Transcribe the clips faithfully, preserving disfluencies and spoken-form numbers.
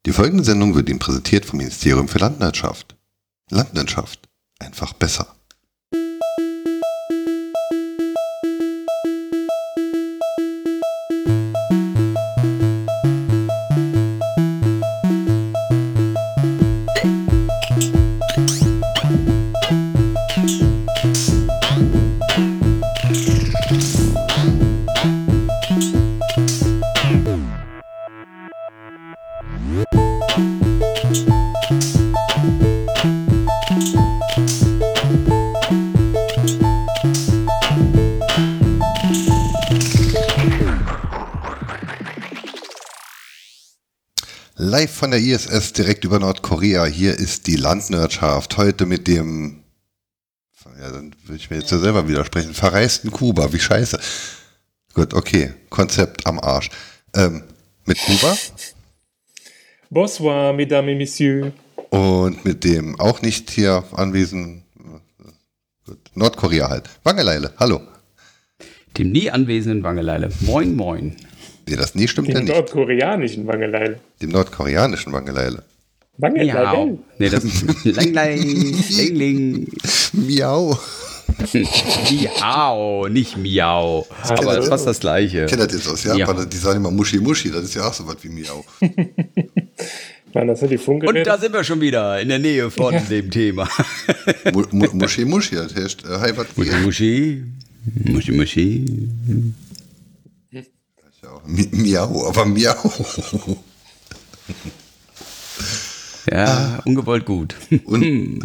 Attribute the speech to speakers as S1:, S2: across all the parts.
S1: Die folgende Sendung wird Ihnen präsentiert vom Ministerium für Landwirtschaft. Landwirtschaft. Einfach besser. Live von der I S S direkt über Nordkorea. Hier ist die Landwirtschaft. Heute mit dem, ja, dann würde ich mir jetzt ja selber widersprechen, verreisten Kuba. Wie scheiße. Gut, okay. Konzept am Arsch. Ähm, mit Kuba.
S2: Bonsoir, mesdames et messieurs.
S1: Und mit dem auch nicht hier anwesenden, gut, Nordkorea halt. Wangeleile, hallo.
S3: Dem nie anwesenden Wangeleile. Moin, moin.
S1: Nee, das nie stimmt ja
S2: Dem
S1: nicht.
S2: nordkoreanischen Wangeleile.
S1: Dem nordkoreanischen Wangeleile.
S2: Wangeleile?
S3: Miau. Nee, das ist Langlein, Lingling.
S1: Miau.
S3: Miau, nicht Miau. Aber das ist fast das Gleiche.
S1: Kennt ihr das aus Japan?
S3: Ja.
S1: Die sagen immer Muschi Muschi, das ist ja auch so was wie Miau.
S2: Nein, das sind die Funkgeräte.
S3: Und da sind wir schon wieder in der Nähe von
S2: Ja.
S3: dem Thema.
S1: Mu- Mu- Muschi Muschi, das heißt, äh, hi, was
S3: Muschi, Muschi. Muschi, Muschi.
S1: Ja, Mi- Miau, aber Miau.
S3: Ja, ungewollt gut.
S1: Und,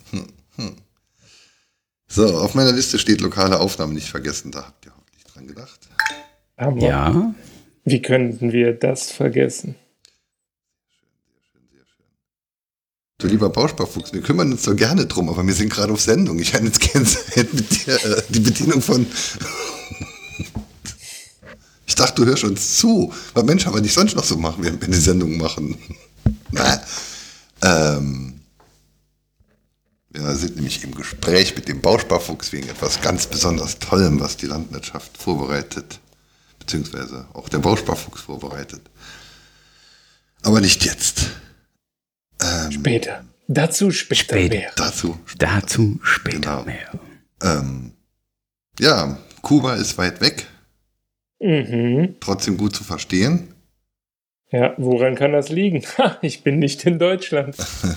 S1: so, auf meiner Liste steht lokale Aufnahmen nicht vergessen. Da habt ihr hoffentlich dran gedacht.
S2: Hammer.
S3: Ja.
S2: Wie könnten wir das vergessen?
S1: Du lieber Bausparfuchs, wir kümmern uns so gerne drum, aber wir sind gerade auf Sendung. Ich hätte jetzt gerne mit dir äh, die Bedienung von... Ich dachte, du hörst uns zu. Weil Mensch, aber nicht sonst noch so machen, während wir die Sendung machen. Na, ähm, wir sind nämlich im Gespräch mit dem Bausparfuchs wegen etwas ganz besonders Tollem, was die Landwirtschaft vorbereitet. Beziehungsweise auch der Bausparfuchs vorbereitet. Aber nicht jetzt. Ähm,
S2: Später. Dazu später,
S3: Später.
S2: mehr.
S1: Dazu.
S3: Dazu später
S1: Genau.
S3: mehr.
S1: Ähm, ja, Kuba ist weit weg,
S2: Mhm.
S1: trotzdem gut zu verstehen.
S2: Ja, woran kann das liegen? Ha, ich bin nicht in Deutschland.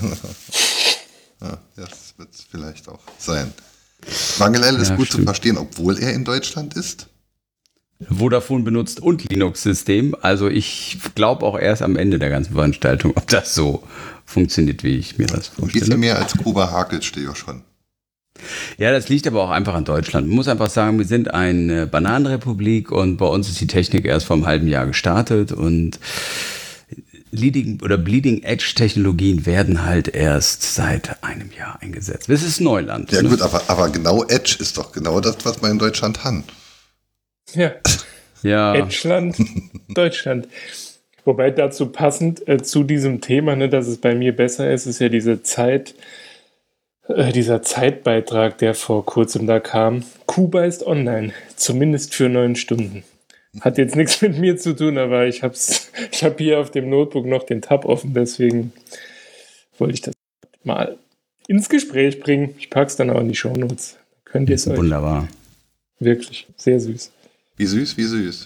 S1: Ja, das wird es vielleicht auch sein. Wangeleile ist
S3: Ja,
S1: gut zu
S3: stimmt.
S1: verstehen, obwohl er in Deutschland ist.
S3: Vodafone benutzt und Linux-System. Also ich glaube auch erst am Ende der ganzen Veranstaltung, ob das so funktioniert, wie ich mir das
S1: Ein bisschen
S3: vorstelle.
S1: mehr als Kuba hakelt steht ja schon.
S3: Ja, das liegt aber auch einfach an Deutschland. Man muss einfach sagen, wir sind eine Bananenrepublik und bei uns ist die Technik erst vor einem halben Jahr gestartet und Leading oder Bleeding Edge Technologien werden halt erst seit einem Jahr eingesetzt. Das ist Neuland.
S1: Ja
S3: ne?
S1: gut, aber, aber genau Edge ist doch genau das, was wir in Deutschland haben.
S2: Ja,
S3: Ja,
S2: Edgeland, Deutschland. Wobei dazu passend äh, zu diesem Thema, ne, dass es bei mir besser ist, ist ja diese Zeit, äh, dieser Zeitbeitrag, der vor kurzem da kam. Kuba ist online, zumindest für neun Stunden. Hat jetzt nichts mit mir zu tun, aber ich hab's, ich habe hier auf dem Notebook noch den Tab offen, deswegen wollte ich das mal ins Gespräch bringen. Ich pack's dann auch in die Shownotes. Könnt ihr es euch.
S3: wunderbar.
S2: Wirklich, sehr süß.
S1: Wie süß, wie süß.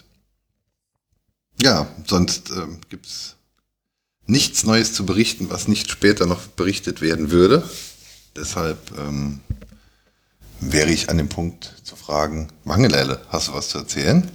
S1: Ja, sonst ähm, gibt es nichts Neues zu berichten, was nicht später noch berichtet werden würde. Deshalb ähm, wäre ich an dem Punkt zu fragen, Wangeleile, hast du was zu erzählen?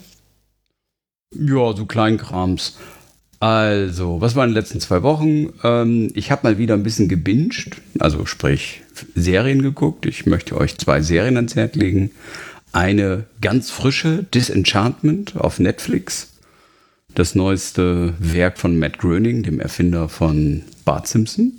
S3: Ja, so Kleinkrams. Also, was waren die letzten zwei Wochen? Ähm, ich habe mal wieder ein bisschen gebinged, also sprich Serien geguckt. Ich möchte euch zwei Serien ans Herz legen. Eine ganz frische, Disenchantment auf Netflix. Das neueste Werk von Matt Groening, dem Erfinder von Bart Simpson.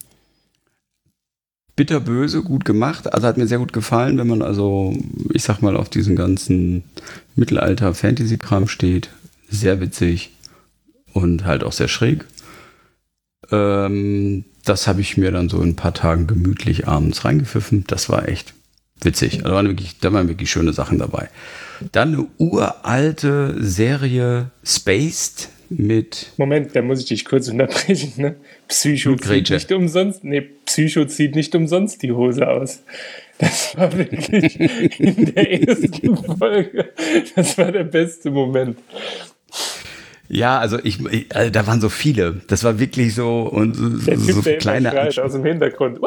S3: Bitterböse, gut gemacht. Also hat mir sehr gut gefallen, wenn man also, ich sag mal, auf diesen ganzen Mittelalter-Fantasy-Kram steht. Sehr witzig und halt auch sehr schräg. Ähm, das habe ich mir dann so in ein paar Tagen gemütlich abends reingepfiffen. Das war echt witzig. Also waren wirklich, da waren wirklich schöne Sachen dabei. Dann eine uralte Serie Spaced, mit...
S2: Moment, da muss ich dich kurz unterbrechen. Ne? Psycho zieht nicht umsonst, nee, Psycho zieht nicht umsonst die Hose aus. Das war wirklich in der ersten Folge, das war der beste Moment.
S3: Ja, also ich, ich also da waren so viele. Das war wirklich so und so,
S2: der typ,
S3: so
S2: der
S3: kleine
S2: immer schreit aus dem Hintergrund.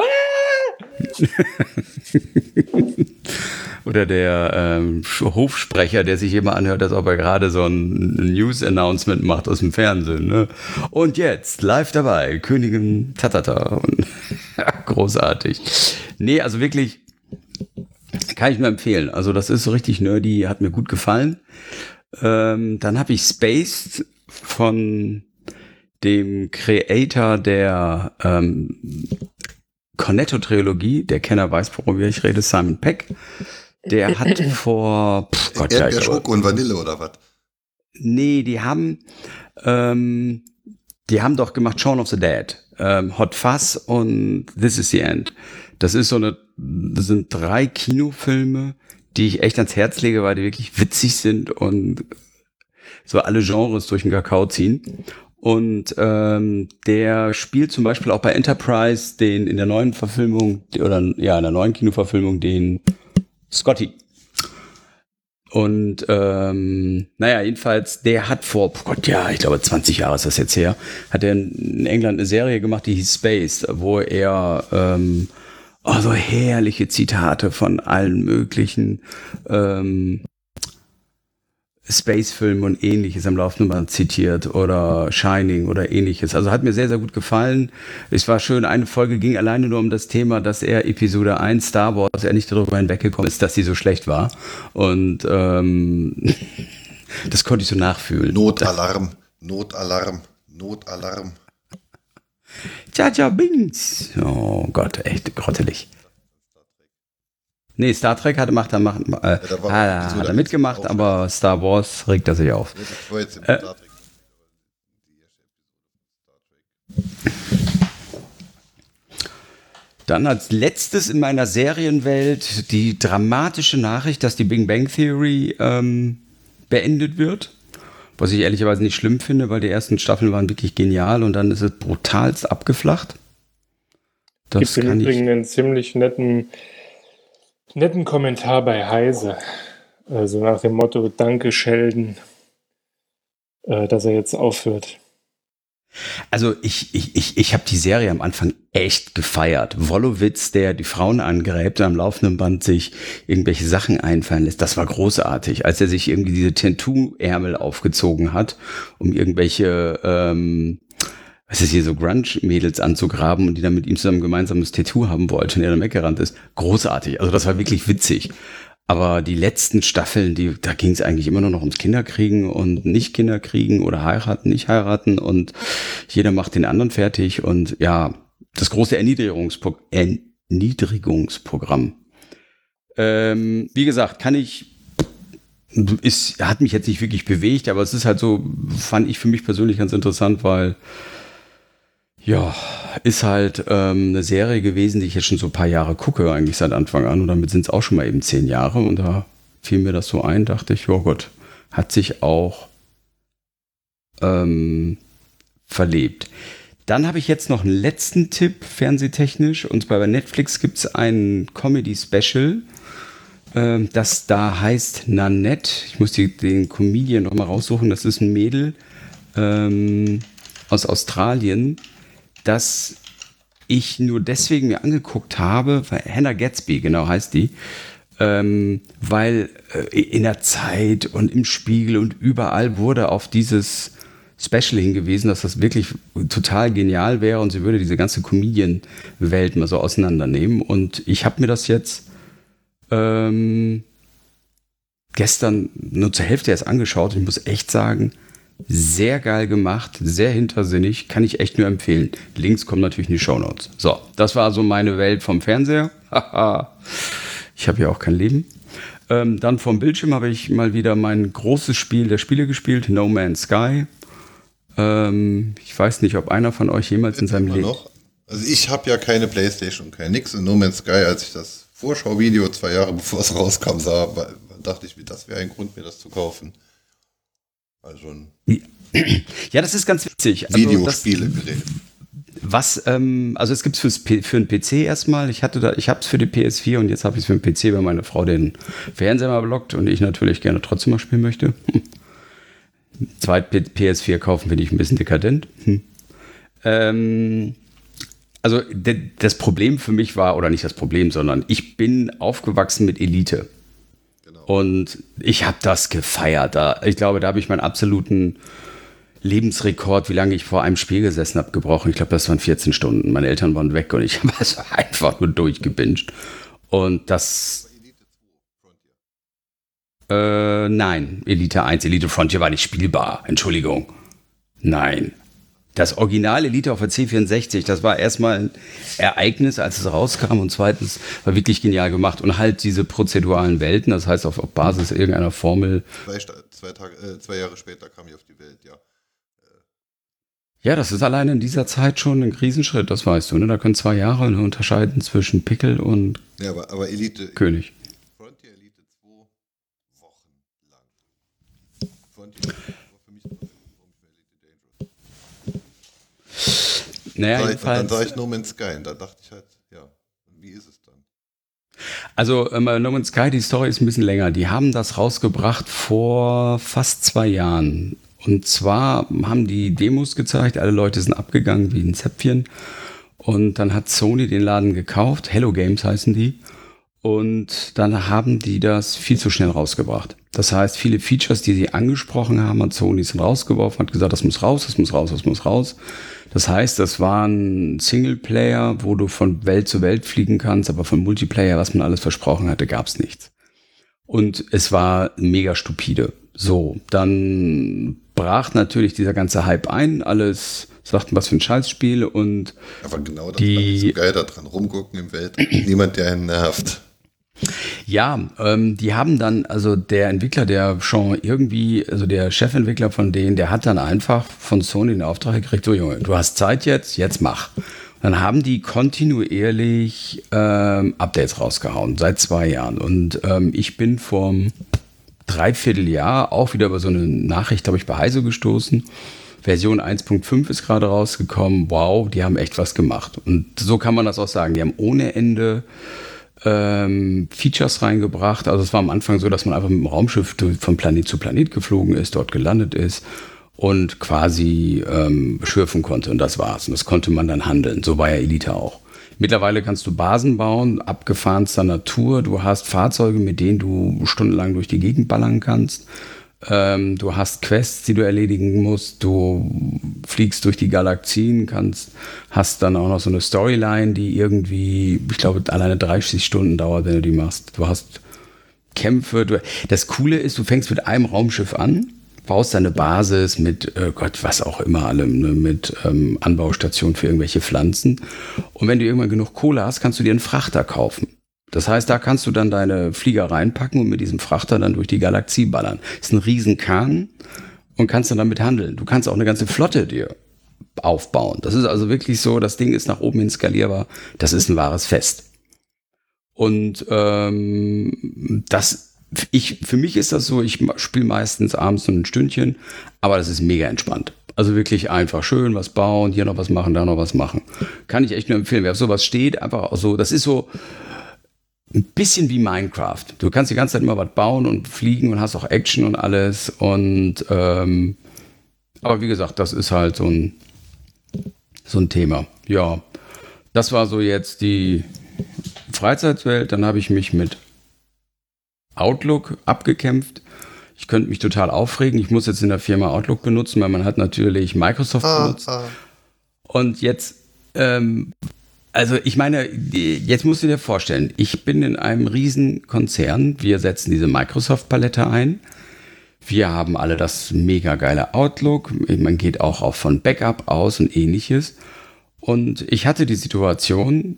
S3: Oder der ähm, Hofsprecher, der sich immer anhört, als ob er gerade so ein News-Announcement macht aus dem Fernsehen. Ne? Und jetzt, live dabei, Königin Tatata. Und großartig. Nee, also wirklich, kann ich nur empfehlen. Also das ist so richtig nerdy, hat mir gut gefallen. Ähm, dann habe ich Spaced von dem Creator der ähm, Cornetto-Trilogie, der Kenner weiß, worüber ich rede, Simon Peck. Der hat vor... Pff, Gott,
S1: Erdbeer, Schoko und Vanille oder was?
S3: Nee, die haben... Ähm, die haben doch gemacht Shaun of the Dead, ähm, Hot Fuzz und This is the End. Das ist so eine... Das sind drei Kinofilme, die ich echt ans Herz lege, weil die wirklich witzig sind und so alle Genres durch den Kakao ziehen. Und ähm, der spielt zum Beispiel auch bei Enterprise den in der neuen Verfilmung, oder ja, in der neuen Kinoverfilmung den Scotty. Und ähm, naja, jedenfalls, der hat vor, oh Gott, ja, ich glaube zwanzig Jahre ist das jetzt her, hat er in England eine Serie gemacht, die hieß Space, wo er ähm, oh, so herrliche Zitate von allen möglichen ähm, Space-Filmen und ähnliches am laufenden Band zitiert oder Shining oder ähnliches. Also hat mir sehr, sehr gut gefallen. Es war schön, eine Folge ging alleine nur um das Thema, dass er Episode eins Star Wars, er nicht darüber hinweggekommen ist, dass sie so schlecht war. Und ähm, das konnte ich so nachfühlen.
S1: Notalarm, Notalarm, Notalarm.
S3: Jar Jar Binks. Oh Gott, echt grottelig. Nee, Star Trek hat, macht, macht, äh, ja, da hat, hat er mitgemacht, aber Star Wars regt er sich auf. Äh, Dann als letztes in meiner Serienwelt die dramatische Nachricht, dass die Big Bang Theory ähm, beendet wird. Was ich ehrlicherweise nicht schlimm finde, weil die ersten Staffeln waren wirklich genial und dann ist es brutalst abgeflacht.
S2: Das gibt im Übrigen einen ziemlich netten netten Kommentar bei Heise. Also nach dem Motto, danke Sheldon, äh, dass er jetzt aufhört.
S3: Also ich, ich, ich, ich habe die Serie am Anfang echt gefeiert. Wolowitz, der die Frauen angräbt und am laufenden Band sich irgendwelche Sachen einfallen lässt, das war großartig. Als er sich irgendwie diese Tattoo-Ärmel aufgezogen hat, um irgendwelche ähm, was ist hier so Grunge-Mädels anzugraben und die dann mit ihm zusammen gemeinsames Tattoo haben wollte und er dann weggerannt ist. Großartig. Also das war wirklich witzig. Aber die letzten Staffeln, die, da ging es eigentlich immer nur noch ums Kinderkriegen und nicht Kinderkriegen oder heiraten, nicht heiraten und jeder macht den anderen fertig und ja, das große Erniedrigungspro- Erniedrigungsprogramm. Ähm, wie gesagt, kann ich ist, hat mich jetzt nicht wirklich bewegt, aber es ist halt so, fand ich für mich persönlich ganz interessant, weil ja, ist halt ähm, eine Serie gewesen, die ich jetzt schon so ein paar Jahre gucke, eigentlich seit Anfang an. Und damit sind es auch schon mal eben zehn Jahre. Und da fiel mir das so ein, dachte ich, oh Gott, hat sich auch ähm, verlebt. Dann habe ich jetzt noch einen letzten Tipp, fernsehtechnisch. Und zwar bei Netflix gibt es ein Comedy-Special, ähm, das da heißt Nanette. Ich muss die, den Comedian noch mal raussuchen. Das ist ein Mädel ähm, aus Australien, dass ich nur deswegen mir angeguckt habe, weil Hannah Gadsby, genau heißt die, ähm, weil äh, in der Zeit und im Spiegel und überall wurde auf dieses Special hingewiesen, dass das wirklich total genial wäre und sie würde diese ganze Comedian-Welt mal so auseinandernehmen. Und ich habe mir das jetzt ähm, gestern nur zur Hälfte erst angeschaut und ich muss echt sagen, sehr geil gemacht, sehr hintersinnig, kann ich echt nur empfehlen. Links kommen natürlich in die Shownotes. So, das war so meine Welt vom Fernseher. Ich habe ja auch kein Leben. Ähm, dann vom Bildschirm habe ich mal wieder mein großes Spiel der Spiele gespielt, No Man's Sky. Ähm, ich weiß nicht, ob einer von euch jemals in seinem Leben...
S1: Also ich habe ja keine Playstation, kein nix. In No Man's Sky, als ich das Vorschauvideo zwei Jahre bevor es rauskam sah, dachte ich mir, das wäre ein Grund, mir das zu kaufen. Also ein
S3: Ja, das ist ganz witzig. Also
S1: Videospielegerät.
S3: Was, ähm, also es gibt es für einen P C erstmal. Ich hatte da, ich habe es für die P S vier und jetzt habe ich es für den P C, weil meine Frau den Fernseher mal blockt und ich natürlich gerne trotzdem mal spielen möchte. Zweit P S vier kaufen finde ich ein bisschen dekadent. Hm. Ähm, also de, das Problem für mich war, oder nicht das Problem, sondern ich bin aufgewachsen mit Elite. Genau. Und ich habe das gefeiert. Da, ich glaube, da habe ich meinen absoluten Lebensrekord, wie lange ich vor einem Spiel gesessen habe, gebrochen. Ich glaube, das waren vierzehn Stunden. Meine Eltern waren weg und ich habe es einfach nur durchgebinged. Und das... Äh, nein, Elite eins, Elite Frontier war nicht spielbar. Entschuldigung. Nein. Das Original Elite auf der C vierundsechzig, das war erstmal ein Ereignis, als es rauskam. Und zweitens war wirklich genial gemacht. Und halt diese prozeduralen Welten, das heißt auf, auf Basis irgendeiner Formel.
S1: Zwei, zwei, Tage, äh, zwei Jahre später kam ich auf die Welt, ja.
S3: Ja, das ist alleine in dieser Zeit schon ein Riesenschritt, das weißt du. Ne? Da können zwei Jahre unterscheiden zwischen Pickel und
S1: ja, aber, aber Elite,
S3: König.
S1: Frontier Elite zwei Wochen lang. Frontier war für mich warum ich mir Elite Dangerous.
S3: Naja,
S1: dann,
S3: jedenfalls,
S1: dann sah ich No Man's Sky und da dachte ich halt, ja, wie ist es dann?
S3: Also ähm, No Man's Sky, die Story ist ein bisschen länger. Die haben das rausgebracht vor fast zwei Jahren. Und zwar haben die Demos gezeigt, alle Leute sind abgegangen wie ein Zäpfchen. Und dann hat Sony den Laden gekauft, Hello Games heißen die. Und dann haben die das viel zu schnell rausgebracht. Das heißt, viele Features, die sie angesprochen haben, hat Sony sind rausgeworfen, hat gesagt, das muss raus, das muss raus, das muss raus. Das heißt, das war ein Singleplayer, wo du von Welt zu Welt fliegen kannst, aber von Multiplayer, was man alles versprochen hatte, gab es nichts. Und es war mega stupide. So, dann brach natürlich dieser ganze Hype ein, alles sagten, was für ein Scheißspiel und
S1: aber genau das
S3: die,
S1: ist so geil da dran, rumgucken im Welt, niemand, der einen nervt.
S3: Ja, ähm, die haben dann, also der Entwickler, der schon irgendwie, also der Chefentwickler von denen, der hat dann einfach von Sony den Auftrag gekriegt, so Junge, du hast Zeit jetzt, jetzt mach. Dann haben die kontinuierlich ähm, Updates rausgehauen, seit zwei Jahren. Und ähm, ich bin vor Dreivierteljahr auch wieder über so eine Nachricht, habe ich bei Heise gestoßen. Version eins Punkt fünf ist gerade rausgekommen. Wow, die haben echt was gemacht. Und so kann man das auch sagen. Die haben ohne Ende ähm, Features reingebracht. Also es war am Anfang so, dass man einfach mit dem Raumschiff von Planet zu Planet geflogen ist, dort gelandet ist und quasi ähm, schürfen konnte. Und das war's. Und das konnte man dann handeln. So war ja Elite auch. Mittlerweile kannst du Basen bauen, abgefahrenster Natur. Du hast Fahrzeuge, mit denen du stundenlang durch die Gegend ballern kannst. Ähm, du hast Quests, die du erledigen musst. Du fliegst durch die Galaxien, kannst, hast dann auch noch so eine Storyline, die irgendwie, ich glaube, alleine dreißig Stunden dauert, wenn du die machst. Du hast Kämpfe. Du, das Coole ist, du fängst mit einem Raumschiff an, baust deine Basis mit, äh Gott, was auch immer allem, ne, mit ähm, Anbaustationen für irgendwelche Pflanzen. Und wenn du irgendwann genug Kohle hast, kannst du dir einen Frachter kaufen. Das heißt, da kannst du dann deine Flieger reinpacken und mit diesem Frachter dann durch die Galaxie ballern. Das ist ein Riesenkahn und kannst dann damit handeln. Du kannst auch eine ganze Flotte dir aufbauen. Das ist also wirklich so, das Ding ist nach oben hin skalierbar. Das ist ein wahres Fest. Und ähm, das Ich, für mich ist das so, ich spiele meistens abends nur ein Stündchen, aber das ist mega entspannt. Also wirklich einfach schön was bauen, hier noch was machen, da noch was machen. Kann ich echt nur empfehlen. Wer auf sowas steht, einfach auch so, das ist so ein bisschen wie Minecraft. Du kannst die ganze Zeit immer was bauen und fliegen und hast auch Action und alles. Und ähm, aber wie gesagt, das ist halt so ein, so ein Thema. Ja, das war so jetzt die Freizeitwelt. Dann habe ich mich mit Outlook abgekämpft. Ich könnte mich total aufregen. Ich muss jetzt in der Firma Outlook benutzen, weil man hat natürlich Microsoft ah, benutzt. Ah. Und jetzt, ähm, also ich meine, jetzt musst du dir vorstellen, ich bin in einem riesen Konzern. Wir setzen diese Microsoft-Palette ein. Wir haben alle das mega geile Outlook. Man geht auch, auch von Backup aus und ähnliches. Und ich hatte die Situation,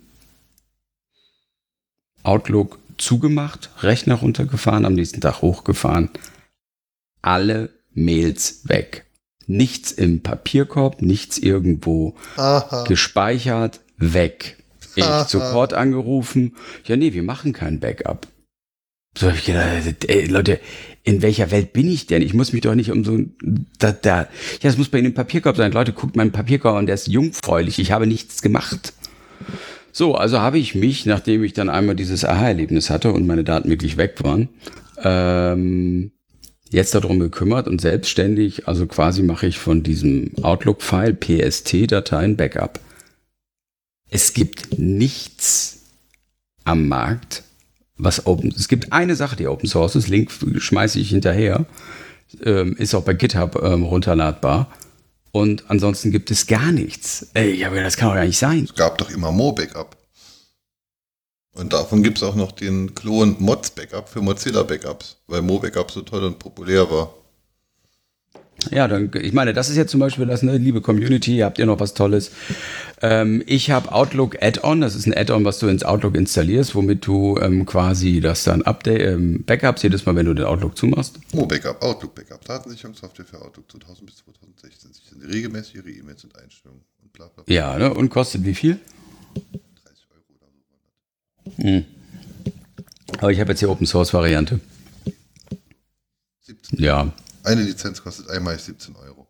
S3: Outlook zugemacht, Rechner runtergefahren, am nächsten Tag hochgefahren. Alle Mails weg. Nichts im Papierkorb, nichts irgendwo Aha. gespeichert, weg. Ich Aha. Support angerufen. Ja, nee, wir machen kein Backup. So habe ich gedacht, ey, Leute, in welcher Welt bin ich denn? Ich muss mich doch nicht um so, da, da, ja, das muss bei Ihnen im Papierkorb sein. Leute, guckt meinen Papierkorb an, der ist jungfräulich. Ich habe nichts gemacht. So, also habe ich mich, nachdem ich dann einmal dieses Aha-Erlebnis hatte und meine Daten wirklich weg waren, ähm, jetzt darum gekümmert und selbstständig, also quasi mache ich von diesem Outlook-File P S T-Dateien Backup. Es gibt nichts am Markt, was Open, es gibt eine Sache, die Open Source ist, Link schmeiße ich hinterher, ähm, ist auch bei GitHub ähm, runterladbar und ansonsten gibt es gar nichts. Ey, aber das kann doch gar nicht sein.
S1: Es gab doch immer Mo-Backup. Und davon gibt es auch noch den Klon Mods-Backup für Mozilla-Backups, weil Mo-Backup so toll und populär war.
S3: Ja, dann, ich meine, das ist jetzt zum Beispiel das, ne, liebe Community, habt ihr noch was Tolles? Ähm, ich habe Outlook Add-on, das ist ein Add-on, was du ins Outlook installierst, womit du ähm, quasi das dann Update, ähm, Backups jedes Mal, wenn du den Outlook zumachst.
S1: Mo-Backup, Outlook-Backup, Datensicherungssoftware für Outlook zweitausend bis zweitausendsechzehn. Sichern regelmäßig ihre E-Mails und Einstellungen und bla bla bla.
S3: Ja, ne, und kostet wie viel?
S1: dreißig Euro oder so.
S3: Hm. Aber ich habe jetzt die Open-Source-Variante.
S1: siebzehn.
S3: Ja.
S1: Eine Lizenz kostet einmalig siebzehn Euro.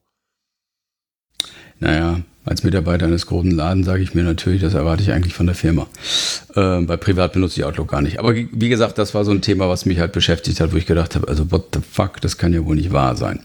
S3: Naja, als Mitarbeiter eines großen Ladens sage ich mir natürlich, das erwarte ich eigentlich von der Firma. Ähm, bei privat benutze ich Outlook gar nicht. Aber wie gesagt, das war so ein Thema, was mich halt beschäftigt hat, wo ich gedacht habe, also what the fuck, das kann ja wohl nicht wahr sein.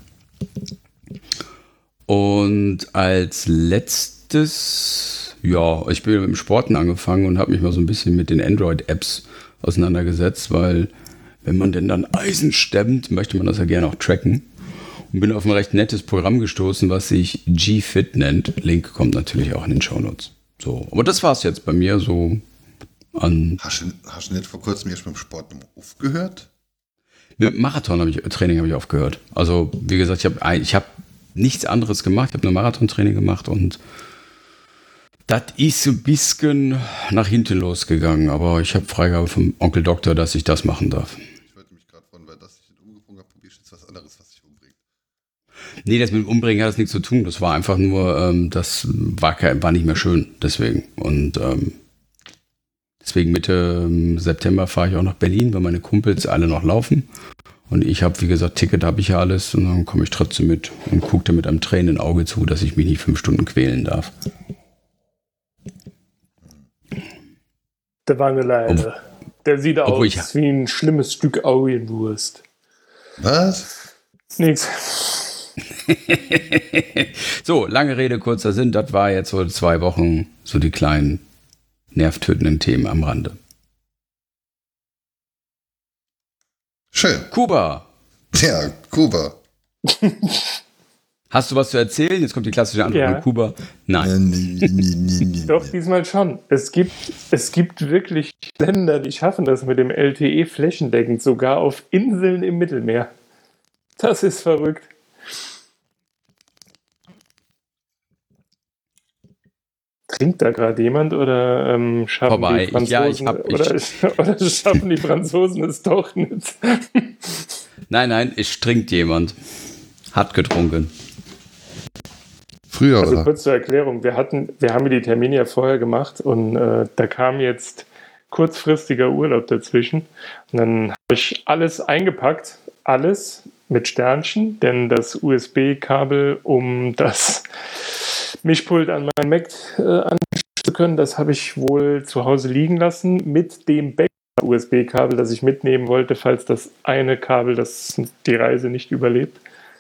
S3: Und als letztes, ja, ich bin mit dem Sporten angefangen und habe mich mal so ein bisschen mit den Android-Apps auseinandergesetzt, weil wenn man denn dann Eisen stemmt, möchte man das ja gerne auch tracken. Und bin auf ein recht nettes Programm gestoßen, was sich G-Fit nennt. Link kommt natürlich auch in den Shownotes. So, aber das war's jetzt bei mir so an.
S1: Hast du, hast du nicht vor kurzem erst mit dem Sport aufgehört?
S3: Mit Marathon habe ich, Training habe ich aufgehört. Also, wie gesagt, ich habe ich hab nichts anderes gemacht. Ich habe nur Marathontraining gemacht und das ist ein bisschen nach hinten losgegangen. Aber ich habe Freigabe vom Onkel Doktor, dass ich das machen darf.
S1: Ich wollte mich gerade freuen, weil das ich nicht umgebrungen habe, probiere ich jetzt was anderes, was ich umbringe.
S3: Nee, das mit dem Umbringen hat das nichts zu tun. Das war einfach nur, ähm, das war, kein, war nicht mehr schön. Deswegen. Und ähm, deswegen Mitte ähm, September fahre ich auch nach Berlin, weil meine Kumpels alle noch laufen. Und ich habe, wie gesagt, Ticket habe ich ja alles. Und dann komme ich trotzdem mit und gucke mit einem tränenden Auge zu, dass ich mich nicht fünf Stunden quälen darf.
S2: Der Wangeleine. Der sieht aus
S3: ich,
S2: wie ein schlimmes Stück Augenwurst.
S1: Was?
S2: Nix.
S3: So, lange Rede, kurzer Sinn. Das war jetzt so zwei Wochen so die kleinen nervtötenden Themen am Rande.
S1: Schön.
S3: Kuba.
S1: Ja, Kuba.
S3: Hast du was zu erzählen? Jetzt kommt die klassische Antwort
S2: Ja.
S3: von Kuba. Nein.
S1: Nee, nee, nee, nee,
S2: Doch, diesmal schon. Es gibt, es gibt wirklich Länder, die schaffen das mit dem L T E flächendeckend, sogar auf Inseln im Mittelmeer. Das ist verrückt. Trinkt da gerade jemand oder ähm, schaffen
S3: Vorbei.
S2: die Franzosen
S3: Ja, ich hab- ich-
S2: oder, oder schaffen die Franzosen es doch nicht?
S3: Nein, nein, es trinkt jemand. Hat getrunken.
S1: Früher,
S2: Also
S1: oder?
S2: kurz zur Erklärung, wir hatten, wir haben die Termine ja vorher gemacht und äh, da kam jetzt kurzfristiger Urlaub dazwischen. Und dann habe ich alles eingepackt, alles mit Sternchen, denn das U S B-Kabel, um das Mischpult an meinen Mac äh, anschließen zu können, das habe ich wohl zu Hause liegen lassen mit dem Backup-U S B-Kabel, das ich mitnehmen wollte, falls das eine Kabel das die Reise nicht überlebt.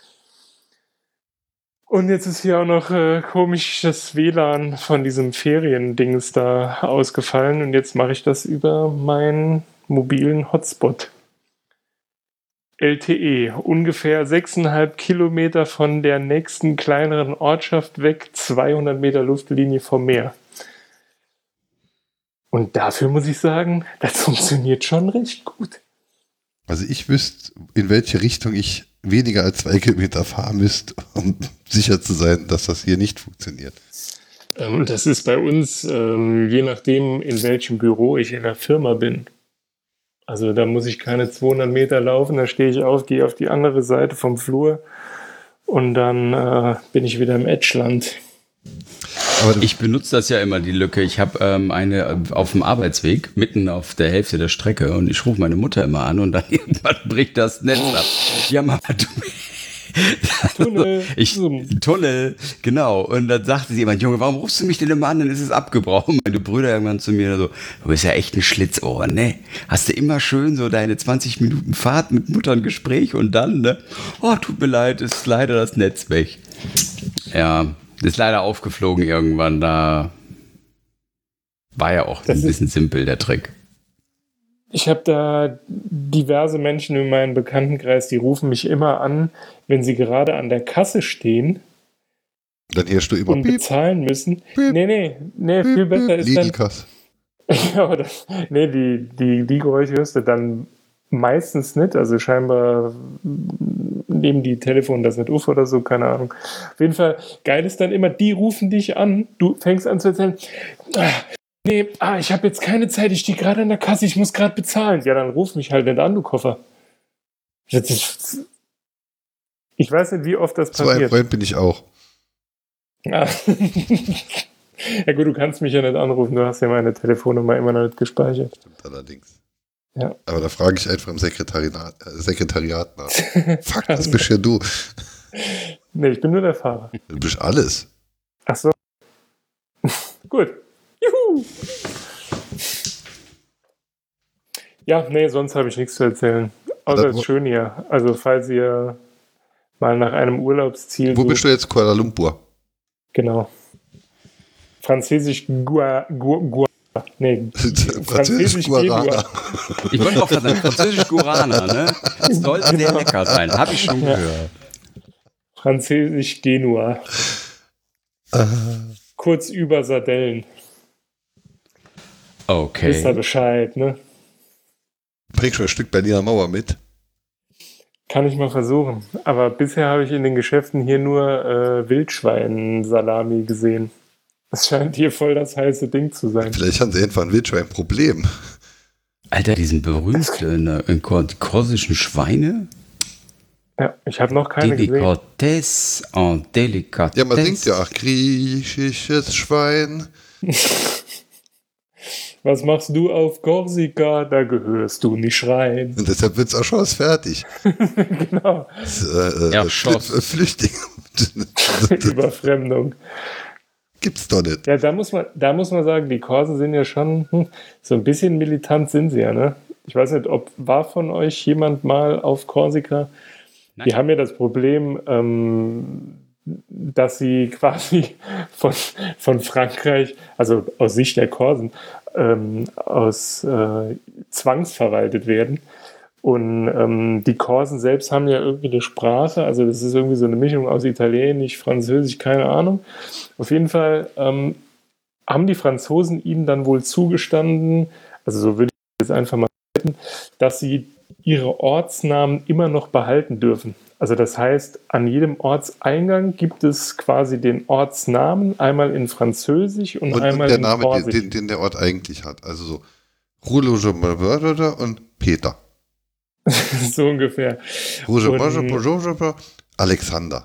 S2: Und jetzt ist hier auch noch äh, komisch das W L A N von diesem Feriendings da ausgefallen und jetzt mache ich das über meinen mobilen Hotspot. L T E, ungefähr sechseinhalb Kilometer von der nächsten kleineren Ortschaft weg, zweihundert Meter Luftlinie vom Meer. Und dafür muss ich sagen, das funktioniert schon recht gut.
S1: Also ich wüsste, in welche Richtung ich weniger als zwei Kilometer fahren müsste, um sicher zu sein, dass das hier nicht funktioniert.
S2: Ähm, das ist bei uns, ähm, je nachdem, in welchem Büro ich in der Firma bin. Also da muss ich keine zweihundert Meter laufen, da stehe ich auf, gehe auf die andere Seite vom Flur und dann äh, bin ich wieder im Edgeland.
S1: Aber du-
S3: Ich benutze das ja immer, die Lücke. Ich habe ähm, eine äh, auf dem Arbeitsweg, mitten auf der Hälfte der Strecke, und ich rufe meine Mutter immer an und dann irgendwann bricht das Netz ab. Ja, Mama, du...
S2: Tunnel.
S3: Ich, Tunnel, genau. Und dann sagte sie jemand, Junge, warum rufst du mich denn immer an? Dann ist es abgebrochen. Meine Brüder irgendwann zu mir so, du bist ja echt ein Schlitzohr, ne? Hast du immer schön so deine zwanzig Minuten Fahrt mit Mutter ein Gespräch und dann, ne? Oh, tut mir leid, ist leider das Netz weg. Ja, ist leider aufgeflogen irgendwann. Da war ja auch
S2: Das
S3: ein bisschen simpel, der Trick.
S2: Ich habe da diverse Menschen in meinem Bekanntenkreis, die rufen mich immer an, wenn sie gerade an der Kasse stehen
S1: Dann hörst du immer
S2: und bezahlen müssen.
S1: piep,
S2: nee, nee, nee, viel besser ist dann...
S1: Lidl-Kass.
S2: Ja, aber das, nee, die, die, die Geräusche hörst du dann meistens nicht. Also scheinbar nehmen die Telefone das nicht auf oder so, keine Ahnung. Auf jeden Fall, geil ist dann immer, die rufen dich an, du fängst an zu erzählen, ah, nee, ah, ich habe jetzt keine Zeit, ich stehe gerade an der Kasse, ich muss gerade bezahlen. Ja, dann ruf mich halt nicht an, du Koffer. Das ist, ich weiß nicht, wie oft das
S1: So ein
S2: passiert.
S1: Freund bin ich auch.
S2: Ah. Ja gut, du kannst mich ja nicht anrufen, du hast ja meine Telefonnummer immer noch nicht gespeichert.
S1: Stimmt allerdings.
S2: Ja.
S1: Aber da frage ich einfach im Sekretariat, äh, Sekretariat nach. Fuck, das bist ja du.
S2: Nee, ich bin nur der Fahrer.
S1: Du bist alles.
S2: Ach so. Gut. Juhu. Ja, nee, sonst habe ich nichts zu erzählen. Außer es ist schön hier. Also falls ihr mal nach einem Urlaubsziel
S1: Wo
S2: sucht,
S1: bist du jetzt? Kuala Lumpur.
S2: genau. Französisch Gua, Gua, Gua. Nee,
S1: Französisch Guarana.
S3: Ich wollte auch gerade sagen, französisch Guarana, ne? Soll sehr
S2: Genau.
S3: lecker sein, habe ich schon
S2: Ja.
S3: gehört.
S2: Französisch Genua.
S1: Äh,
S2: Kurz über Sardellen. Wisst ihr
S3: Okay.
S2: Bescheid, ne?
S1: bringst du ein Stück Berliner Mauer mit?
S2: Kann ich mal versuchen. Aber bisher habe ich in den Geschäften hier nur äh, Wildschwein-Salami gesehen. Das scheint hier voll das heiße Ding zu sein.
S1: Vielleicht haben sie einfach ein Wildschwein-Problem.
S3: Alter, diesen berühmten äh, Kor- die korsischen Schweine?
S2: Ja, ich habe noch keine gesehen.
S3: Delicatesse en Delicatesse.
S1: Ja, man singt ja auch griechisches Schwein.
S2: Was machst du auf Korsika? Da gehörst du nicht rein.
S1: Und deshalb wird es auch schon was fertig.
S2: Genau.
S1: Das, äh,
S3: Ja,
S1: äh,
S3: Schoss.
S1: Flü- Flüchtlinge.
S2: Überfremdung.
S1: Gibt's doch nicht.
S2: Ja, da muss man, da muss man sagen, die Korsen sind ja schon, hm, so ein bisschen militant sind sie ja, ne? Ich weiß nicht, ob war von euch jemand mal auf Korsika?
S3: Nein.
S2: Die haben ja das Problem, ähm, dass sie quasi von, von Frankreich, also aus Sicht der Korsen, ähm, aus äh, zwangsverwaltet werden. Und ähm, die Korsen selbst haben ja irgendwie eine Sprache, also das ist irgendwie so eine Mischung aus Italienisch, Französisch, keine Ahnung. Auf jeden Fall ähm, haben die Franzosen ihnen dann wohl zugestanden, also so würde ich jetzt einfach mal sagen, dass sie ihre Ortsnamen immer noch behalten dürfen. Also das heißt, an jedem Ortseingang gibt es quasi den Ortsnamen, einmal in Französisch und,
S1: Und,
S2: einmal
S1: und der
S2: in
S1: Name,
S2: Korsisch.
S1: den, den der Ort eigentlich hat. Also so Rouge und Peter.
S2: So ungefähr.
S1: Rouge
S2: Und-
S1: Alexander.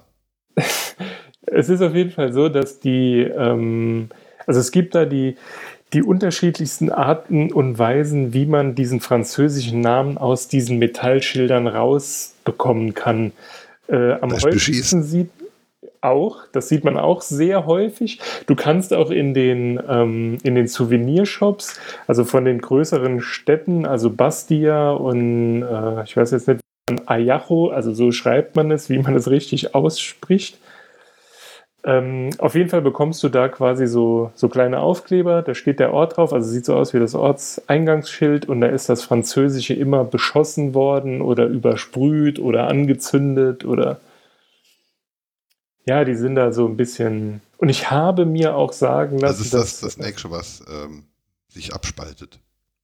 S2: Es ist auf jeden Fall so, dass die, ähm, also es gibt da die, die unterschiedlichsten Arten und Weisen, wie man diesen französischen Namen aus diesen Metallschildern rausbekommen kann. Äh, am
S1: Beispiel
S2: häufigsten sieht auch, das sieht man auch sehr häufig. Du kannst auch in den, ähm, in den Souvenirshops, also von den größeren Städten, also Bastia und äh, ich weiß jetzt nicht, Ayacho, also so schreibt man es, wie man es richtig ausspricht. Ähm, auf jeden Fall bekommst du da quasi so, so kleine Aufkleber, da steht der Ort drauf, also sieht so aus wie das Ortseingangsschild und da ist das Französische immer beschossen worden oder übersprüht oder angezündet oder ja, die sind da so ein bisschen und ich habe mir auch sagen lassen,
S1: Das ist das, das nächste, was ähm, sich abspaltet.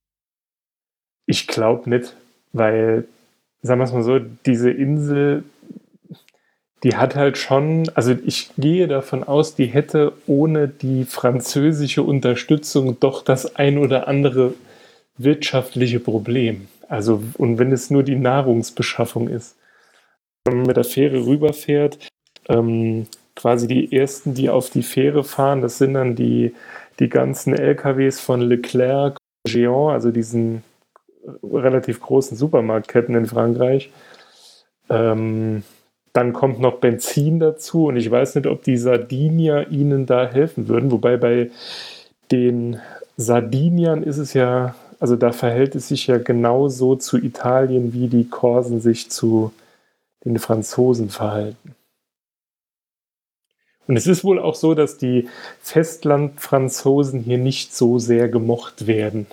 S2: ich glaube nicht, weil, sagen wir es mal so, diese Insel, die hat halt schon, also ich gehe davon aus, die hätte ohne die französische Unterstützung doch das ein oder andere wirtschaftliche Problem. Also, und wenn es nur die Nahrungsbeschaffung ist. Wenn man mit der Fähre rüberfährt, ähm, quasi die ersten, die auf die Fähre fahren. Das sind dann die, die ganzen L K Ws von Leclerc, Géant, also diesen relativ großen Supermarktketten in Frankreich. Ähm, dann kommt noch Benzin dazu und ich weiß nicht, ob die Sardinier ihnen da helfen würden, wobei bei den Sardiniern ist es ja, also da verhält es sich ja genauso zu Italien, wie die Korsen sich zu den Franzosen verhalten. Und es ist wohl auch so, dass die Festlandfranzosen hier nicht so sehr gemocht werden.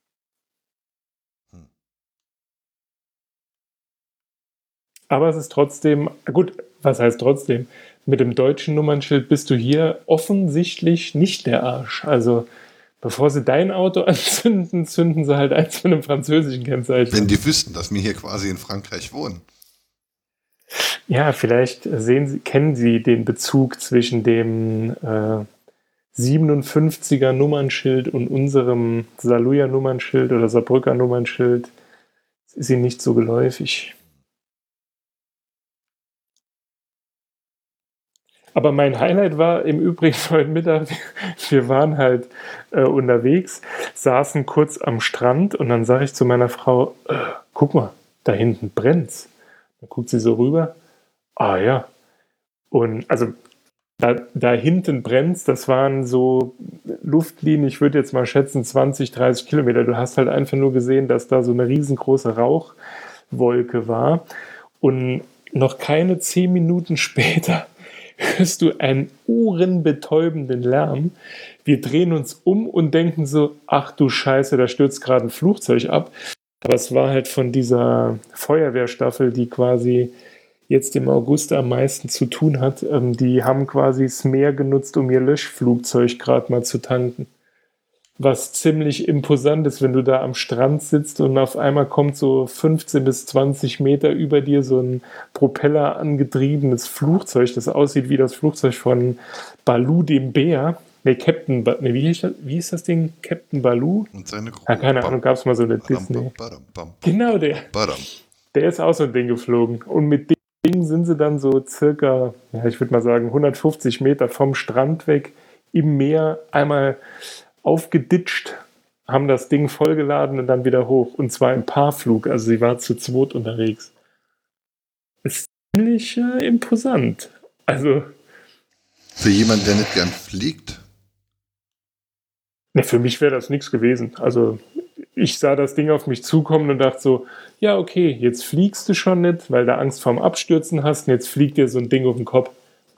S2: Aber es ist trotzdem, gut, was heißt trotzdem? Mit dem deutschen Nummernschild bist du hier offensichtlich nicht der Arsch. Also, bevor sie dein Auto anzünden, zünden sie halt eins mit einem französischen Kennzeichen.
S1: Wenn die wüssten, dass wir hier quasi in Frankreich wohnen.
S2: Ja, vielleicht sehen sie, kennen sie den Bezug zwischen dem äh, siebenundfünfziger Nummernschild und unserem Saarlouier Nummernschild oder Saarbrücker Nummernschild. Das ist ihnen nicht so geläufig. Aber mein Highlight war im Übrigen heute Mittag, wir waren halt äh, unterwegs, saßen kurz am Strand und dann sage ich zu meiner Frau, äh, guck mal, da hinten brennt's. Dann guckt sie so rüber, ah ja. Und also da, da hinten brennt's, das waren so Luftlinien, ich würde jetzt mal schätzen zwanzig, dreißig Kilometer. Du hast halt einfach nur gesehen, dass da so eine riesengroße Rauchwolke war und noch keine zehn Minuten später hörst du einen ohrenbetäubenden Lärm. Wir drehen uns um und denken so, ach du Scheiße, da stürzt gerade ein Flugzeug ab. Aber es war halt von dieser Feuerwehrstaffel, die quasi jetzt im August am meisten zu tun hat. Ähm, die haben quasi das Meer genutzt, um ihr Löschflugzeug gerade mal zu tanken. Was ziemlich imposant ist, wenn du da am Strand sitzt und auf einmal kommt so fünfzehn bis zwanzig Meter über dir so ein Propeller angetriebenes Flugzeug, das aussieht wie das Flugzeug von Baloo dem Bär. Ne, Captain, ba- nee, wie, hieß das, wie hieß das Ding? Captain Baloo?
S1: Und seine Crew.
S2: Ja, keine Ahnung, gab es mal so eine
S1: Badam,
S2: Disney.
S1: badam, badam,
S2: Genau, der.
S1: badam.
S2: Der ist auch so ein Ding geflogen. Und mit dem Ding sind sie dann so circa, ja, ich würde mal sagen, hundertfünfzig Meter vom Strand weg im Meer einmal aufgeditscht, haben das Ding vollgeladen und dann wieder hoch. Und zwar im Paarflug. Also sie war zu zweit unterwegs. Ist ziemlich äh, imposant. Also,
S1: Für jemanden, der nicht gern fliegt,
S2: ne, für mich wäre das nichts gewesen. Also ich sah das Ding auf mich zukommen und dachte so, ja okay, jetzt fliegst du schon nicht, weil du Angst vorm Abstürzen hast und jetzt fliegt dir so ein Ding auf den Kopf.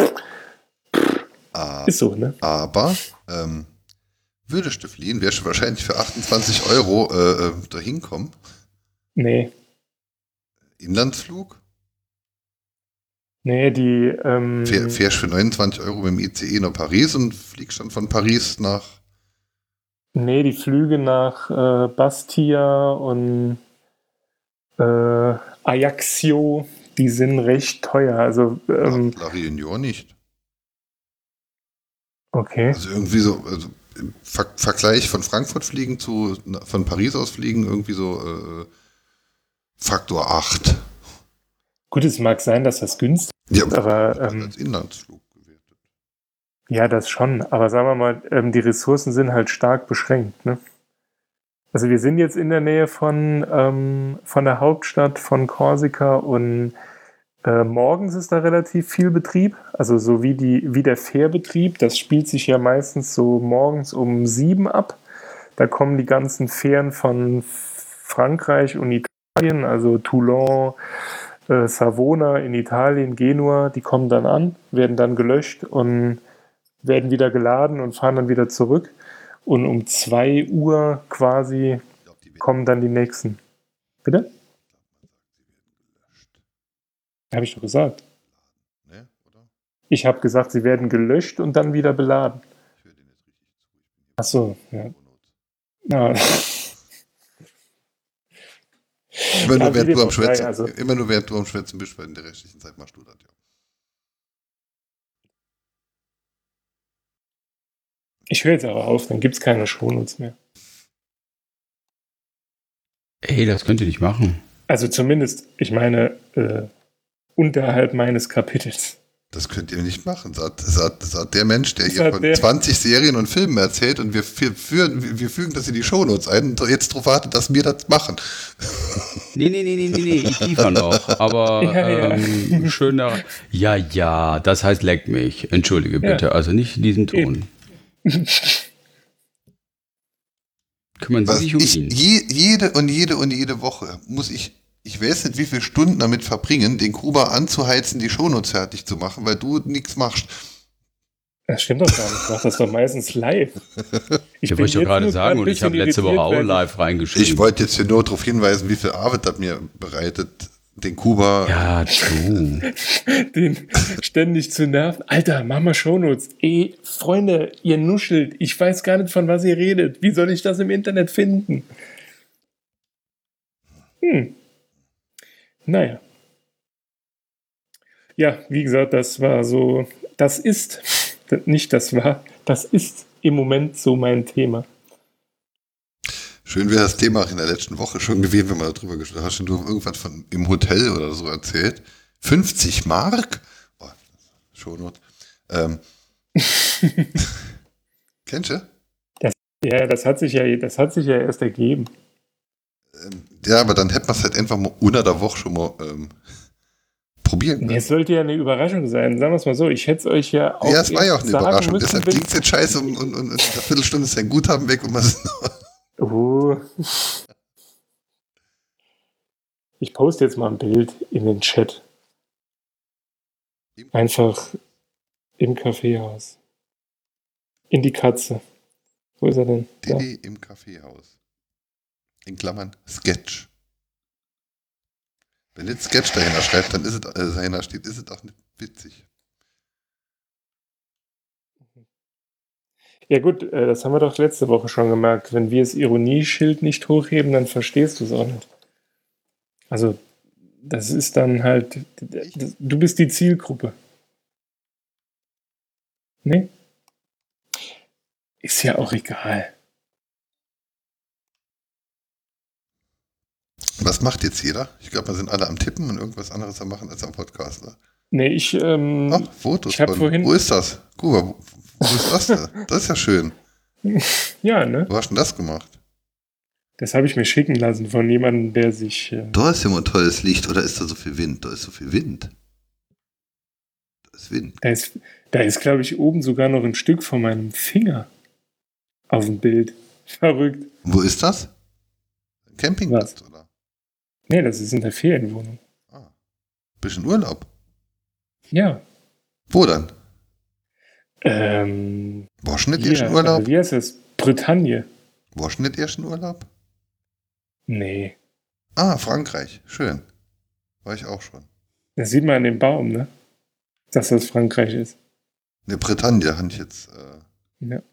S1: ah,
S2: Ist so, ne?
S1: aber ähm, würdest du fliehen, wärst du wahrscheinlich für achtundzwanzig Euro äh, äh, dahin kommen.
S2: Nee.
S1: Inlandsflug.
S2: Nee, die, ähm,
S1: Fähr, fährst für neunundzwanzig Euro mit dem I C E nach Paris und fliegst dann von Paris nach.
S2: nee, die Flüge nach äh, Bastia und äh, Ajaccio, die sind recht teuer. Also, ähm,
S1: La Réunion nicht.
S2: okay.
S1: Also irgendwie so, also im Ver Vergleich von Frankfurt fliegen zu, von Paris aus fliegen, irgendwie so äh, Faktor acht.
S2: Gut, es mag sein, dass das günstig
S1: Ja,
S2: ist, aber
S1: das
S2: ähm,
S1: als Inlandsflug gewertet.
S2: ja, das schon. Aber sagen wir mal, ähm, die Ressourcen sind halt stark beschränkt. Ne? Also wir sind jetzt in der Nähe von, ähm, von der Hauptstadt von Korsika und äh, morgens ist da relativ viel Betrieb. Also so wie, die, wie der Fährbetrieb. Das spielt sich ja meistens so morgens um sieben ab. Da kommen die ganzen Fähren von Frankreich und Italien, also Toulon, äh, Savona in Italien, Genua, die kommen dann an, werden dann gelöscht und werden wieder geladen und fahren dann wieder zurück. Und um zwei Uhr quasi
S1: Ich glaub, die werden
S2: kommen dann die nächsten. Bitte? Habe ich doch gesagt.
S1: ne, oder?
S2: Ich habe gesagt, sie werden gelöscht und dann wieder beladen.
S1: Ich höre den jetzt richtig zu. Ich bin
S2: Ach so, ja.
S1: ja.
S2: Ja.
S1: Immer,
S2: Ja,
S1: nur, während
S2: wie
S1: du am
S2: dem auch sei,
S1: Schwätzen,
S2: also-
S1: immer nur während du am Schwätzen bist, weil in der restlichen Zeit machst du das, ja.
S2: Ich höre jetzt aber auf, dann gibt es keine Shownotes mehr.
S3: Ey, das könnt ihr nicht machen.
S2: Also zumindest, ich meine, äh, unterhalb meines Kapitels.
S1: Das könnt ihr nicht machen, sagt, sagt, sagt der Mensch, der hier
S2: Sagt
S1: von
S2: der.
S1: zwanzig Serien und Filmen erzählt und wir, wir, führen, wir fügen das in die Shownotes ein und jetzt darauf wartet, dass wir das machen.
S3: Nee, nee, nee, nee, nee, nee, ich liefere noch. Aber
S2: Ja, ja.
S3: ähm, schöner. Ja, ja, das heißt leck mich. Entschuldige bitte,
S2: Ja.
S3: also nicht in diesem Ton. Kümmern Sie
S1: Was
S3: sich um
S1: ich
S3: ihn.
S1: je, jede und jede und jede Woche muss ich, ich weiß nicht, wie viele Stunden damit verbringen, den Kuba anzuheizen, die Shownotes fertig zu machen, weil du nichts machst.
S2: Das stimmt doch gar nicht. Ich mache das doch meistens live. Ich
S3: Ja,
S2: bin
S3: wollte ich ja
S2: jetzt
S3: gerade
S2: nur
S3: sagen,
S2: grad
S3: und ich
S2: bisschen
S3: habe letzte Woche
S2: irritiert,
S3: auch
S2: weil
S3: live reingeschrieben.
S1: Ich wollte jetzt hier nur darauf hinweisen, wie viel Arbeit das mir bereitet, den Kuba.
S3: Ja, du.
S2: den ständig zu nerven. Alter, mach mal Shownotes. Ey, Freunde, ihr nuschelt. Ich weiß gar nicht, von was ihr redet. Wie soll ich das im Internet finden? Hm. Naja. Ja, wie gesagt, das war so, das ist, nicht das war, das ist im Moment so mein Thema.
S1: Schön wäre das Thema auch in der letzten Woche schon gewesen, wenn man darüber gesprochen hat. Hast du irgendwas von im Hotel oder so erzählt? fünfzig Mark? Oh, Shownote. Ähm. Kennst du?
S2: Ja, das hat sich ja, das hat sich ja erst ergeben.
S1: Ähm, ja, aber dann hätte man es halt einfach mal unter der Woche schon mal ähm, probieren können.
S2: Es sollte ja eine Überraschung sein. Sagen wir es mal so, ich hätte es euch ja auch
S1: Ja, es war ja auch eine
S2: sagen
S1: Überraschung.
S2: müssen,
S1: Deshalb
S2: wenn-
S1: ging es jetzt scheiße und, und, und in einer Viertelstunde ist sein Guthaben weg und man ist
S2: Oh. Ich poste jetzt mal ein Bild in den Chat. Einfach im Kaffeehaus. In die Katze. Wo ist er denn? Da.
S1: Diddy im Kaffeehaus. In Klammern Sketch. Wenn jetzt Sketch dahinter schreibt, dann ist es, äh, dahinter steht, ist es auch nicht witzig.
S2: Ja gut, äh, das haben wir doch letzte Woche schon gemerkt. Wenn wir das Ironieschild nicht hochheben, dann verstehst du es auch nicht. Also, das ist dann halt, du bist die Zielgruppe. Nee? Ist ja auch egal.
S1: Was macht jetzt jeder? Ich glaube, wir sind alle am Tippen und irgendwas anderes am machen als am Podcast. Ne?
S2: Nee, ich, ähm,
S1: Ach, Fotos
S2: ich hab
S1: von,
S2: vorhin-
S1: wo ist das? Kuba, wo, wo ist das denn? Das ist ja schön.
S2: ja, ne?
S1: Wo hast du denn das gemacht?
S2: Das habe ich mir schicken lassen von jemandem, der sich, äh,
S1: Da ist immer tolles Licht, oder ist da so viel Wind? Da ist so viel Wind. Da ist Wind.
S2: da ist, da ist, glaube ich, oben sogar noch ein Stück von meinem Finger auf dem Bild. Verrückt.
S1: Wo ist das? Ein Campingplatz, oder?
S2: Nee, das ist in der Ferienwohnung.
S1: Ah, bisschen Urlaub.
S2: Ja.
S1: Wo dann?
S2: Ähm,
S1: Warst du nicht
S2: hier,
S1: erst in Urlaub?
S2: äh, wie heißt das? Bretagne.
S1: Warst du nicht erst in Urlaub?
S2: Nee.
S1: Ah, Frankreich. Schön. War ich auch schon.
S2: Das sieht man an dem Baum, ne? Dass das Frankreich ist.
S1: Ne, Bretagne habe ich jetzt. Äh,
S2: Ja.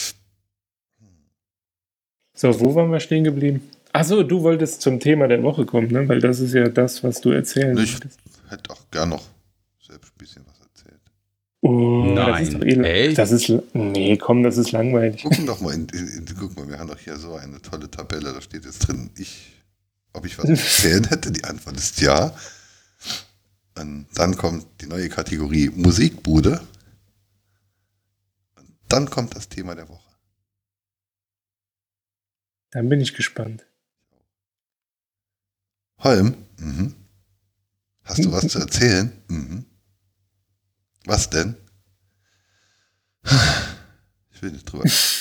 S2: So, wo waren wir stehen geblieben? Achso, du wolltest zum Thema der Woche kommen, ne? Weil das ist ja das, was du erzählen
S1: ich
S2: wolltest.
S1: hätte auch gern noch selbst ein bisschen was erzählt.
S2: Oh,
S3: Nein.
S2: das ist doch eh,
S3: Echt?
S2: das ist, nee, komm, das ist langweilig.
S1: Gucken doch mal, in, in, in, guck mal, wir haben doch hier so eine tolle Tabelle, da steht jetzt drin, ich, ob ich was erzählen hätte. Die Antwort ist ja. Und dann kommt die neue Kategorie Musikbude. Und dann kommt das Thema der Woche.
S2: Dann bin ich gespannt.
S1: Holm, mhm. Hast du was zu erzählen? Mhm. Was denn? Ich will nicht drüber.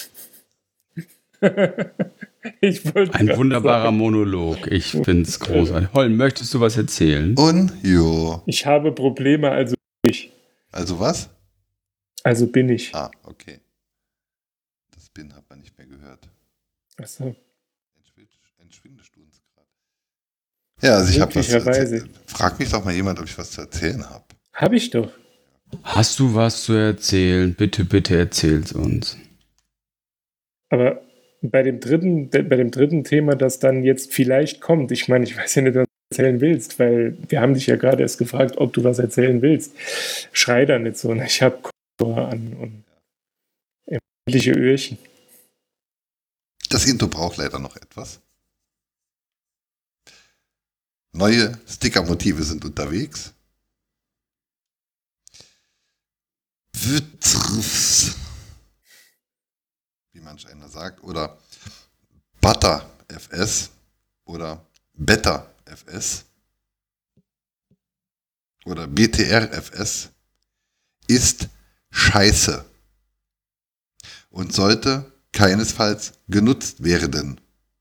S2: Ich wollte
S3: Ein
S2: grad
S3: wunderbarer
S2: sagen,
S3: Monolog. Ich finde es großartig. Holm, möchtest du was erzählen?
S1: Und jo.
S2: ich habe Probleme, also bin ich.
S1: Also was?
S2: Also bin ich.
S1: Ah, okay. Das Bin hat man nicht mehr gehört.
S2: Achso.
S1: Entschwindest du uns gerade? Ja, also ich habe was zu
S2: Möglicherweise.
S1: erzählen. Frag mich doch mal jemand, ob ich was zu erzählen habe.
S2: Hab ich doch.
S3: Hast du was zu erzählen? Bitte, bitte erzähl's uns.
S2: Aber bei dem dritten, bei dem dritten Thema, das dann jetzt vielleicht kommt, ich meine, ich weiß ja nicht, was du erzählen willst, weil wir haben dich ja gerade erst gefragt, ob du was erzählen willst. Schrei da nicht so. Ne? Ich habe Kopfhörer an und empfindliche Öhrchen.
S1: Das Intro braucht leider noch etwas. Neue Sticker-Motive sind unterwegs. Wütrfs, wie manch einer sagt, oder ButterFS oder BetterFS oder BTRFS ist Scheiße und sollte keinesfalls genutzt werden.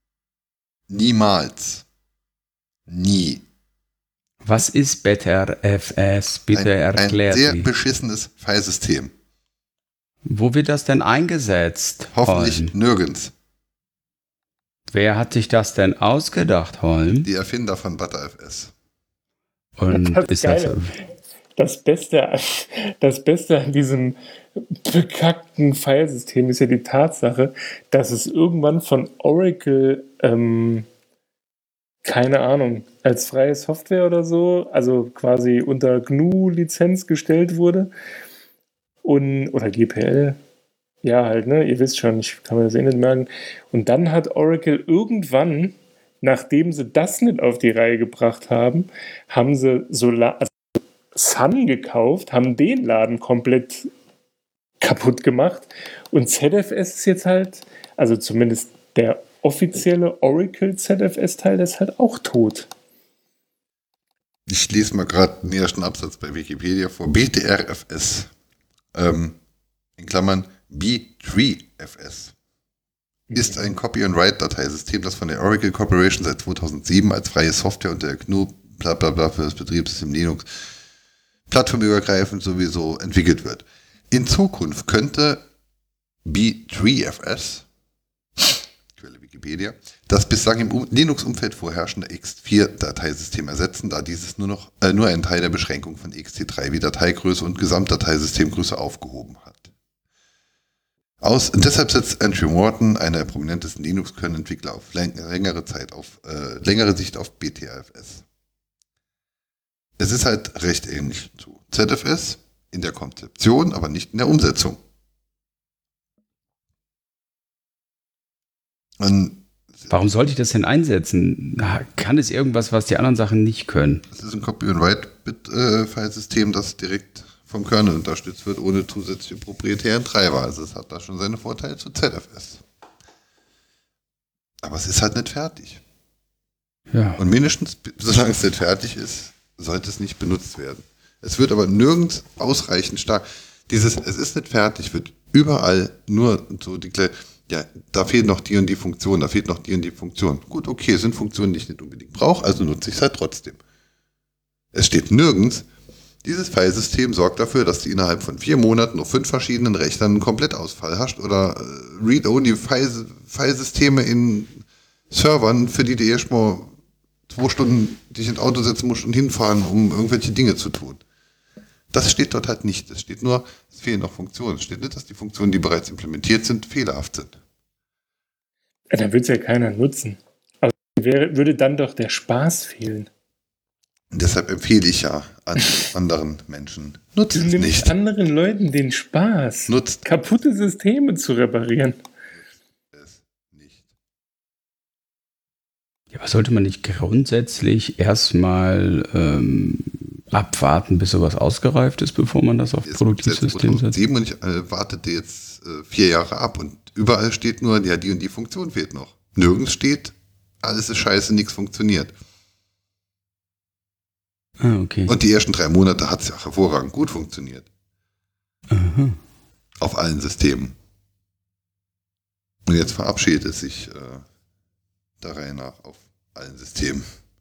S1: Niemals. Nie.
S3: Was ist BetterFS? Bitte
S1: Ein,
S3: erklärt
S1: ein sehr
S3: Sie.
S1: beschissenes Filesystem.
S3: Wo wird das denn eingesetzt?
S1: Hoffentlich
S3: Holm?
S1: nirgends.
S3: Wer hat sich das denn ausgedacht, Holm?
S1: Die Erfinder von ButterFS.
S3: Und
S2: Das
S3: ist das
S2: Geile. Das Beste, an- das Beste an diesem bekackten Filesystem ist ja die Tatsache, dass es irgendwann von Oracle, ähm, keine Ahnung, als freie Software oder so, also quasi unter G N U-Lizenz gestellt wurde. Und, oder G P L. Ja, halt, ne? Ihr wisst schon, ich kann mir das eh nicht merken. Und dann hat Oracle irgendwann, nachdem sie das nicht auf die Reihe gebracht haben, haben sie Solar, also Sun gekauft, haben den Laden komplett kaputt gemacht. Und Z F S ist jetzt halt, also zumindest der offizielle Oracle Z F S-Teil, der ist halt auch tot.
S1: Ich lese mal gerade den ersten Absatz bei Wikipedia vor. BTRFS, ähm, in Klammern B drei F S, ist ein Copy-and-Write-Dateisystem, das von der Oracle Corporation seit zweitausendsieben als freie Software unter der G N U bla bla bla für das Betriebssystem Linux plattformübergreifend sowieso entwickelt wird. In Zukunft könnte B drei F S, Quelle Wikipedia, das bislang im um Linux-Umfeld vorherrschende X vier Dateisystem ersetzen, da dieses nur noch äh, nur einen Teil der Beschränkung von X T drei wie Dateigröße und Gesamtdateisystemgröße aufgehoben hat. Aus, und deshalb setzt Andrew Morton, einer der prominentesten Linux-Kernel-Entwickler, auf längere Zeit auf äh, längere Sicht auf B T R F S. Es ist halt recht ähnlich zu Z F S in der Konzeption, aber nicht in der Umsetzung. Und
S3: Warum sollte ich das denn einsetzen? Kann es irgendwas, was die anderen Sachen nicht können?
S1: es ist ein Copy-and-Write-File-System, das direkt vom Kernel unterstützt wird, ohne zusätzliche proprietären Treiber. Also es hat da schon seine Vorteile zu Z F S. Aber es ist halt nicht fertig.
S3: Ja.
S1: Und mindestens, solange es nicht fertig ist, sollte es nicht benutzt werden. Es wird aber nirgends ausreichend stark. Dieses, es ist nicht fertig, wird überall nur so die kleine, ja, da fehlt noch die und die Funktion, da fehlt noch die und die Funktion. Gut, okay, es sind Funktionen, die ich nicht unbedingt brauche, also nutze ich es halt trotzdem. Es steht nirgends, dieses Filesystem sorgt dafür, dass du innerhalb von vier Monaten auf fünf verschiedenen Rechnern einen Komplettausfall hast oder äh, Read-Only-Filesysteme in Servern, für die du erstmal zwei Stunden dich ins Auto setzen musst und hinfahren, um irgendwelche Dinge zu tun. Das steht dort halt nicht. Es steht nur, es fehlen noch Funktionen. Es steht nicht, dass die Funktionen, die bereits implementiert sind, fehlerhaft sind.
S2: Ja, dann würde es ja keiner nutzen. Also wäre, würde dann doch der Spaß fehlen.
S1: Und deshalb empfehle ich ja an anderen Menschen, nutzt
S2: Du
S1: es
S2: nimmst
S1: nicht.
S2: anderen Leuten den Spaß,
S1: Nutzt
S2: kaputte Systeme zu reparieren.
S1: es nicht.
S3: Ja, aber sollte man nicht grundsätzlich erstmal ähm, abwarten, bis sowas ausgereift ist, bevor man das auf
S1: Jetzt
S3: Produktivsystem setzt?
S1: zweitausendsieben und ich äh, wartete jetzt äh, vier Jahre ab und überall steht nur, ja, die und die Funktion fehlt noch. Nirgends steht, alles ist scheiße, nichts funktioniert.
S3: Ah, okay.
S1: Und die ersten drei Monate hat es ja hervorragend gut funktioniert.
S3: Aha.
S1: Auf allen Systemen. Und jetzt verabschiedet es sich äh, der Reihe nach auf allen Systemen.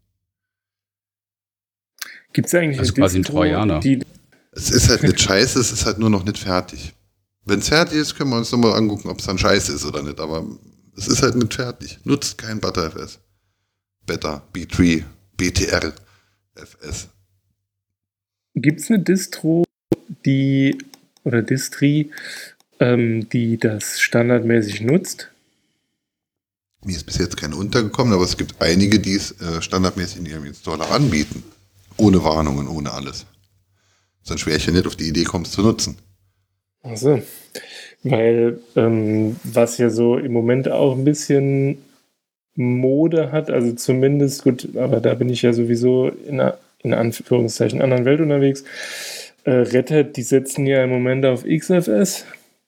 S2: Gibt es eigentlich
S3: Also
S2: eine
S3: quasi ein
S2: Distro,
S3: Trojaner.
S2: die
S1: Es ist halt nicht scheiße, es ist halt nur noch nicht fertig. Wenn es fertig ist, können wir uns nochmal angucken, ob es dann scheiße ist oder nicht. Aber es ist halt nicht fertig. Nutzt kein ButterFS. Better, B drei, B T R F S.
S2: Gibt es eine Distro, die oder Distri, ähm, die das standardmäßig nutzt?
S1: Mir ist bis jetzt keine untergekommen, aber es gibt einige, die es äh, standardmäßig in ihrem Installer anbieten. Ohne Warnungen, ohne alles. Sonst wäre ich ja nicht auf die Idee kommst zu nutzen.
S2: Also, weil ähm, was ja so im Moment auch ein bisschen Mode hat, also zumindest, gut, aber da bin ich ja sowieso in einer, in Anführungszeichen, anderen Welt unterwegs, äh, Red Hat, die setzen ja im Moment auf X F S,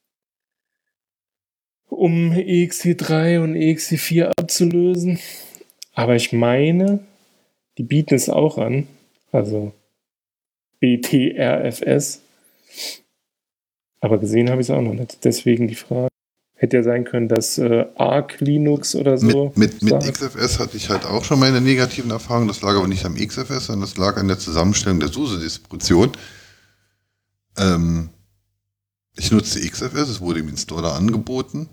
S2: um E X T drei und E X T vier abzulösen. Aber ich meine, die bieten es auch an. Also B T R F S. Aber gesehen habe ich es auch noch nicht. Deswegen die Frage. Hätte ja sein können, dass äh, Arc Linux oder so.
S1: Mit, mit, mit X F S hatte ich halt auch schon meine negativen Erfahrungen. Das lag aber nicht am X F S, sondern das lag an der Zusammenstellung der SUSE-Distribution. Ähm, ich nutzte X F S, es wurde im Installer angeboten.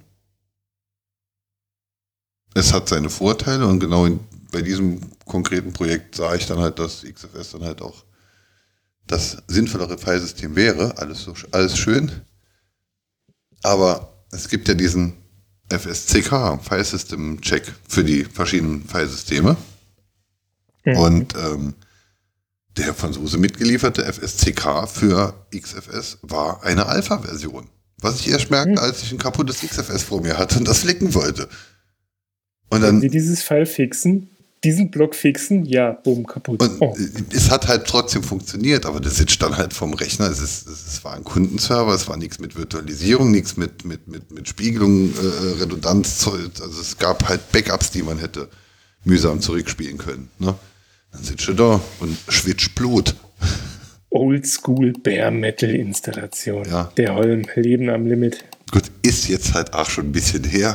S1: Es hat seine Vorteile und genau in, bei diesem konkreten Projekt sah ich dann halt, dass X F S dann halt auch das sinnvollere Filesystem wäre. Alles, so, alles schön. Aber es gibt ja diesen F S C K, File System Check, für die verschiedenen Filesysteme. Mhm. Und ähm, der von SUSE mitgelieferte F S C K für X F S war eine Alpha-Version. Was ich erst merkte, mhm. als ich ein kaputtes X F S vor mir hatte und das flicken wollte. Und dann,
S2: wenn Sie dieses File fixen, diesen Block fixen, ja, bumm, kaputt.
S1: Und
S2: oh.
S1: Es hat halt trotzdem funktioniert, aber das sitzt dann halt vom Rechner. Es, ist, es war ein Kundenserver, es war nichts mit Virtualisierung, nichts mit, mit, mit, mit Spiegelung, äh, Redundanz. Also es gab halt Backups, die man hätte mühsam zurückspielen können. Ne? Dann sitzt du da und schwitzt Blut.
S2: Oldschool Bare Metal Installation.
S1: Ja.
S2: Der Holm, Leben am Limit.
S1: Gut, ist jetzt halt auch schon ein bisschen her.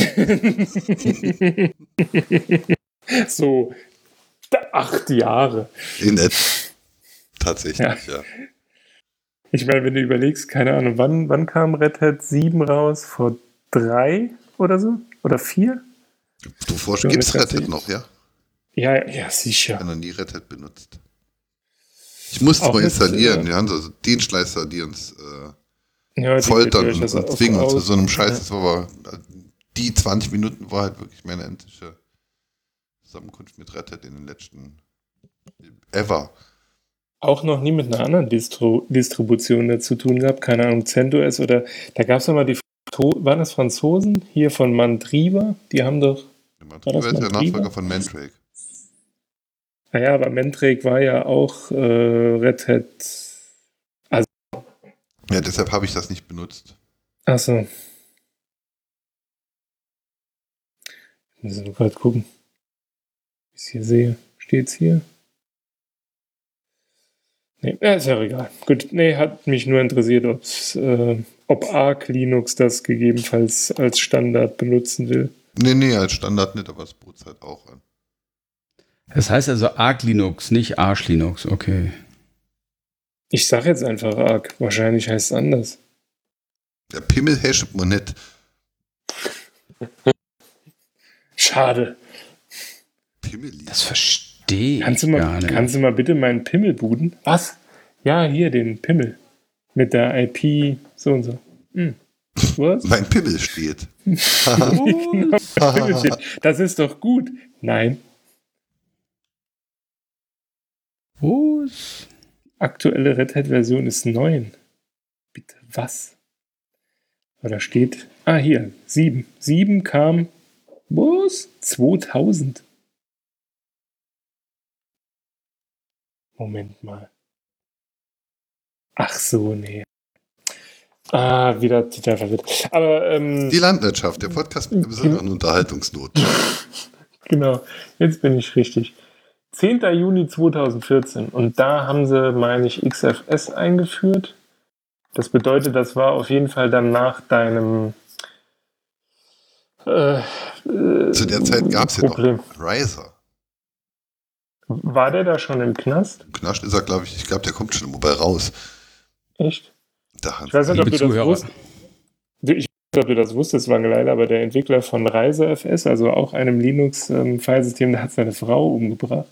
S2: So acht Jahre.
S1: In der Tatsächlich, ja. ja.
S2: Ich meine, wenn du überlegst, keine Ahnung, wann, wann kam Red Hat sieben raus? Vor drei oder so? Oder vier?
S1: Du forschst, gibt es Red Hat noch, ja?
S2: Ja, ja, sicher.
S1: Ich habe noch nie Red Hat benutzt. Ich musste es mal installieren. Mit, äh, ja, also Dienstleister, die uns äh, ja, foltern und, und zwingen uns zu so einem Scheiß. Ja. Das war aber, die zwanzig Minuten war halt wirklich meine endliche Zusammenkunft mit Red Hat in den letzten ever.
S2: Auch noch nie mit einer anderen Distro- Distribution dazu tun gehabt, keine Ahnung, CentOS oder, da gab es noch mal die, waren das Franzosen, hier von Mandriva, die haben doch...
S1: Mandriva ist der Nachfolger von Mandrake.
S2: Naja, aber Mandrake war ja auch äh, Red Hat... Also,
S1: ja, deshalb habe ich das nicht benutzt.
S2: Achso. Ich muss gerade gucken. Ich es hier sehe. Steht's hier? Nee, ist ja egal. Gut, nee, hat mich nur interessiert, ob's, äh, ob Arc Linux das gegebenenfalls als Standard benutzen will.
S1: Nee, nee, als Standard nicht, aber es bot es halt auch an.
S3: Das heißt also Arc Linux, nicht Arsch Linux, okay.
S2: Ich sag jetzt einfach Arc, wahrscheinlich heißt es anders.
S1: Der Pimmel hasht man nicht.
S2: Schade.
S1: Pimmel.
S3: Das verstehe ich
S2: kannst du mal,
S3: gar nicht.
S2: Kannst du mal bitte meinen Pimmel booten? Was? Ja, hier, den Pimmel. Mit der I P so und so. Hm. Was?
S1: Mein Pimmel steht.
S2: Genau, Pimmel steht. Das ist doch gut. Nein.
S3: Was?
S2: Aktuelle Red Hat-Version ist neun. Bitte, was? Aber da steht, ah, hier, sieben. sieben kam, was? zweitausend. Moment mal. Ach so, nee. Ah, wieder total verwirrt. Aber, ähm,
S1: die Landwirtschaft, der Podcast mit einer besonderen Unterhaltungsnot.
S2: Genau, jetzt bin ich richtig. zehnter Juni zweitausendvierzehn. Und da haben sie, meine ich, X F S eingeführt. Das bedeutet, das war auf jeden Fall dann nach deinem äh, äh,
S1: Zu der Zeit gab es ja noch Riser.
S2: War der da schon im Knast?
S1: Im Knast ist er, glaube ich, ich glaube, der kommt schon wobei raus.
S2: Echt?
S1: Da
S2: ich weiß nicht, ob du das wusstest. Ich weiß nicht, ob du das wusstest, Wangelein, aber der Entwickler von Riser F S, also auch einem Linux-Filesystem, der hat seine Frau umgebracht.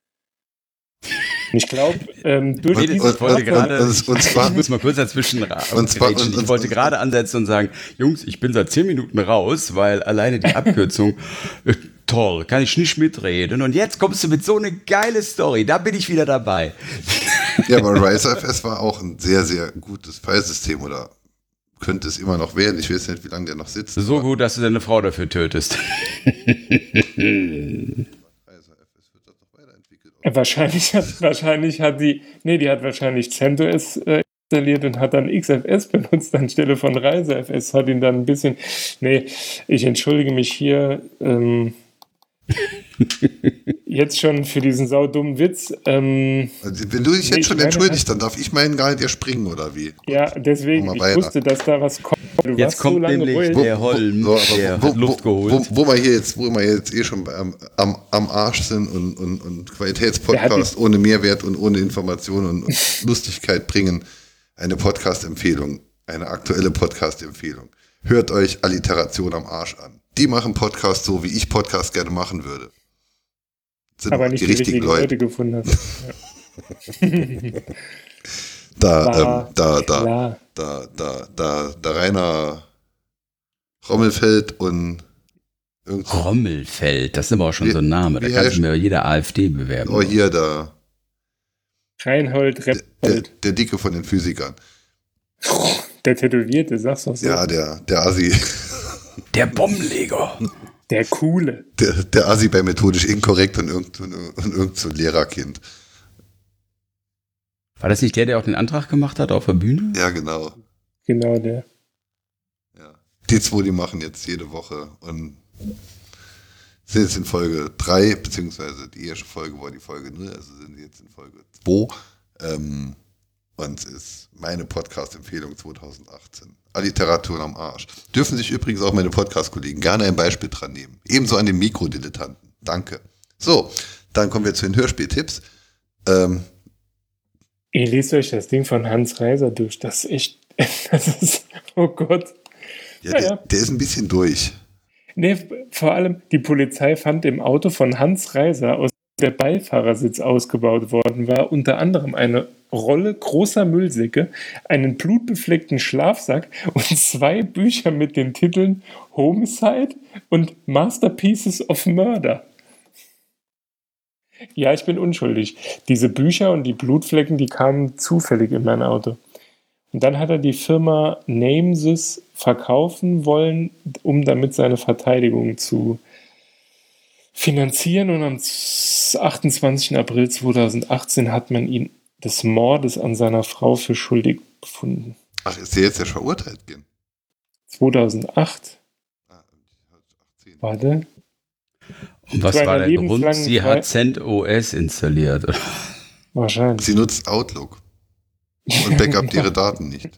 S2: Ich glaube, ähm, durch
S3: und,
S2: diese
S3: und, wollte gerade,
S1: und, und zwar,
S3: ich muss mal kurz dazwischen
S1: und zwar, und,
S3: Ich wollte gerade ansetzen und sagen, Jungs, ich bin seit zehn Minuten raus, weil alleine die Abkürzung, äh, toll, kann ich nicht mitreden. Und jetzt kommst du mit so eine geile Story, da bin ich wieder dabei.
S1: Ja, aber Riser F S war auch ein sehr, sehr gutes Filesystem oder könnte es immer noch werden. Ich weiß nicht, wie lange der noch sitzt.
S3: So gut, dass du deine Frau dafür tötest.
S1: Riser F S wird das noch weiterentwickelt.
S2: Wahrscheinlich hat, wahrscheinlich hat die, nee, die hat wahrscheinlich CentOS äh, installiert und hat dann X F S benutzt anstelle von ReiseFS, hat ihn dann ein bisschen, nee, ich entschuldige mich hier, ähm, jetzt schon für diesen saudummen Witz. Ähm,
S1: Also, wenn du dich jetzt
S2: nee,
S1: schon
S2: meine,
S1: entschuldigst, dann darf ich meinen gar nicht erspringen, oder wie?
S2: ja, deswegen,
S1: Machen
S2: ich
S1: wir weiter.
S2: wusste, dass da was kommt. Du
S3: Jetzt
S2: warst
S3: kommt
S2: so lange
S3: nämlich
S2: ruhig.
S3: der Holm,
S1: So, aber
S3: der
S1: wo,
S3: hat Luft
S1: wo,
S3: geholt.
S1: Wo, wo, wir hier jetzt, wo wir jetzt eh schon am, am, am Arsch sind und, und, und Qualitätspodcast ohne Mehrwert und ohne Information und, und Lustigkeit bringen, eine Podcast-Empfehlung, eine aktuelle Podcast-Empfehlung. Hört euch Alliteration am Arsch an. Die machen Podcast so, wie ich Podcast gerne machen würde. Sind
S2: aber
S1: auch
S2: nicht die richtigen Leute, gefunden hast. Ja.
S1: Da,
S2: War
S1: ähm, da, da,
S2: klar.
S1: da, da, da, da Rainer Rommelfeld und irgend
S3: Rommelfeld, das ist aber auch schon
S1: Wie-
S3: so ein Name. Da
S1: wie
S3: kann sich
S1: heißt-
S3: mir jeder AfD bewerben.
S1: oh, hier, da,
S2: Reinhold
S1: der, der,
S2: Reppold.
S1: der Dicke von den Physikern.
S2: Der Tätowierte, sagst du so.
S1: Ja, der, der Assi,
S3: Der Bombenleger.
S2: Der Coole.
S1: der, der Assi bei methodisch inkorrekt und irgend, und, und irgend so ein Lehrerkind.
S3: War das nicht der, der auch den Antrag gemacht hat auf der Bühne?
S1: Ja, genau.
S2: Genau der.
S1: Ja. Die zwei, die machen jetzt jede Woche und sind jetzt in Folge drei, beziehungsweise die erste Folge war die Folge null, also sind sie jetzt in Folge zwei. Ähm, und es ist meine Podcast-Empfehlung zwanzig achtzehn. Alliteration am Arsch. Dürfen sich übrigens auch meine Podcast-Kollegen gerne ein Beispiel dran nehmen. Ebenso an den Mikrodilettanten. Danke. So, dann kommen wir zu den Hörspieltipps. Ähm,
S2: Ihr lest euch das Ding von Hans Reiser durch. Das ist echt, das ist, oh Gott.
S1: ja,
S2: Ja,
S1: der,
S2: ja.
S1: der ist ein bisschen durch.
S2: Nee, vor allem, die Polizei fand im Auto von Hans Reiser, aus dem der Beifahrersitz ausgebaut worden war, unter anderem eine Rolle großer Müllsäcke, einen blutbefleckten Schlafsack und zwei Bücher mit den Titeln Homicide und Masterpieces of Murder. Ja, ich bin unschuldig. Diese Bücher und die Blutflecken, die kamen zufällig in mein Auto. Und dann hat er die Firma Namesys verkaufen wollen, um damit seine Verteidigung zu finanzieren. Und am achtundzwanzigsten April zweitausendachtzehn hat man ihn des Mordes an seiner Frau für schuldig befunden.
S1: Ach, ist der jetzt ja verurteilt gehen?
S2: zweitausendacht?
S1: Ah, achtzehn.
S2: Warte.
S3: Und was
S2: Zu einer
S3: war der Grund?
S2: lebenslangen
S3: Sie
S2: Frei-
S3: hat CentOS installiert.
S2: Wahrscheinlich.
S1: Sie nutzt Outlook und backupt ihre Daten nicht.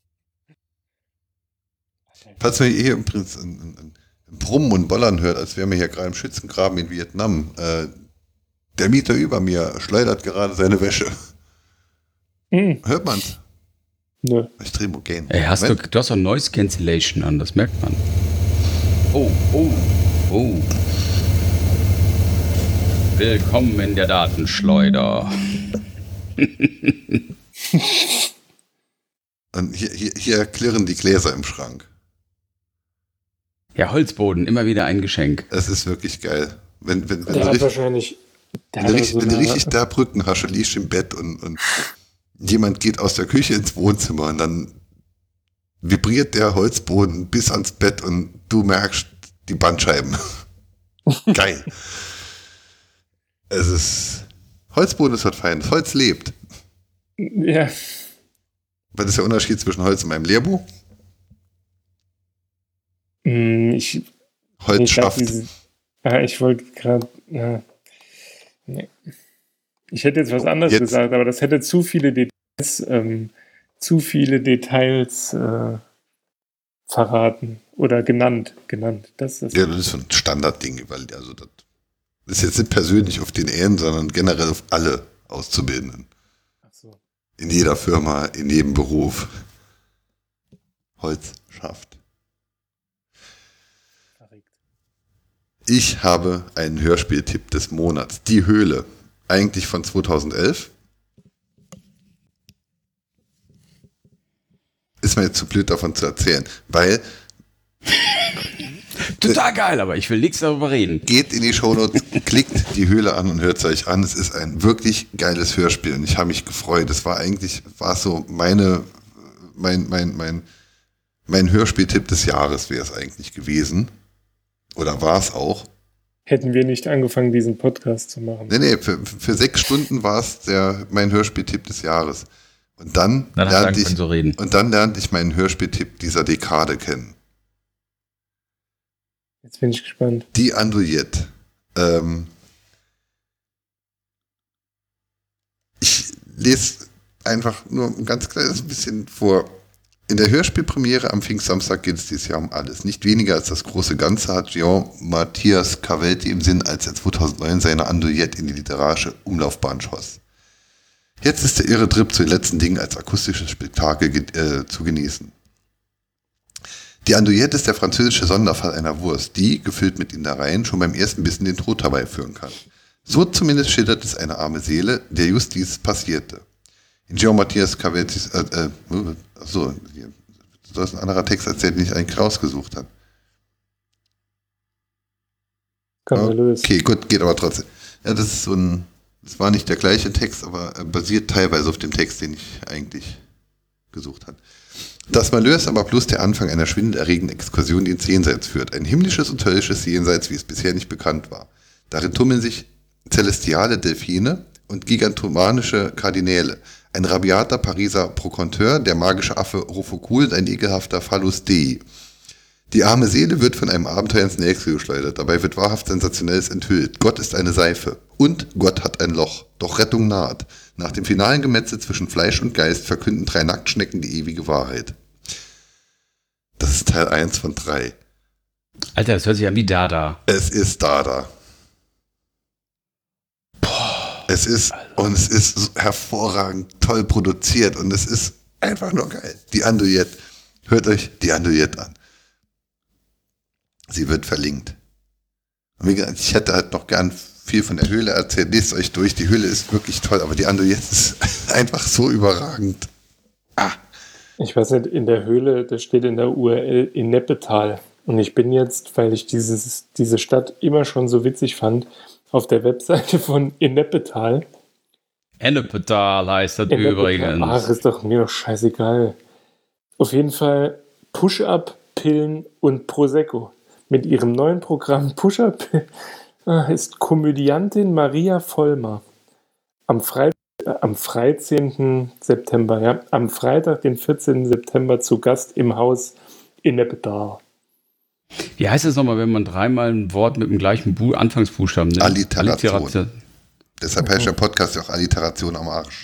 S1: Falls man hier im Prinzip ein, ein, ein Brummen und Bollern hört, als wären wir hier gerade im Schützengraben in Vietnam, äh, der Mieter über mir schleudert gerade seine Wäsche.
S2: Hm,
S1: Hört man's?
S2: nö.
S1: Extremogen.
S3: Ey, hast du,
S1: Moment.
S3: du hast doch Noise Cancellation an, das merkt man. Oh, oh, oh. Willkommen in der Datenschleuder.
S1: Und hier, hier, hier klirren die Gläser im Schrank.
S3: Ja, Holzboden, immer wieder ein Geschenk.
S1: Es ist wirklich geil. Wenn, wenn, wenn,
S2: Der
S1: du,
S2: hat
S1: richtig,
S2: wahrscheinlich. Der
S1: wenn, du,
S2: hat
S1: richtig,
S2: so
S1: wenn du
S2: eine-
S1: richtig da Brücken hast und liegst im Bett und, und jemand geht aus der Küche ins Wohnzimmer und dann vibriert der Holzboden bis ans Bett und du merkst die Bandscheiben. Geil. Es ist. Holzboden ist was Feines. Holz lebt.
S2: Ja,
S1: Was ist der Unterschied zwischen Holz und einem Lehrbuch?
S2: hm, ich,
S1: Holz
S2: ich, glaub,
S1: schafft.
S2: diese, ah, ich wollte gerade. Ja, nee. Ich hätte jetzt was anderes
S1: Jetzt.
S2: gesagt, aber das hätte zu viele Details, ähm, zu viele Details äh, verraten oder genannt. genannt. Das ist
S1: Ja, das ist so ein Standardding, weil also das ist jetzt nicht persönlich auf den Ehen, sondern generell auf alle Auszubildenden.
S2: Ach so.
S1: In jeder Firma, in jedem Beruf. Holz schafft.
S2: Verrückt.
S1: Ich habe einen Hörspieltipp des Monats. Die Höhle. Eigentlich von zweitausendelf. Ist mir jetzt zu blöd davon zu erzählen, weil
S3: Total geil, aber ich will nichts darüber reden.
S1: geht in die Shownotes, klickt die Höhle an und hört es euch an. Es ist ein wirklich geiles Hörspiel und ich habe mich gefreut. Es war eigentlich, war so meine, mein, mein, mein, mein Hörspieltipp des Jahres wäre es eigentlich gewesen. Oder war es auch.
S2: hätten wir nicht angefangen, diesen Podcast zu machen.
S1: Nee, nee, für, für sechs Stunden war es der, mein Hörspieltipp des Jahres. Und dann,
S3: dann
S1: lernte ich,
S3: so reden.
S1: und dann lernte ich meinen Hörspieltipp dieser Dekade kennen.
S2: Jetzt bin ich gespannt.
S1: Die Andouillette. Ähm, ich lese einfach nur ein ganz kleines bisschen vor. In der Hörspielpremiere am Pfingstsamstag geht es dieses Jahr um alles. Nicht weniger als das große Ganze hat Jean-Matthias Cavelti im Sinn, als er zweitausendneun seine Andouillette in die literarische Umlaufbahn schoss. Jetzt ist der irre Trip zu den letzten Dingen als akustisches Spektakel äh, zu genießen. Die Andouillette ist der französische Sonderfall einer Wurst, die, gefüllt mit Innereien, schon beim ersten Bissen den Tod herbeiführen kann. So zumindest schildert es eine arme Seele, der just dieses passierte. In Jean-Matthias Caveltis, äh, äh, achso, das ist ein anderer Text, als der, den ich eigentlich rausgesucht habe. Okay, gut, geht aber trotzdem. Ja, das ist so ein, das war nicht der gleiche Text, aber basiert teilweise auf dem Text, den ich eigentlich gesucht habe. Das Malheur ist aber bloß der Anfang einer schwindelerregenden Exkursion, die ins Jenseits führt. Ein himmlisches und höllisches Jenseits, wie es bisher nicht bekannt war. Darin tummeln sich celestiale Delfine und gigantomanische Kardinäle. Ein rabiater Pariser Proconteur, der magische Affe Rofocul und ein ekelhafter Phallus Dei. Die arme Seele wird von einem Abenteuer ins Nächste geschleudert. Dabei wird wahrhaft Sensationelles enthüllt. Gott ist eine Seife. Und Gott hat ein Loch. Doch Rettung naht. Nach dem finalen Gemetzel zwischen Fleisch und Geist verkünden drei Nacktschnecken die ewige Wahrheit. Das ist Teil eins von drei.
S3: Alter, das hört sich an wie Dada.
S1: Es ist Dada. Boah, es ist, und es ist so hervorragend toll produziert und es ist einfach nur geil. Die Andouillette. Hört euch die Andouillette an. Sie wird verlinkt. Und wie gesagt, ich hätte halt noch gern viel von der Höhle erzählt. Lest euch durch. Die Höhle ist wirklich toll, aber die Andouillette ist einfach so überragend. Ah.
S2: Ich weiß nicht, in der Höhle, das steht in der U R L in Neppetal. Und ich bin jetzt, weil ich dieses, diese Stadt immer schon so witzig fand, auf der Webseite von Ennepetal.
S3: Ennepetal heißt das übrigens.
S2: Ach, ist doch mir doch scheißegal. Auf jeden Fall Push-Up, Pillen und Prosecco. Mit ihrem neuen Programm Push-Up ist Komödiantin Maria Vollmer am, Freit- äh, am dreizehnten September, ja, am Freitag, den vierzehnten September zu Gast im Haus Ennepetal.
S3: Wie heißt es nochmal, wenn man dreimal ein Wort mit dem gleichen Bu- Anfangsbuchstaben nimmt?
S1: Alliteration.
S3: Alliteration.
S1: Deshalb heißt der Podcast ja auch Alliteration am Arsch.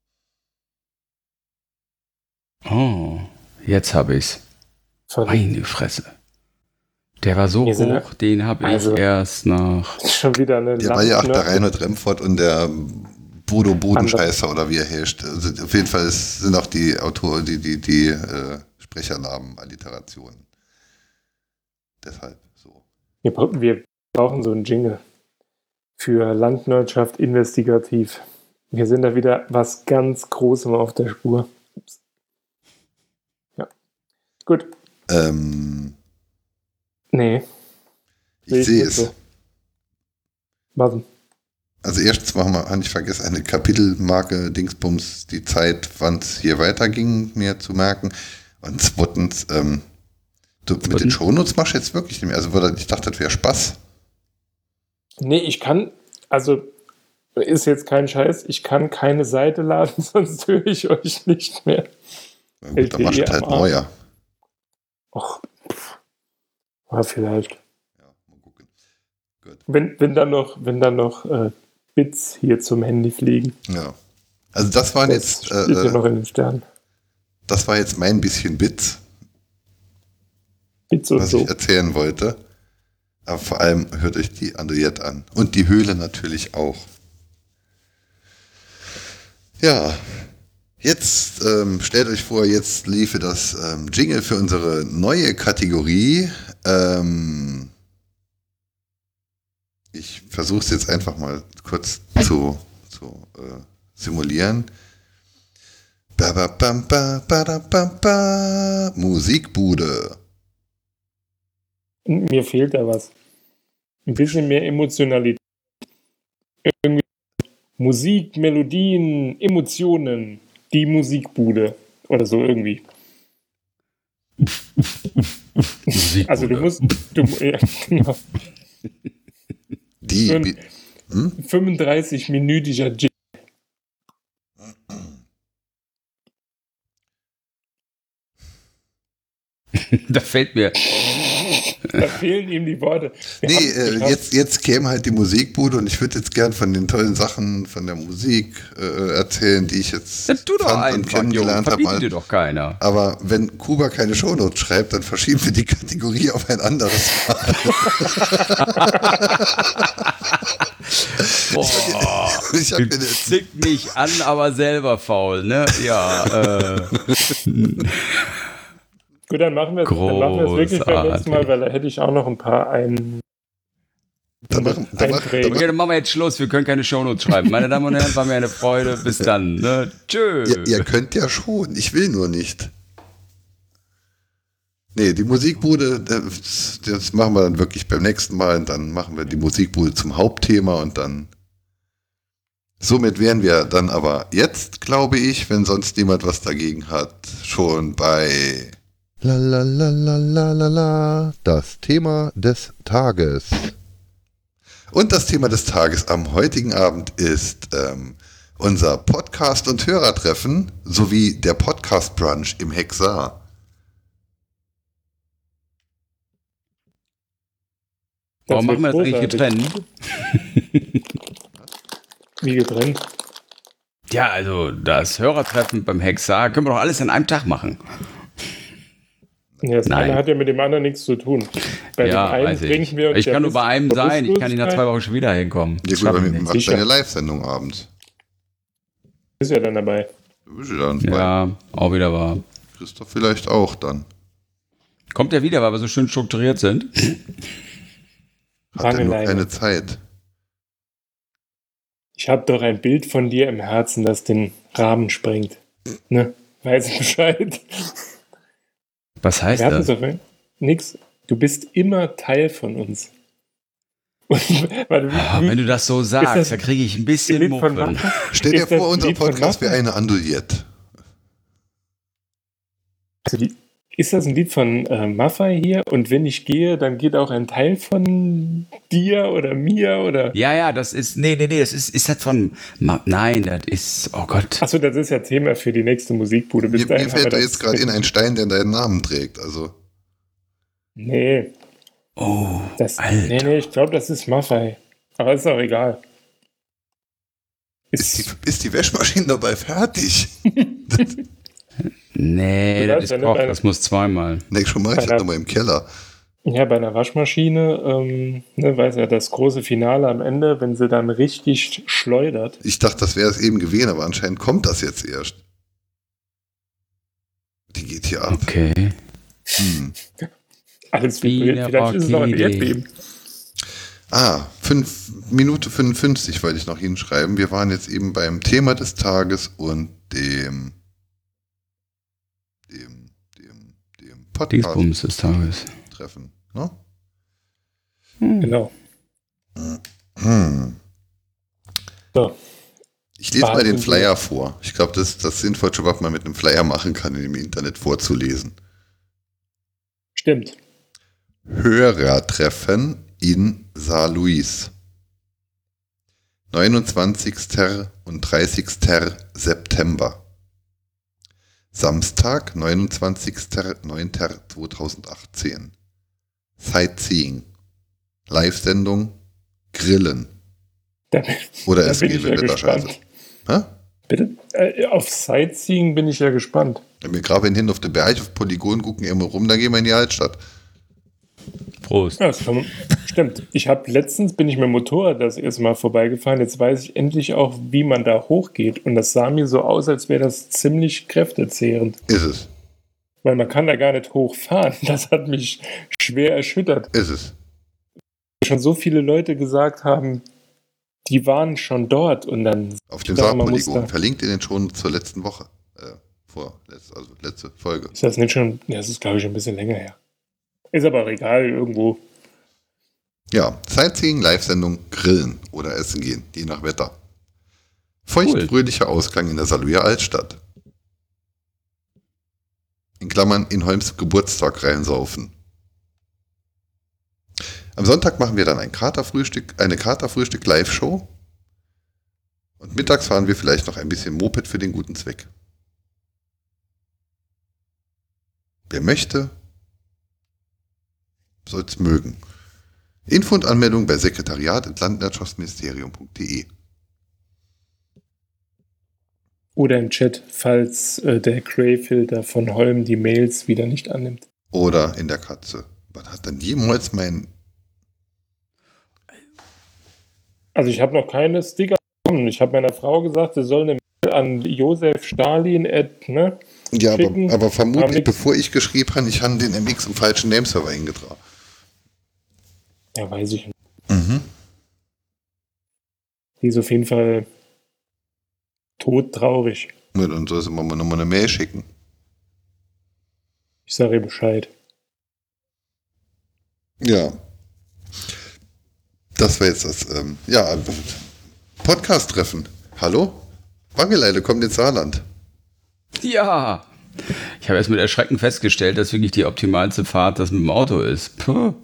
S3: Oh, jetzt habe ich's. Meine Fresse. Der war so
S2: Hier
S3: hoch, den habe ich
S2: also
S3: erst nach...
S2: Schon wieder eine
S1: Der war ja auch der Reinhold Remford und der Bodo Bodenscheißer oder wie er heißt. Also auf jeden Fall ist, sind auch die Autoren, die, die, die äh, Sprechernamen Alliterationen. Deshalb so.
S2: Wir, bra- wir brauchen so einen Jingle für Landwirtschaft investigativ. Wir sind da wieder was ganz Großem auf der Spur. Ups. Ja. Gut.
S1: Ähm,
S2: Nee.
S1: ich sehe es.
S2: So. Was denn?
S1: Also erstens machen wir, habe ich vergessen, eine Kapitelmarke Dingsbums, die Zeit, wann es hier weiterging, mir zu merken. Und zweitens, ähm, du, mit den Shownotes machst du jetzt wirklich nicht mehr. Also ich dachte, das wäre Spaß.
S2: Nee, ich kann, also ist jetzt kein Scheiß, ich kann keine Seite laden, sonst höre ich euch nicht mehr.
S1: Ja, gut, dann machst du halt neuer.
S2: Ach, pff. Ja, vielleicht.
S1: Ja, mal gucken. Gut.
S2: Wenn, wenn dann noch, wenn dann noch äh, Bits hier zum Handy fliegen.
S1: Ja. Also das waren
S2: das
S1: jetzt
S2: steht ja
S1: äh,
S2: noch in den Sternen.
S1: Das war jetzt mein bisschen Bits,
S2: Bits und
S1: was
S2: so.
S1: ich erzählen wollte. Aber vor allem hört euch die Andouillette an. Und die Höhle natürlich auch. Ja, jetzt ähm, stellt euch vor, jetzt liefe das ähm, Jingle für unsere neue Kategorie. Ähm, ich versuche es jetzt einfach mal kurz zu, zu äh, simulieren. Ba, ba, bam, ba, ba, da, ba, ba. Musikbude.
S2: Mir fehlt da was. Ein bisschen mehr Emotionalität. Irgendwie Musik, Melodien, Emotionen. Die Musikbude. Oder so irgendwie.
S3: Musikbude.
S2: Also du musst... Du, ja, genau.
S1: Die.
S2: So ein
S1: Bi- hm?
S2: fünfunddreißig-minütiger Jingle.
S3: Da fällt mir.
S2: Da fehlen ihm die Worte. Wir
S1: Nee,
S2: haben's
S1: äh,
S2: geschafft.
S1: jetzt, jetzt käme halt die Musikbude und ich würde jetzt gern von den tollen Sachen von der Musik äh, erzählen, die ich jetzt
S3: Dann tu doch
S1: fand und
S3: einfach, Junge.
S1: kennengelernt habe.
S3: Verbietet dir doch keiner.
S1: Aber wenn Kuba keine Shownotes schreibt, dann verschieben wir die Kategorie auf ein anderes Mal.
S3: Boah.
S1: Ich hab mir eine,
S3: Zick mich an, aber selber faul, ne? Ja, äh.
S2: Gut, dann machen wir es wirklich beim letzten Mal,
S3: Großartig.
S2: weil da hätte ich auch noch ein paar ein
S1: da machen, da machen, da
S2: Einträge.
S3: Okay, dann machen wir jetzt Schluss. Wir können keine Shownotes schreiben. Meine Damen und Herren, war mir eine Freude. Bis dann. Ne? Tschö.
S1: ihr, ihr könnt ja schon, ich will nur nicht. Nee, die Musikbude, das, das machen wir dann wirklich beim nächsten Mal und dann machen wir die Musikbude zum Hauptthema und dann somit wären wir dann aber jetzt, glaube ich, wenn sonst niemand was dagegen hat, schon bei La la la la la la la, das Thema des Tages. Und das Thema des Tages am heutigen Abend ist ähm, unser Podcast- und Hörertreffen sowie der Podcast-Brunch im Hexar.
S3: Warum
S2: wird
S3: machen wir das eigentlich
S2: großartig.
S3: getrennt?
S2: Wie getrennt?
S3: Ja, also das Hörertreffen beim Hexar können wir doch alles an einem Tag machen.
S2: Ja, das
S3: Nein.
S2: eine hat ja mit dem anderen nichts zu tun. Bei
S3: Ja,
S2: dem einen
S3: weiß ich.
S2: trinken wir uns
S3: Ich
S2: ja
S3: kann nur
S2: bis
S3: bei einem
S2: zur
S3: sein. Ich kann nicht nach zwei
S2: Bewusstlosigkeit.
S3: Wochen schon wieder hinkommen.
S1: Ja gut,
S3: Schaffen
S1: aber
S3: wir
S1: wir
S3: nicht.
S1: machen
S2: sicher.
S1: eine Live-Sendung abends.
S2: Ist ja dann dabei.
S1: Du bist ja dann bei
S3: Ja, auch wieder wahr.
S1: Christoph vielleicht auch dann.
S3: Kommt er wieder, weil wir so schön strukturiert sind?
S1: Hat er nur
S2: Langeweile.
S1: keine Zeit.
S2: Ich habe doch ein Bild von dir im Herzen, das den Rahmen sprengt. Ne? Weiß ich Bescheid.
S3: Was heißt
S2: Wir hatten
S3: das?
S2: es auf nix. Du bist immer Teil von uns. Und, warte, wie,
S3: Ah,
S2: wie,
S3: wenn du das so sagst,
S2: das
S3: da kriege ich ein bisschen
S2: Lied von
S3: Muffen.
S2: Waffe?
S1: Stell dir
S2: Ist das
S1: vor,
S2: ein
S1: unser
S2: Lied von
S1: Podcast wäre
S2: Waffe?
S1: eine Andouillette.
S2: Also die, ist das ein Lied von äh, Maffei hier? Und wenn ich gehe, dann geht auch ein Teil von dir oder mir oder.
S3: Ja, ja, das ist, nee, nee, nee, das ist, ist das von, Ma- nein, das ist, oh Gott.
S2: Achso, das ist ja Thema für die nächste Musikbude. Bis
S1: Mir,
S2: dahin
S1: mir
S2: haben wir
S1: fällt da
S2: das-
S1: jetzt gerade in ein Stein, der deinen Namen trägt. Also
S2: Nee,
S3: Oh,
S2: das,
S3: Alter.
S2: nee, nee, ich glaube, das ist Maffei. Aber ist auch egal.
S1: ist
S2: Ist,
S1: die, ist die Wäschmaschine dabei fertig?
S3: Nee,
S2: Du
S3: das
S2: weißt
S3: ist
S2: ja nicht,
S3: Koch,
S2: eine-
S3: das muss zweimal.
S1: Nee, schon mal, ich
S2: Keiner-
S1: nochmal im Keller.
S2: ja, bei einer Waschmaschine, ähm, ne, weiß ja, das große Finale am Ende, wenn sie dann richtig schleudert.
S1: Ich dachte, das wäre es eben gewesen, aber anscheinend kommt das jetzt erst. Die geht hier ab.
S3: Okay.
S1: Hm.
S2: Alles
S3: Wie
S2: vibriert.
S3: eine
S2: Vielleicht ist es noch ein
S3: Orchidee.
S2: Erdbeben.
S1: Ah, fünf, Minute fünfundfünfzig wollte ich noch hinschreiben. Wir waren jetzt eben beim Thema des Tages und dem dem, dem, dem
S3: Dingsbums des Tages.
S1: Podcast-Treffen. Ne?
S2: Genau.
S1: Hm.
S2: So.
S1: Ich lese mal
S2: Wahnsinn.
S1: den Flyer vor. Ich glaube, das ist das Sinnvollste, was man mit einem Flyer machen kann, im Internet vorzulesen.
S2: Stimmt.
S1: Hörertreffen in Saar Louis. neunundzwanzigsten und dreißigsten September. Samstag, neunundzwanzigsten neunten zweitausendachtzehn. Sightseeing. Live-Sendung. Grillen.
S2: Da,
S1: Oder
S2: da
S1: es
S2: bin
S1: geht
S2: ich ja
S1: mit Wetterscheiße.
S2: gespannt.
S1: Hä?
S2: Bitte? Äh, auf Sightseeing bin ich ja gespannt.
S1: Wenn wir gerade hin auf den Berg, auf Polygon gucken, immer rum, dann gehen wir in die Altstadt.
S3: Prost.
S2: Ja, das kann man, stimmt. Ich habe letztens, bin ich mit dem Motorrad das erste Mal vorbeigefahren. Jetzt weiß ich endlich auch, wie man da hochgeht. Und das sah mir so aus, als wäre das ziemlich kräftezehrend.
S1: Ist es.
S2: Weil man kann da gar nicht hochfahren. Das hat mich schwer erschüttert.
S1: Ist es.
S2: Schon so viele Leute gesagt haben, die waren schon dort und dann
S1: Auf dem
S2: Ich glaube, man muss
S1: Saarpolygon.
S2: da-
S1: Verlinkt in den schon zur letzten Woche. Äh, vor, letzt, also letzte Folge.
S2: ist das nicht schon, ja, das ist glaube ich schon ein bisschen länger her. Ist aber auch egal, irgendwo.
S1: Ja, Sightseeing, Live-Sendung, Grillen oder Essen gehen, je nach Wetter. Feuchtfröhlicher Ausklang in der Saarlouier Altstadt. In Klammern in Holms Geburtstag reinsaufen. Am Sonntag machen wir dann ein Katerfrühstück, eine Katerfrühstück-Live-Show. Und mittags fahren wir vielleicht noch ein bisschen Moped für den guten Zweck. Wer möchte, soll es mögen. Info und Anmeldung bei sekretariat at landwirtschaftsministerium punkt de.
S2: Oder im Chat, falls äh, der Cray-Filter von Holm die Mails wieder nicht annimmt.
S1: Oder in der Katze. Wann hat dann jemals mein...
S2: Also ich habe noch keine Sticker bekommen. Ich habe meiner Frau gesagt, sie soll eine Mail an Josef Stalin at, ne,
S1: Ja, aber,
S2: schicken.
S1: aber vermutlich,
S2: nix-
S1: bevor ich geschrieben habe, ich habe den M X im falschen Nameserver eingetragen.
S2: Ja, weiß ich nicht.
S1: Mhm.
S2: Die ist auf jeden Fall todtraurig.
S1: Ja, dann soll sie mal nochmal eine Mail schicken.
S2: Ich sage ihr Bescheid.
S1: Ja. Das war jetzt das, ähm, ja, Podcast-Treffen. Hallo? Wangeleile kommt ins Saarland.
S3: Ja. Ich habe erst mit Erschrecken festgestellt, dass wirklich die optimalste Fahrt das mit dem Auto ist. Puh.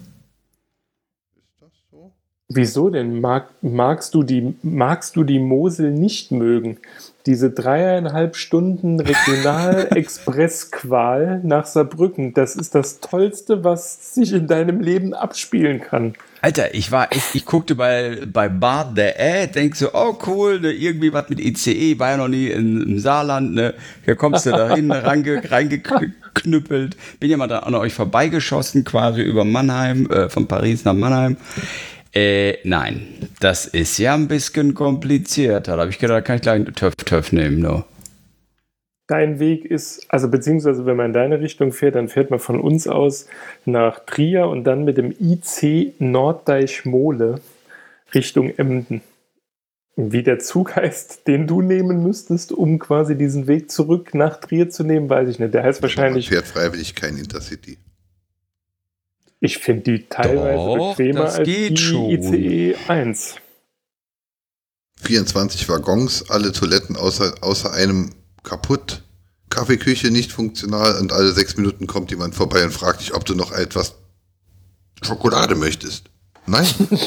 S2: Wieso denn? Mag, magst, du die, magst du die Mosel nicht mögen? Diese dreieinhalb Stunden Regional-Express-Qual nach Saarbrücken, das ist das Tollste, was sich in deinem Leben abspielen kann.
S3: Alter, ich war echt, ich guckte bei, bei Bahn der Ä, denk so, oh cool, ne, irgendwie was mit I C E, war ja noch nie in, im Saarland, ne, hier kommst du da hin, reinge, reingeknüppelt, bin ja mal da an euch vorbeigeschossen, quasi über Mannheim, äh, von Paris nach Mannheim. Äh, nein, das ist ja ein bisschen komplizierter, da habe ich gedacht, da kann ich gleich einen Töff-Töff nehmen, no.
S2: Dein Weg ist, also beziehungsweise wenn man in deine Richtung fährt, dann fährt man von uns aus nach Trier und dann mit dem I C Norddeich-Mole Richtung Emden. Wie der Zug heißt, den du nehmen müsstest, um quasi diesen Weg zurück nach Trier zu nehmen, weiß ich nicht. Der heißt wahrscheinlich...
S1: Man fährt freiwillig kein Intercity.
S2: Ich finde die teilweise
S3: Doch,
S2: bequemer
S3: das
S2: als
S3: geht
S2: die
S3: schon.
S2: I C E eins.
S1: vierundzwanzig Waggons, alle Toiletten außer, außer einem kaputt, Kaffeeküche nicht funktional und alle sechs Minuten kommt jemand vorbei und fragt dich, ob du noch etwas Schokolade möchtest. Nein.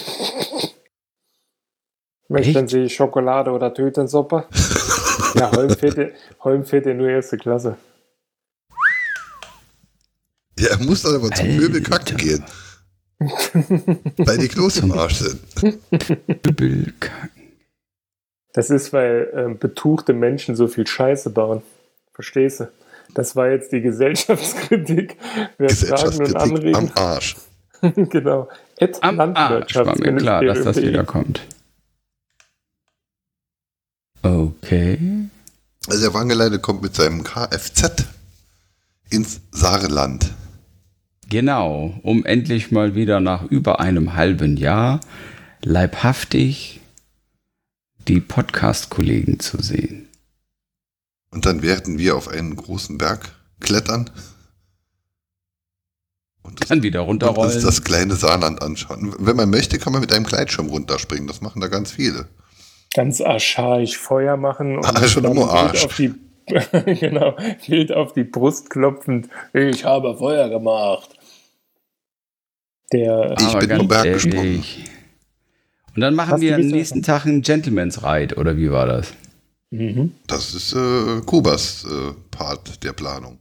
S2: Möchten Sie Schokolade oder Tötensuppe? Ja, Holm fährt, ja- Holm fährt ja nur erste Klasse.
S1: Ja, er muss dann aber zum
S3: Alter.
S1: Möbel kacken gehen. Weil die Klos im Arsch sind.
S3: Übelkacken.
S2: Das ist, weil ähm, betuchte Menschen so viel Scheiße bauen. Verstehst du? Das war jetzt die Gesellschaftskritik. Wir fragen und
S1: Gesellschaftskritik
S2: anregen.
S1: am Arsch.
S2: Genau. Et
S3: Am Arsch war mir klar, dass das wieder kommt. Okay.
S1: Also der Wangeleide kommt mit seinem Kfz ins Saarland.
S3: Genau, um endlich mal wieder nach über einem halben Jahr leibhaftig die Podcast-Kollegen zu sehen.
S1: Und dann werden wir auf einen großen Berg klettern und
S3: Dann wieder
S1: und
S3: runterrollen.
S1: uns das kleine Saarland anschauen. Wenn man möchte, kann man mit einem Gleitschirm runterspringen. Das machen da ganz viele.
S2: Ganz archaisch Feuer machen und
S1: Arsch und
S2: dann
S1: nur
S2: wild
S1: Arsch.
S2: auf die genau, wild auf die Brust klopfend. Ich habe Feuer gemacht. Der
S1: Ich
S3: Aber
S1: bin
S3: ganz
S1: vom Berg
S3: ehrlich.
S1: gesprungen.
S3: Und dann machen
S2: Hast
S3: wir
S2: du
S3: am
S2: bisher-
S3: nächsten Tag einen Gentleman's Ride, oder wie war das?
S2: mhm.
S1: Das ist äh, Kubas äh, Part der Planung.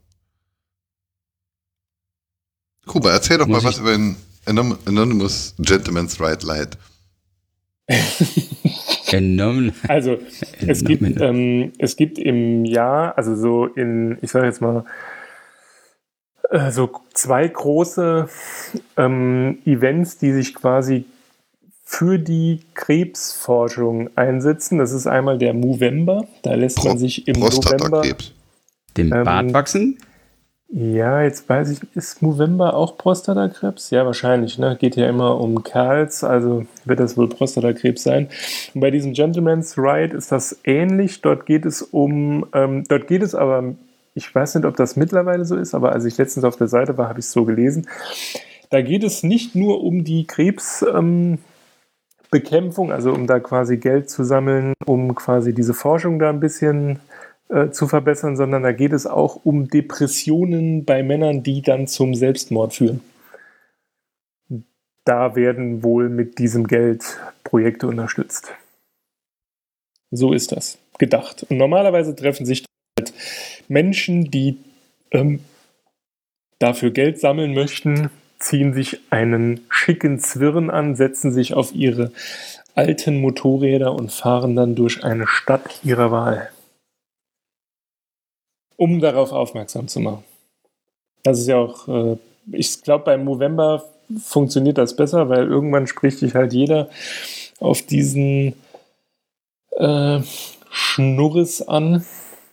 S1: Kuba, erzähl doch
S3: Muss
S1: mal
S3: ich-
S1: was über den Anon- Anonymous Gentleman's Ride Light.
S3: Enorm.
S2: Also es gibt,
S3: Enorm.
S2: ähm, es gibt im Jahr, also so in, ich sage jetzt mal, äh, so zwei große ähm, Events, die sich quasi für die Krebsforschung einsetzen. Das ist einmal der Movember, da lässt
S1: Pro
S2: man sich im November...
S1: Prostatakrebs.
S3: Dem
S2: Ähm,
S3: Bart wachsen?
S2: Ja, jetzt weiß ich, ist Movember auch Prostatakrebs? Ja, wahrscheinlich, ne? Geht ja immer um Kerls, also wird das wohl Prostatakrebs sein. Und bei diesem Gentleman's Ride ist das ähnlich. Dort geht es um, ähm, dort geht es aber, ich weiß nicht, ob das mittlerweile so ist, aber als ich letztens auf der Seite war, habe ich es so gelesen. Da geht es nicht nur um die Krebsbekämpfung, ähm, also um da quasi Geld zu sammeln, um quasi diese Forschung da ein bisschen zu verbessern, sondern da geht es auch um Depressionen bei Männern, die dann zum Selbstmord führen. da werden wohl mit diesem Geld Projekte unterstützt. So ist das gedacht. Und normalerweise treffen sich halt Menschen, die ähm, dafür Geld sammeln möchten, ziehen sich einen schicken Zwirn an, setzen sich auf ihre alten Motorräder und fahren dann durch eine Stadt ihrer Wahl, um darauf aufmerksam zu machen. Das ist ja auch, äh, ich glaube, beim Movember funktioniert das besser, weil irgendwann spricht dich halt jeder auf diesen äh, Schnurres an.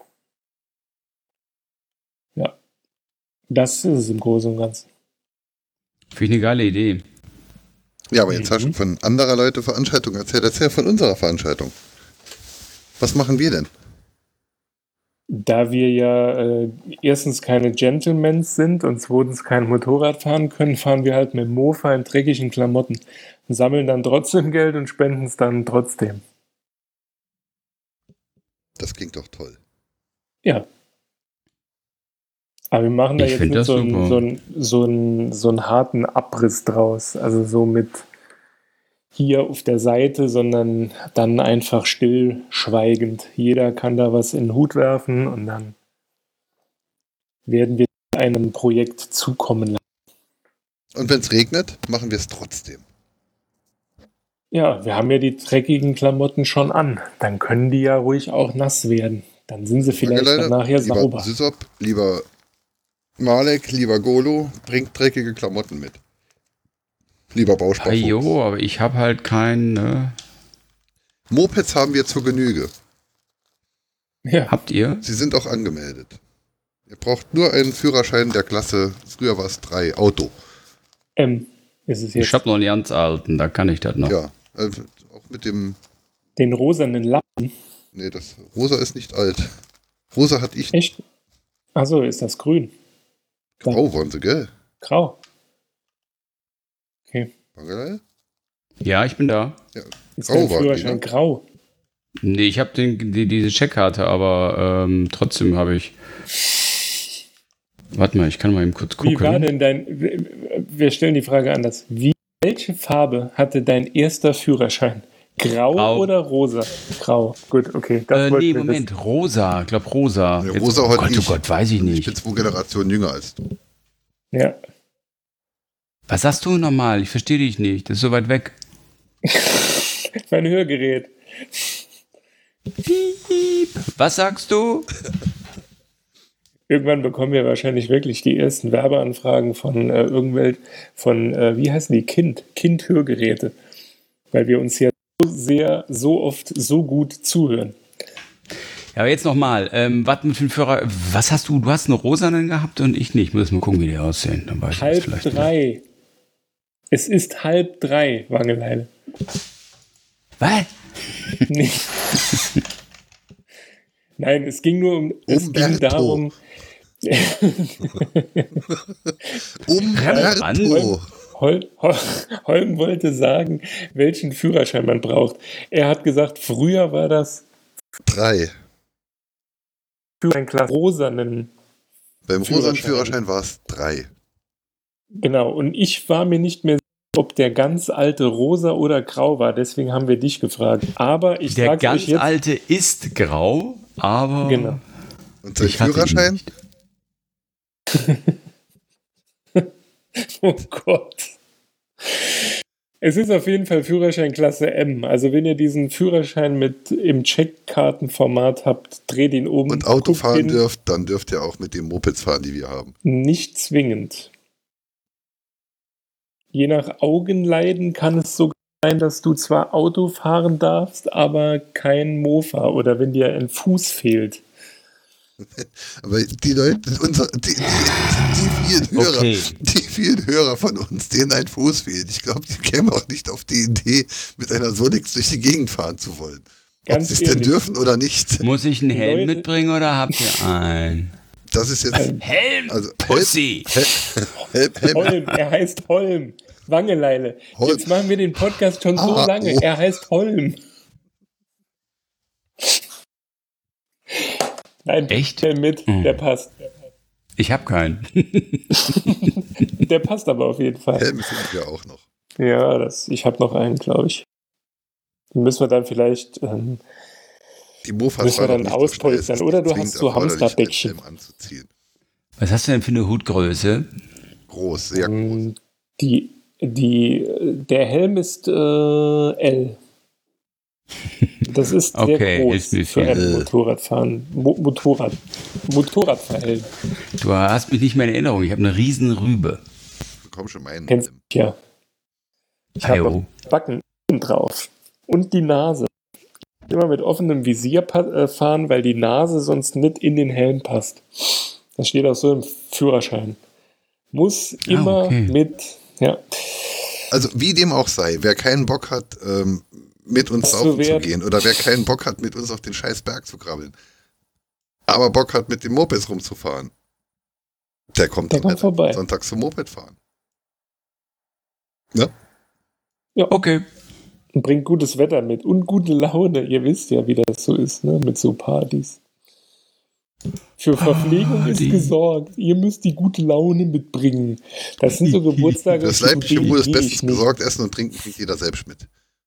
S2: Ja, das ist es im Großen und Ganzen.
S3: Finde ich eine geile Idee.
S1: Ja, aber jetzt hast du von anderer Leute Veranstaltungen erzählt. Erzähl von unserer Veranstaltung. Was machen wir denn?
S2: Da wir ja äh, erstens keine Gentlemen sind und zweitens kein Motorrad fahren können, fahren wir halt mit dem Mofa in dreckigen Klamotten und sammeln dann trotzdem Geld und spenden es dann trotzdem.
S1: Das klingt doch toll.
S2: Ja. Aber wir machen da
S3: Ich
S2: jetzt
S3: find
S2: nicht
S3: das
S2: so, ein,
S3: super.
S2: so, ein, so, ein, so einen harten Abriss draus. Also so mit hier auf der Seite, sondern dann einfach stillschweigend. Jeder kann da was in den Hut werfen und dann werden wir einem Projekt zukommen lassen.
S1: Und wenn es regnet, machen wir es trotzdem.
S2: Ja, wir haben ja die dreckigen Klamotten schon an. Dann können die ja ruhig auch nass werden. Dann sind sie vielleicht
S1: Danke,
S2: danach ja
S1: lieber
S2: sauber.
S1: Sysop, lieber Malek, lieber Golo, bringt dreckige Klamotten mit. Lieber Bausparfuchs.
S3: Jo, aber ich habe halt keinen. Ne?
S1: Mopeds haben wir zur Genüge.
S2: Ja.
S3: Habt ihr?
S1: Sie sind auch angemeldet. Ihr braucht nur einen Führerschein der Klasse, früher war es drei, Auto.
S2: M ist es jetzt.
S3: Ich habe noch einen ganz alten, da kann ich das noch.
S1: Ja, also auch mit dem,
S2: Den rosanen Lappen.
S1: nee, das Rosa ist nicht alt. Rosa hatte ich,
S2: Echt? Achso, ist das grün?
S1: grau waren sie, gell?
S2: Grau. Okay.
S1: Bangalei?
S3: Ja, ich bin da.
S1: Ja,
S2: Ist
S1: grau
S2: dein
S1: waren die,
S2: Führerschein
S1: ne?
S2: grau?
S3: Nee, ich habe die, diese Checkkarte, aber ähm, trotzdem habe ich. Warte mal, ich kann mal eben kurz gucken.
S2: Wie war denn dein. Wir stellen die Frage anders. Wie, welche Farbe hatte dein erster Führerschein? Grau,
S3: Grau.
S2: oder rosa? Grau. Gut, okay. Das
S3: Äh,
S2: wollten
S3: nee,
S2: wir
S3: Moment, rosa. Ich glaube rosa.
S1: Ja,
S3: Jetzt-
S1: rosa
S3: oh
S1: heute
S3: Gott, oh
S1: nicht.
S3: Gott, weiß ich
S1: Ich bin
S3: nicht.
S1: zwei Generationen jünger als du.
S2: wissen. Ja.
S3: Was sagst du nochmal? Ich verstehe dich nicht. Das ist so weit weg.
S2: Mein Hörgerät.
S3: Piep. Was sagst du?
S2: Irgendwann bekommen wir wahrscheinlich wirklich die ersten Werbeanfragen von äh, irgendwelchen, von, äh, wie heißen die? Kind, Kind-Hörgeräte. Weil wir uns ja so sehr, so oft, so gut zuhören.
S3: Ja, aber jetzt nochmal. Ähm, was mit dem Führer? Was hast du? Du hast eine rosanen gehabt und ich nicht. Ich muss mal gucken, wie die aussehen. Dann weiß ich das
S2: Halb
S3: vielleicht.
S2: drei. Es ist halb drei, Wangeleile.
S3: Was?
S2: Nee. Nein, es ging nur um, es ging
S1: Umberto.
S2: darum,
S1: Umberto.
S2: Hol, Hol, Holm wollte sagen, welchen Führerschein man braucht. Er hat gesagt, früher war das
S1: Drei.
S2: Führerscheinklasse rosanen.
S1: Beim
S2: Führerschein.
S1: rosanen Führerschein war es drei.
S2: Genau, und ich war mir nicht mehr sicher, ob der ganz alte rosa oder grau war. Deswegen haben wir dich gefragt. Aber ich
S3: Der
S2: sag's
S3: ganz
S2: euch jetzt.
S3: alte ist grau, aber.
S2: Genau.
S1: Und sein
S3: Ich hatte ihn
S1: Führerschein?
S3: nicht.
S2: Oh Gott. Es ist auf jeden Fall Führerschein Klasse M. Also wenn ihr diesen Führerschein mit im Checkkartenformat habt, dreht ihn um.
S1: Und Auto
S2: guckt
S1: fahren
S2: hin.
S1: dürft, dann dürft ihr auch mit den Mopeds fahren, die wir haben.
S2: Nicht zwingend. Je nach Augenleiden kann es sogar sein, dass du zwar Auto fahren darfst, aber kein Mofa oder wenn dir ein Fuß fehlt.
S1: Aber die Leute, unsere, die, die, die vielen Hörer,
S3: Okay.
S1: die vielen Hörer von uns, denen ein Fuß fehlt, ich glaube, die kämen auch nicht auf die Idee, mit einer Solix durch die Gegend fahren zu wollen. Ob
S2: Ganz
S1: sie es denn
S2: ehrlich.
S1: dürfen oder nicht.
S3: Muss ich einen Helm
S2: Leute-
S3: mitbringen oder habt ihr einen?
S1: Das ist jetzt.
S3: Helm!
S1: Also,
S3: Pussy!
S1: Helm, Helm,
S2: Holm, er heißt Holm. Wangeleile.
S1: Holm.
S2: Jetzt machen wir den Podcast schon so
S1: Ah,
S2: lange.
S1: oh.
S2: Er heißt Holm. Nein,
S3: Echt?
S2: der mit,
S3: Mhm.
S2: der passt.
S3: Ich hab keinen.
S2: Der passt aber auf jeden Fall.
S1: Helm finden wir auch noch.
S2: Ja, das, ich habe noch einen, glaube ich. Den müssen wir dann vielleicht ähm,
S1: Die Mofas
S2: müssen wir
S1: fahren
S2: dann
S1: auch nicht so schnell. Es
S2: auspolstern.
S1: ist
S2: Oder
S1: nicht
S2: du hast
S1: zwingend
S2: so
S1: erforderlich,
S2: Hamsterbäckchen.
S1: einen Helm anzuziehen.
S3: Was hast du denn für eine Hutgröße?
S1: Groß, sehr groß.
S2: Ähm, die, die, der Helm ist äh, L. Das ist sehr
S3: Okay,
S2: groß
S3: ist mir
S2: für
S3: viel.
S2: einen Motorradfahren. Mo Motorrad. Motorradverhelm.
S3: Du hast mich nicht mehr in Erinnerung. Ich habe eine riesen Rübe.
S1: Komm schon meinen.
S2: Kennst du ja. Ich habe
S3: Ajo.
S2: Backen drauf. Und die Nase. Immer mit offenem Visier äh, fahren, weil die Nase sonst nicht in den Helm passt. Das steht auch so im Führerschein. Muss
S3: Ah,
S2: immer
S3: okay.
S2: mit, ja.
S1: Also wie dem auch sei, wer keinen Bock hat, ähm, mit uns
S2: So
S1: laufen zu
S2: wer-
S1: gehen oder wer keinen Bock hat, mit uns auf den scheiß Berg zu krabbeln, aber Bock hat, mit dem Moped rumzufahren, der kommt,
S2: Der
S1: dann
S2: kommt vorbei.
S1: sonntags zum Moped fahren. Ne?
S3: Okay.
S2: Und bringt gutes Wetter mit und gute Laune. Ihr wisst ja, wie das so ist, ne? Mit so Partys. Für Verpflegung ist
S3: Party.
S2: gesorgt. Ihr müsst die gute Laune mitbringen. Das sind so Geburtstage.
S1: Das
S2: zu
S1: leibliche
S2: denen
S1: Wohl ist
S2: gehe
S1: bestens
S2: ich nicht.
S1: besorgt, Essen und Trinken bringt jeder selbst mit.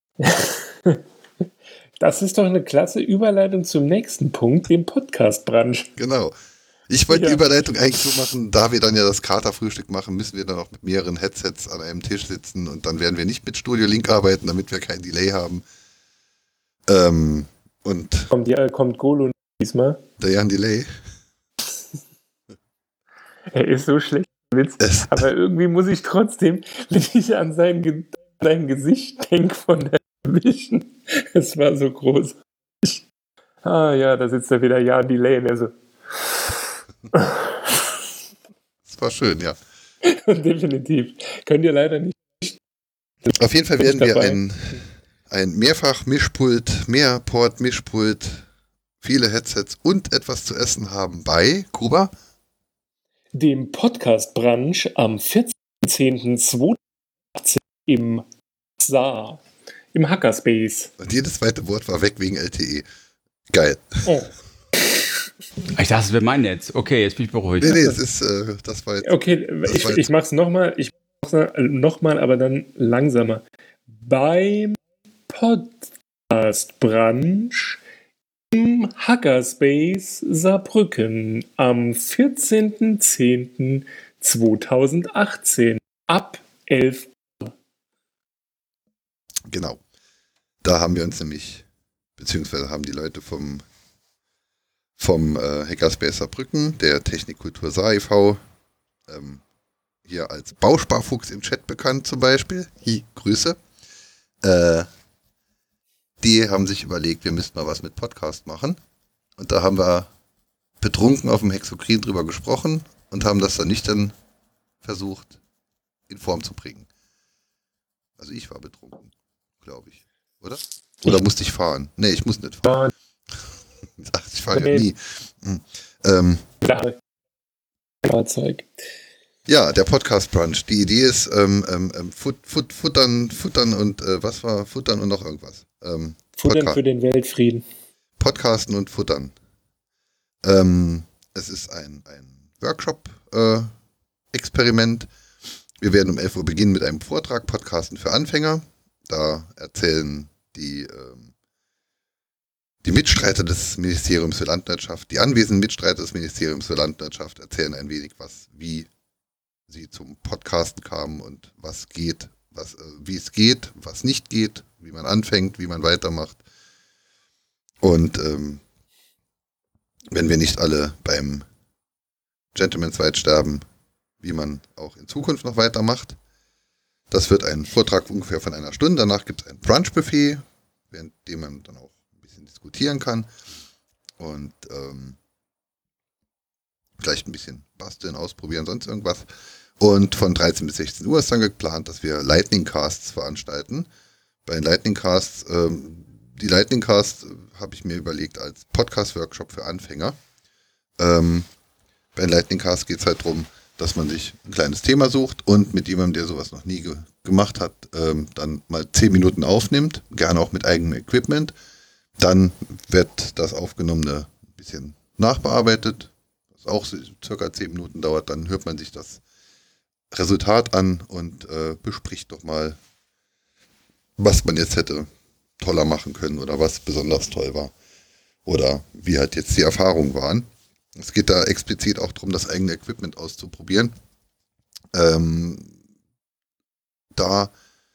S2: Das ist doch eine klasse Überleitung zum nächsten Punkt, dem Podcast-Branche.
S1: Genau. Ich wollte
S2: Ja.
S1: die Überleitung eigentlich so machen, da wir dann ja das Katerfrühstück machen, müssen wir dann auch mit mehreren Headsets an einem Tisch sitzen und dann werden wir nicht mit Studio Link arbeiten, damit wir kein Delay haben. Ähm, und
S2: Kommt, ja, kommt Golo diesmal.
S1: der Jan Delay.
S2: Er ist so schlecht, Witz.
S1: Es,
S2: Aber irgendwie muss ich trotzdem, wenn ich an sein, Ge sein Gesicht denke von der Vision, es war so groß. Ah ja, da sitzt er wieder, Jan Delay, und er so.
S1: es war schön, ja.
S2: Definitiv. Könnt ihr leider nicht.
S1: Auf jeden Fall
S2: Bin ich
S1: werden wir
S2: dabei?
S1: ein, ein Mehrfach-Mischpult, Mehrport-Mischpult, viele Headsets und etwas zu essen haben bei Kuba.
S2: Dem Podcast-Branche am vierzehnten zehnten zweitausendachtzehn im Saar, im Hackerspace.
S1: Und jedes zweite Wort war weg wegen L T E. Geil.
S2: Oh.
S3: Ich dachte, es wäre mein Netz. Okay, jetzt bin ich beruhigt.
S1: Nee, nee, es ist, äh, das war jetzt.
S2: Okay,
S1: Das
S2: ich,
S1: war jetzt-
S2: ich mach's nochmal, ich mach's nochmal, aber dann langsamer. Beim Podcast-Branche im Hackerspace Saarbrücken am vierzehnten zehnten zweitausendachtzehn ab elf.
S1: Genau. Da haben wir uns nämlich, beziehungsweise haben die Leute vom, vom äh, Hackerspace Saarbrücken, der Technikkultur Saar e V, ähm, hier als Bausparfuchs im Chat bekannt zum Beispiel, hi, Grüße, äh, die haben sich überlegt, wir müssten mal was mit Podcast machen. Und da haben wir betrunken auf dem Hexokrin drüber gesprochen und haben das dann nicht dann versucht, in Form zu bringen. Also ich war betrunken, glaube ich. Oder? Oder musste ich fahren? Nee, ich muss nicht fahren. Ach, ich fahre ja
S2: Nee.
S1: nie. Hm. Ähm,
S2: Fahrzeug.
S1: ja, der Podcast-Brunch. Die Idee ist, ähm, ähm, fut, fut, futtern, futtern und äh, was war futtern und noch irgendwas. Ähm,
S2: Futtern
S1: Podca-
S2: für den Weltfrieden.
S1: Podcasten und futtern. Ähm, es ist ein, ein Workshop-Experiment. Wir werden um elf Uhr beginnen mit einem Vortrag, Podcasten für Anfänger. Da erzählen die, ähm, die Mitstreiter des Ministeriums für Landwirtschaft, die anwesenden Mitstreiter des Ministeriums für Landwirtschaft erzählen ein wenig was, wie sie zum Podcasten kamen und was geht, was, äh, wie es geht, was nicht geht, wie man anfängt, wie man weitermacht. Und ähm, wenn wir nicht alle beim Gentleman's Ride sterben, wie man auch in Zukunft noch weitermacht. Das wird ein Vortrag ungefähr von einer Stunde. Danach gibt es ein Brunch-Buffet, während dem man dann auch ein bisschen diskutieren kann. Und ähm, vielleicht ein bisschen basteln, ausprobieren, sonst irgendwas. Und von dreizehn bis sechzehn Uhr ist dann geplant, dass wir Lightning Casts veranstalten. Bei den Lightning Casts, ähm, die Lightning Casts habe ich mir überlegt als Podcast-Workshop für Anfänger. Ähm, bei den Lightning Casts geht es halt darum, dass man sich ein kleines Thema sucht und mit jemandem, der sowas noch nie ge gemacht hat, ähm, dann mal zehn Minuten aufnimmt, gerne auch mit eigenem Equipment. Dann wird das Aufgenommene ein bisschen nachbearbeitet, was auch so circa zehn Minuten dauert. Dann hört man sich das Resultat an und äh, bespricht doch mal, was man jetzt hätte toller machen können oder was besonders toll war. Oder wie halt jetzt die Erfahrungen waren. Es geht da explizit auch darum, das eigene Equipment auszuprobieren. Ähm, da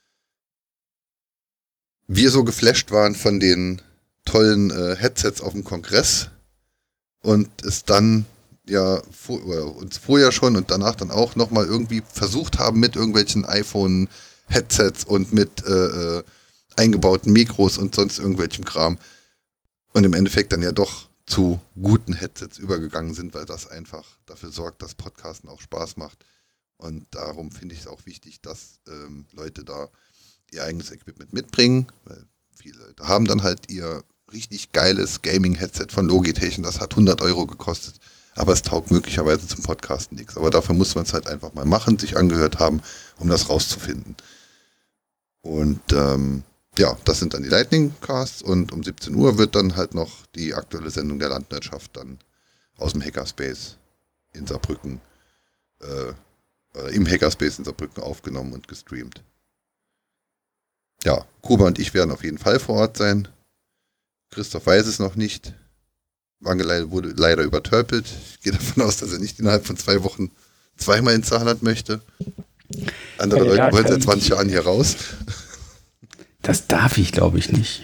S1: wir so geflasht waren von den tollen äh, Headsets auf dem Kongress und es dann ja vor, oder uns vorher schon und danach dann auch nochmal irgendwie versucht haben mit irgendwelchen iPhone-Headsets und mit äh, eingebauten Mikros und sonst irgendwelchem Kram und im Endeffekt dann ja doch zu guten Headsets übergegangen sind, weil das einfach dafür sorgt, dass Podcasten auch Spaß macht. Und darum finde ich es auch wichtig, dass ähm, Leute da ihr eigenes Equipment mitbringen, weil viele Leute haben dann halt ihr richtig geiles Gaming-Headset von Logitech und das hat hundert Euro gekostet, aber es taugt möglicherweise zum Podcasten nichts. Aber dafür muss man es halt einfach mal machen, sich angehört haben, um das rauszufinden. Und ähm, ja, das sind dann die Lightning Casts und um siebzehn Uhr wird dann halt noch die aktuelle Sendung der Landwirtschaft dann aus dem Hackerspace in Saarbrücken äh, oder im Hackerspace in Saarbrücken aufgenommen und gestreamt. Ja, Kuba und ich werden auf jeden Fall vor Ort sein. Christoph weiß es noch nicht. Wangelei wurde leider übertölpelt. Ich gehe davon aus, dass er nicht innerhalb von zwei Wochen zweimal ins Saarland möchte. Andere
S2: Ja,
S1: Leute
S2: ja,
S1: wollen seit zwanzig Jahren hier raus.
S3: Das darf ich, glaube ich, nicht.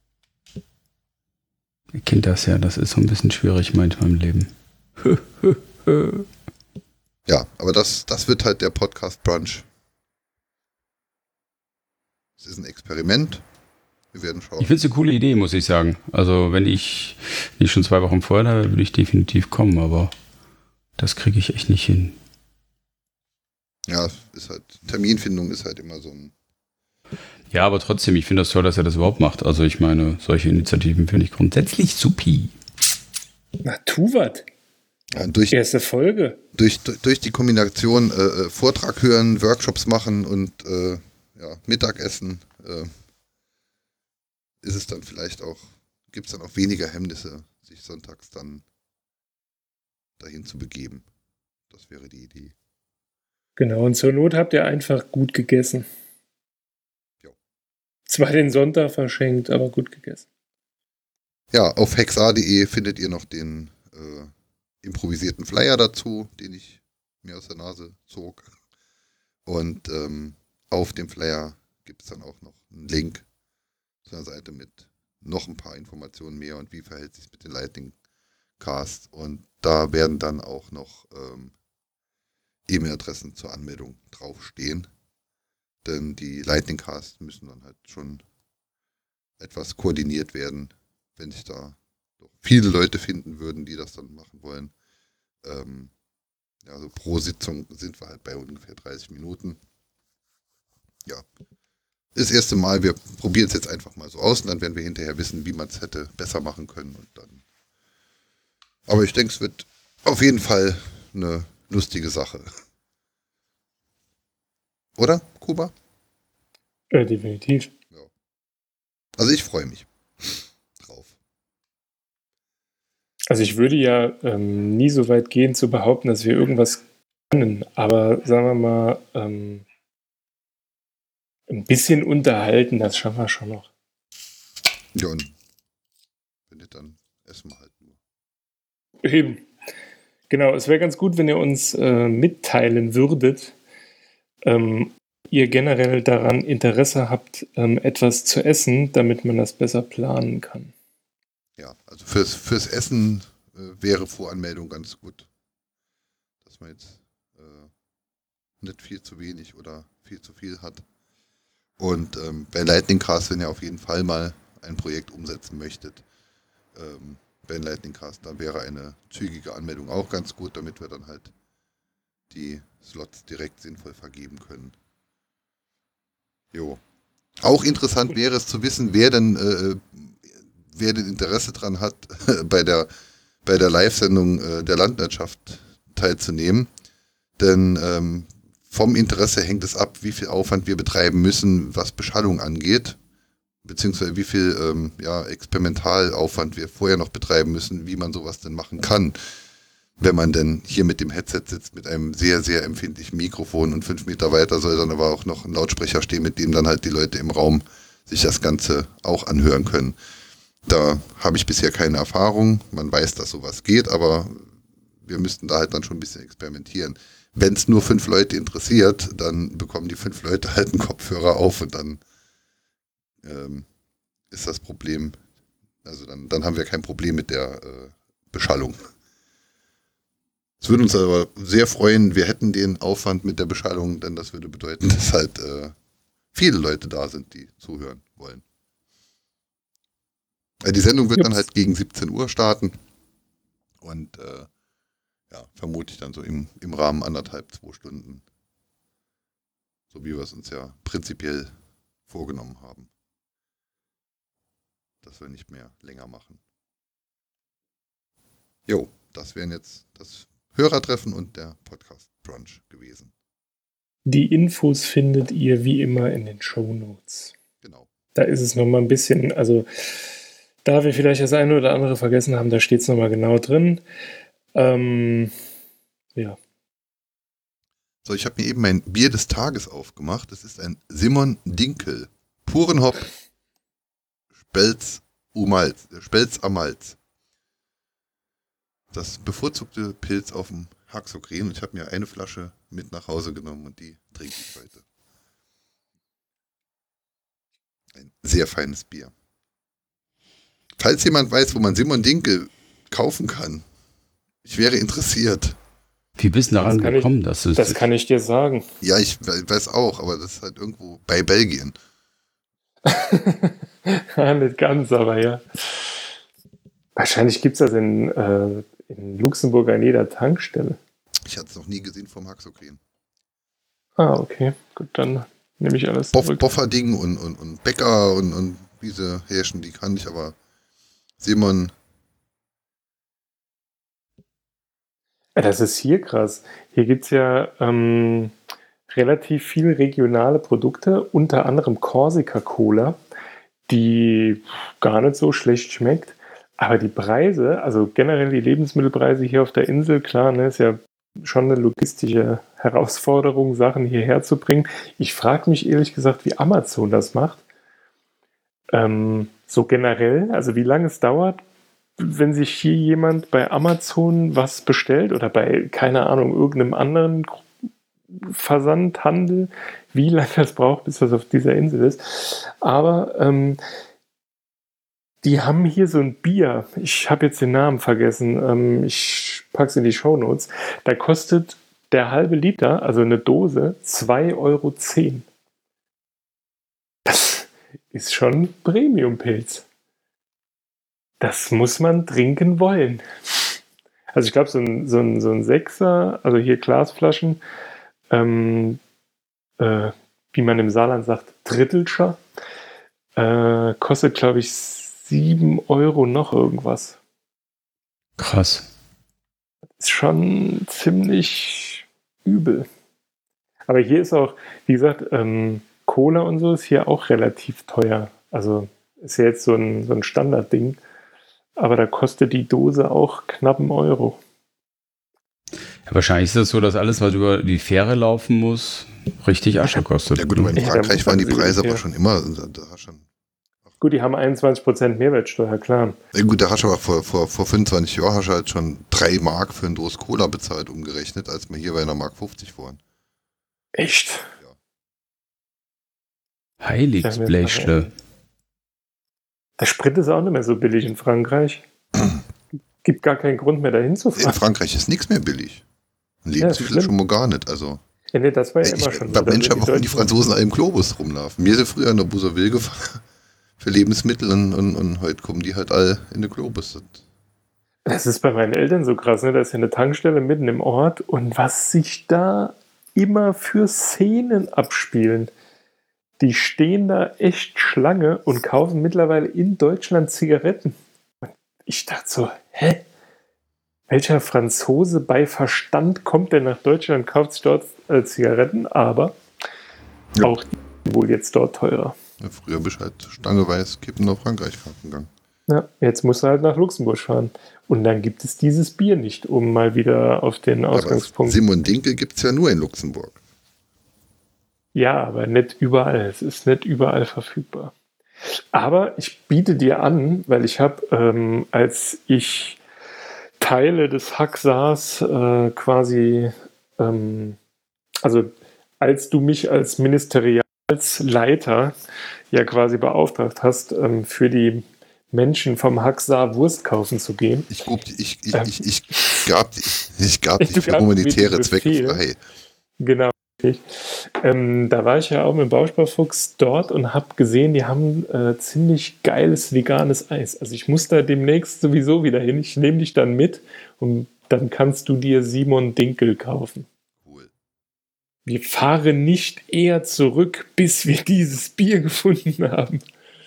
S3: Ihr kennt das ja, das ist so ein bisschen schwierig manchmal im Leben.
S1: Ja, aber das, das wird halt der Podcast Brunch. Es ist ein Experiment. Wir werden schauen.
S3: Ich finde es eine coole Idee, muss ich sagen. Also wenn ich nicht schon zwei Wochen vorher da wäre, würde ich definitiv kommen, aber das kriege ich echt nicht hin.
S1: Ja, ist halt, Terminfindung ist halt immer so ein...
S3: Ja, aber trotzdem, ich finde das toll, dass er das überhaupt macht. Also ich meine, solche Initiativen finde ich grundsätzlich supi.
S2: Na, tu wat.
S1: Ja, durch,
S2: Erste Folge.
S1: durch, durch die Kombination äh, Vortrag hören, Workshops machen und äh, ja, Mittagessen äh, ist es dann vielleicht auch, gibt es dann auch weniger Hemmnisse, sich sonntags dann dahin zu begeben. Das wäre die Idee.
S2: Genau, und zur Not habt ihr einfach gut gegessen.
S1: Jo.
S2: Zwar den Sonntag verschenkt, aber gut gegessen.
S1: Ja, auf hexa punkt de findet ihr noch den äh, improvisierten Flyer dazu, den ich mir aus der Nase zog. Und ähm, auf dem Flyer gibt es dann auch noch einen Link zu einer Seite mit noch ein paar Informationen mehr und wie verhält sich mit den Lightning Casts. Und da werden dann auch noch ähm, E-Mail-Adressen zur Anmeldung draufstehen. Denn die Lightning Casts müssen dann halt schon etwas koordiniert werden, wenn sich da doch viele Leute finden würden, die das dann machen wollen. Ähm, ja, also pro Sitzung sind wir halt bei ungefähr dreißig Minuten. Ja, das erste Mal, wir probieren es jetzt einfach mal so aus und dann werden wir hinterher wissen, wie man es hätte besser machen können. Und dann. Aber ich denke, es wird auf jeden Fall eine lustige Sache. Oder, Kuba?
S2: Ja, definitiv.
S1: Ja. Also ich freue mich drauf.
S2: Also ich würde ja ähm, nie so weit gehen zu behaupten, dass wir irgendwas können, aber sagen wir mal, ähm, ein bisschen unterhalten, das schaffen wir schon noch.
S1: Ja, und wenn nicht, dann essen wir halt nur.
S2: Eben. Genau, es wäre ganz gut, wenn ihr uns äh, mitteilen würdet, ähm, ihr generell daran Interesse habt, ähm, etwas zu essen, damit man das besser planen kann.
S1: Ja, also fürs, fürs Essen äh, wäre Voranmeldung ganz gut. Dass man jetzt äh, nicht viel zu wenig oder viel zu viel hat. Und ähm, bei Lightning Cast, wenn ihr auf jeden Fall mal ein Projekt umsetzen möchtet, ähm, bei Lightning Cast, da wäre eine zügige Anmeldung auch ganz gut, damit wir dann halt die Slots direkt sinnvoll vergeben können. Jo. Auch interessant wäre es zu wissen, wer denn, äh, wer denn Interesse dran hat, bei der, bei der Live-Sendung äh, der Landwirtschaft teilzunehmen. Denn ähm, vom Interesse hängt es ab, wie viel Aufwand wir betreiben müssen, was Beschallung angeht, beziehungsweise wie viel ähm, ja, Experimentalaufwand wir vorher noch betreiben müssen, wie man sowas denn machen kann, wenn man denn hier mit dem Headset sitzt, mit einem sehr, sehr empfindlichen Mikrofon und fünf Meter weiter soll dann aber auch noch ein Lautsprecher stehen, mit dem dann halt die Leute im Raum sich das Ganze auch anhören können. Da habe ich bisher keine Erfahrung. Man weiß, dass sowas geht, aber wir müssten da halt dann schon ein bisschen experimentieren. Wenn es nur fünf Leute interessiert, dann bekommen die fünf Leute halt einen Kopfhörer auf und dann ähm, ist das Problem, also dann, dann haben wir kein Problem mit der äh, Beschallung. Es würde uns aber sehr freuen, wir hätten den Aufwand mit der Beschallung, denn das würde bedeuten, dass halt äh, viele Leute da sind, die zuhören wollen. Äh, die Sendung wird Jups. dann halt gegen siebzehn Uhr starten und äh, ja, vermute ich dann so im, im Rahmen anderthalb, zwei Stunden. So wie wir es uns ja prinzipiell vorgenommen haben. Dass wir nicht mehr länger machen. Jo, das wären jetzt das Hörertreffen und der Podcast Brunch gewesen.
S2: Die Infos findet ihr wie immer in den Shownotes.
S1: Genau.
S2: Da ist es nochmal ein bisschen, also da wir vielleicht das eine oder andere vergessen haben, da steht es nochmal genau drin. Ähm, ja.
S1: So, ich habe mir eben mein Bier des Tages aufgemacht. Das ist ein Simon Dinkel. Puren Hop. Spelz Malz. Spelz am Malz. Das bevorzugte Pilz auf dem Haxokren. Und ich habe mir eine Flasche mit nach Hause genommen und die trinke ich heute. Ein sehr feines Bier. Falls jemand weiß, wo man Simon Dinkel kaufen kann, ich wäre interessiert.
S3: Wie bist du daran gekommen?
S2: Ich,
S3: dass du
S2: das kann ich dir sagen.
S1: Ja, ich weiß auch, aber das ist halt irgendwo bei Belgien.
S2: Ja, nicht ganz, aber ja. Wahrscheinlich gibt es das in, äh, in Luxemburg an jeder Tankstelle.
S1: Ich hatte es noch nie gesehen vom Haxokren.
S2: Ah, okay. Gut, dann nehme ich alles
S1: Boff,
S2: zurück.
S1: Bofferding und, und, und Bäcker und, und diese Härchen, die kann ich, aber Simon...
S2: Das ist hier krass. Hier gibt es ja ähm, relativ viel regionale Produkte, unter anderem Korsika Cola, die gar nicht so schlecht schmeckt. Aber die Preise, also generell die Lebensmittelpreise hier auf der Insel, klar, ne, ist ja schon eine logistische Herausforderung, Sachen hierher zu bringen. Ich frage mich ehrlich gesagt, wie Amazon das macht. Ähm, so generell, also wie lange es dauert, wenn sich hier jemand bei Amazon was bestellt oder bei, keine Ahnung, irgendeinem anderen Versandhandel, wie lange das braucht, bis das auf dieser Insel ist. Aber ähm, die haben hier so ein Bier, ich habe jetzt den Namen vergessen, ähm, ich packe es in die Shownotes, da kostet der halbe Liter, also eine Dose, zwei Euro zehn. Das ist schon Premium-Pilz. Das muss man trinken wollen. Also ich glaube, so ein, so, ein, so ein Sechser, also hier Glasflaschen, ähm, äh, wie man im Saarland sagt, Drittelscher, äh, kostet, glaube ich, sieben Euro noch irgendwas.
S3: Krass.
S2: Ist schon ziemlich übel. Aber hier ist auch, wie gesagt, ähm, Cola und so ist hier auch relativ teuer. Also ist ja jetzt so ein, so ein Standardding. Aber da kostet die Dose auch knapp einen Euro.
S3: Ja, wahrscheinlich ist es so, dass alles, was über die Fähre laufen muss, richtig Asche kostet.
S1: Ja gut, aber in Frankreich ja, waren die Preise aber schon immer... Da schon
S2: gut, die haben einundzwanzig Prozent Mehrwertsteuer, klar.
S1: Ja gut, da hast du aber vor, vor, vor fünfundzwanzig Jahren hast du halt schon drei Mark für eine Dose Cola bezahlt, umgerechnet, als wir hier bei einer Mark fünfzig waren.
S2: Echt?
S1: Ja.
S3: Heiligsblechle.
S2: Der Sprit ist auch nicht mehr so billig in Frankreich. Gibt gar keinen Grund mehr, dahin zu fahren.
S1: In Frankreich ist nichts mehr billig. Lebensmittel ja, schon mal gar nicht. Also,
S2: ja, nee, das war ja immer
S1: ich,
S2: schon
S1: so. Mensch, warum die Franzosen alle im Globus rumlaufen. Wir sind früher in der Busserville gefahren für Lebensmittel und, und, und heute kommen die halt alle in den Globus.
S2: Das ist bei meinen Eltern so krass, ne? Da ist ja eine Tankstelle mitten im Ort und was sich da immer für Szenen abspielen. Die stehen da echt Schlange und kaufen mittlerweile in Deutschland Zigaretten. Und ich dachte so, hä? Welcher Franzose bei Verstand kommt denn nach Deutschland und kauft sich dort äh, Zigaretten? Aber ja. Auch die sind wohl jetzt dort teurer.
S1: Ja, früher bist du halt stangeweise kippen nach Frankreich gegangen.
S2: Ja, jetzt musst du halt nach Luxemburg fahren. Und dann gibt es dieses Bier nicht, um mal wieder auf den Ausgangspunkt...
S1: Aber Simon Dinkel gibt es ja nur in Luxemburg.
S2: Ja, aber nicht überall. Es ist nicht überall verfügbar. Aber ich biete dir an, weil ich habe, ähm, als ich Teile des Hacksars äh, quasi, ähm, also als du mich als Ministerialsleiter ja quasi beauftragt hast, ähm, für die Menschen vom Hacksar Wurst kaufen zu gehen.
S1: Ich, grub, ich, ich,
S2: Ähm,
S1: ich, ich gab die, ich gab die
S2: Du
S1: für
S2: gabst
S1: humanitäre
S2: mir den
S1: Zwecke
S2: Befehl.
S1: frei.
S2: Genau. Ähm, da war ich ja auch mit dem Bausparfuchs dort und habe gesehen, die haben äh, ziemlich geiles veganes Eis. Also ich muss da demnächst sowieso wieder hin. Ich nehme dich dann mit und dann kannst du dir Simon Dinkel kaufen.
S1: Cool.
S2: Wir fahren nicht eher zurück, bis wir dieses Bier gefunden haben.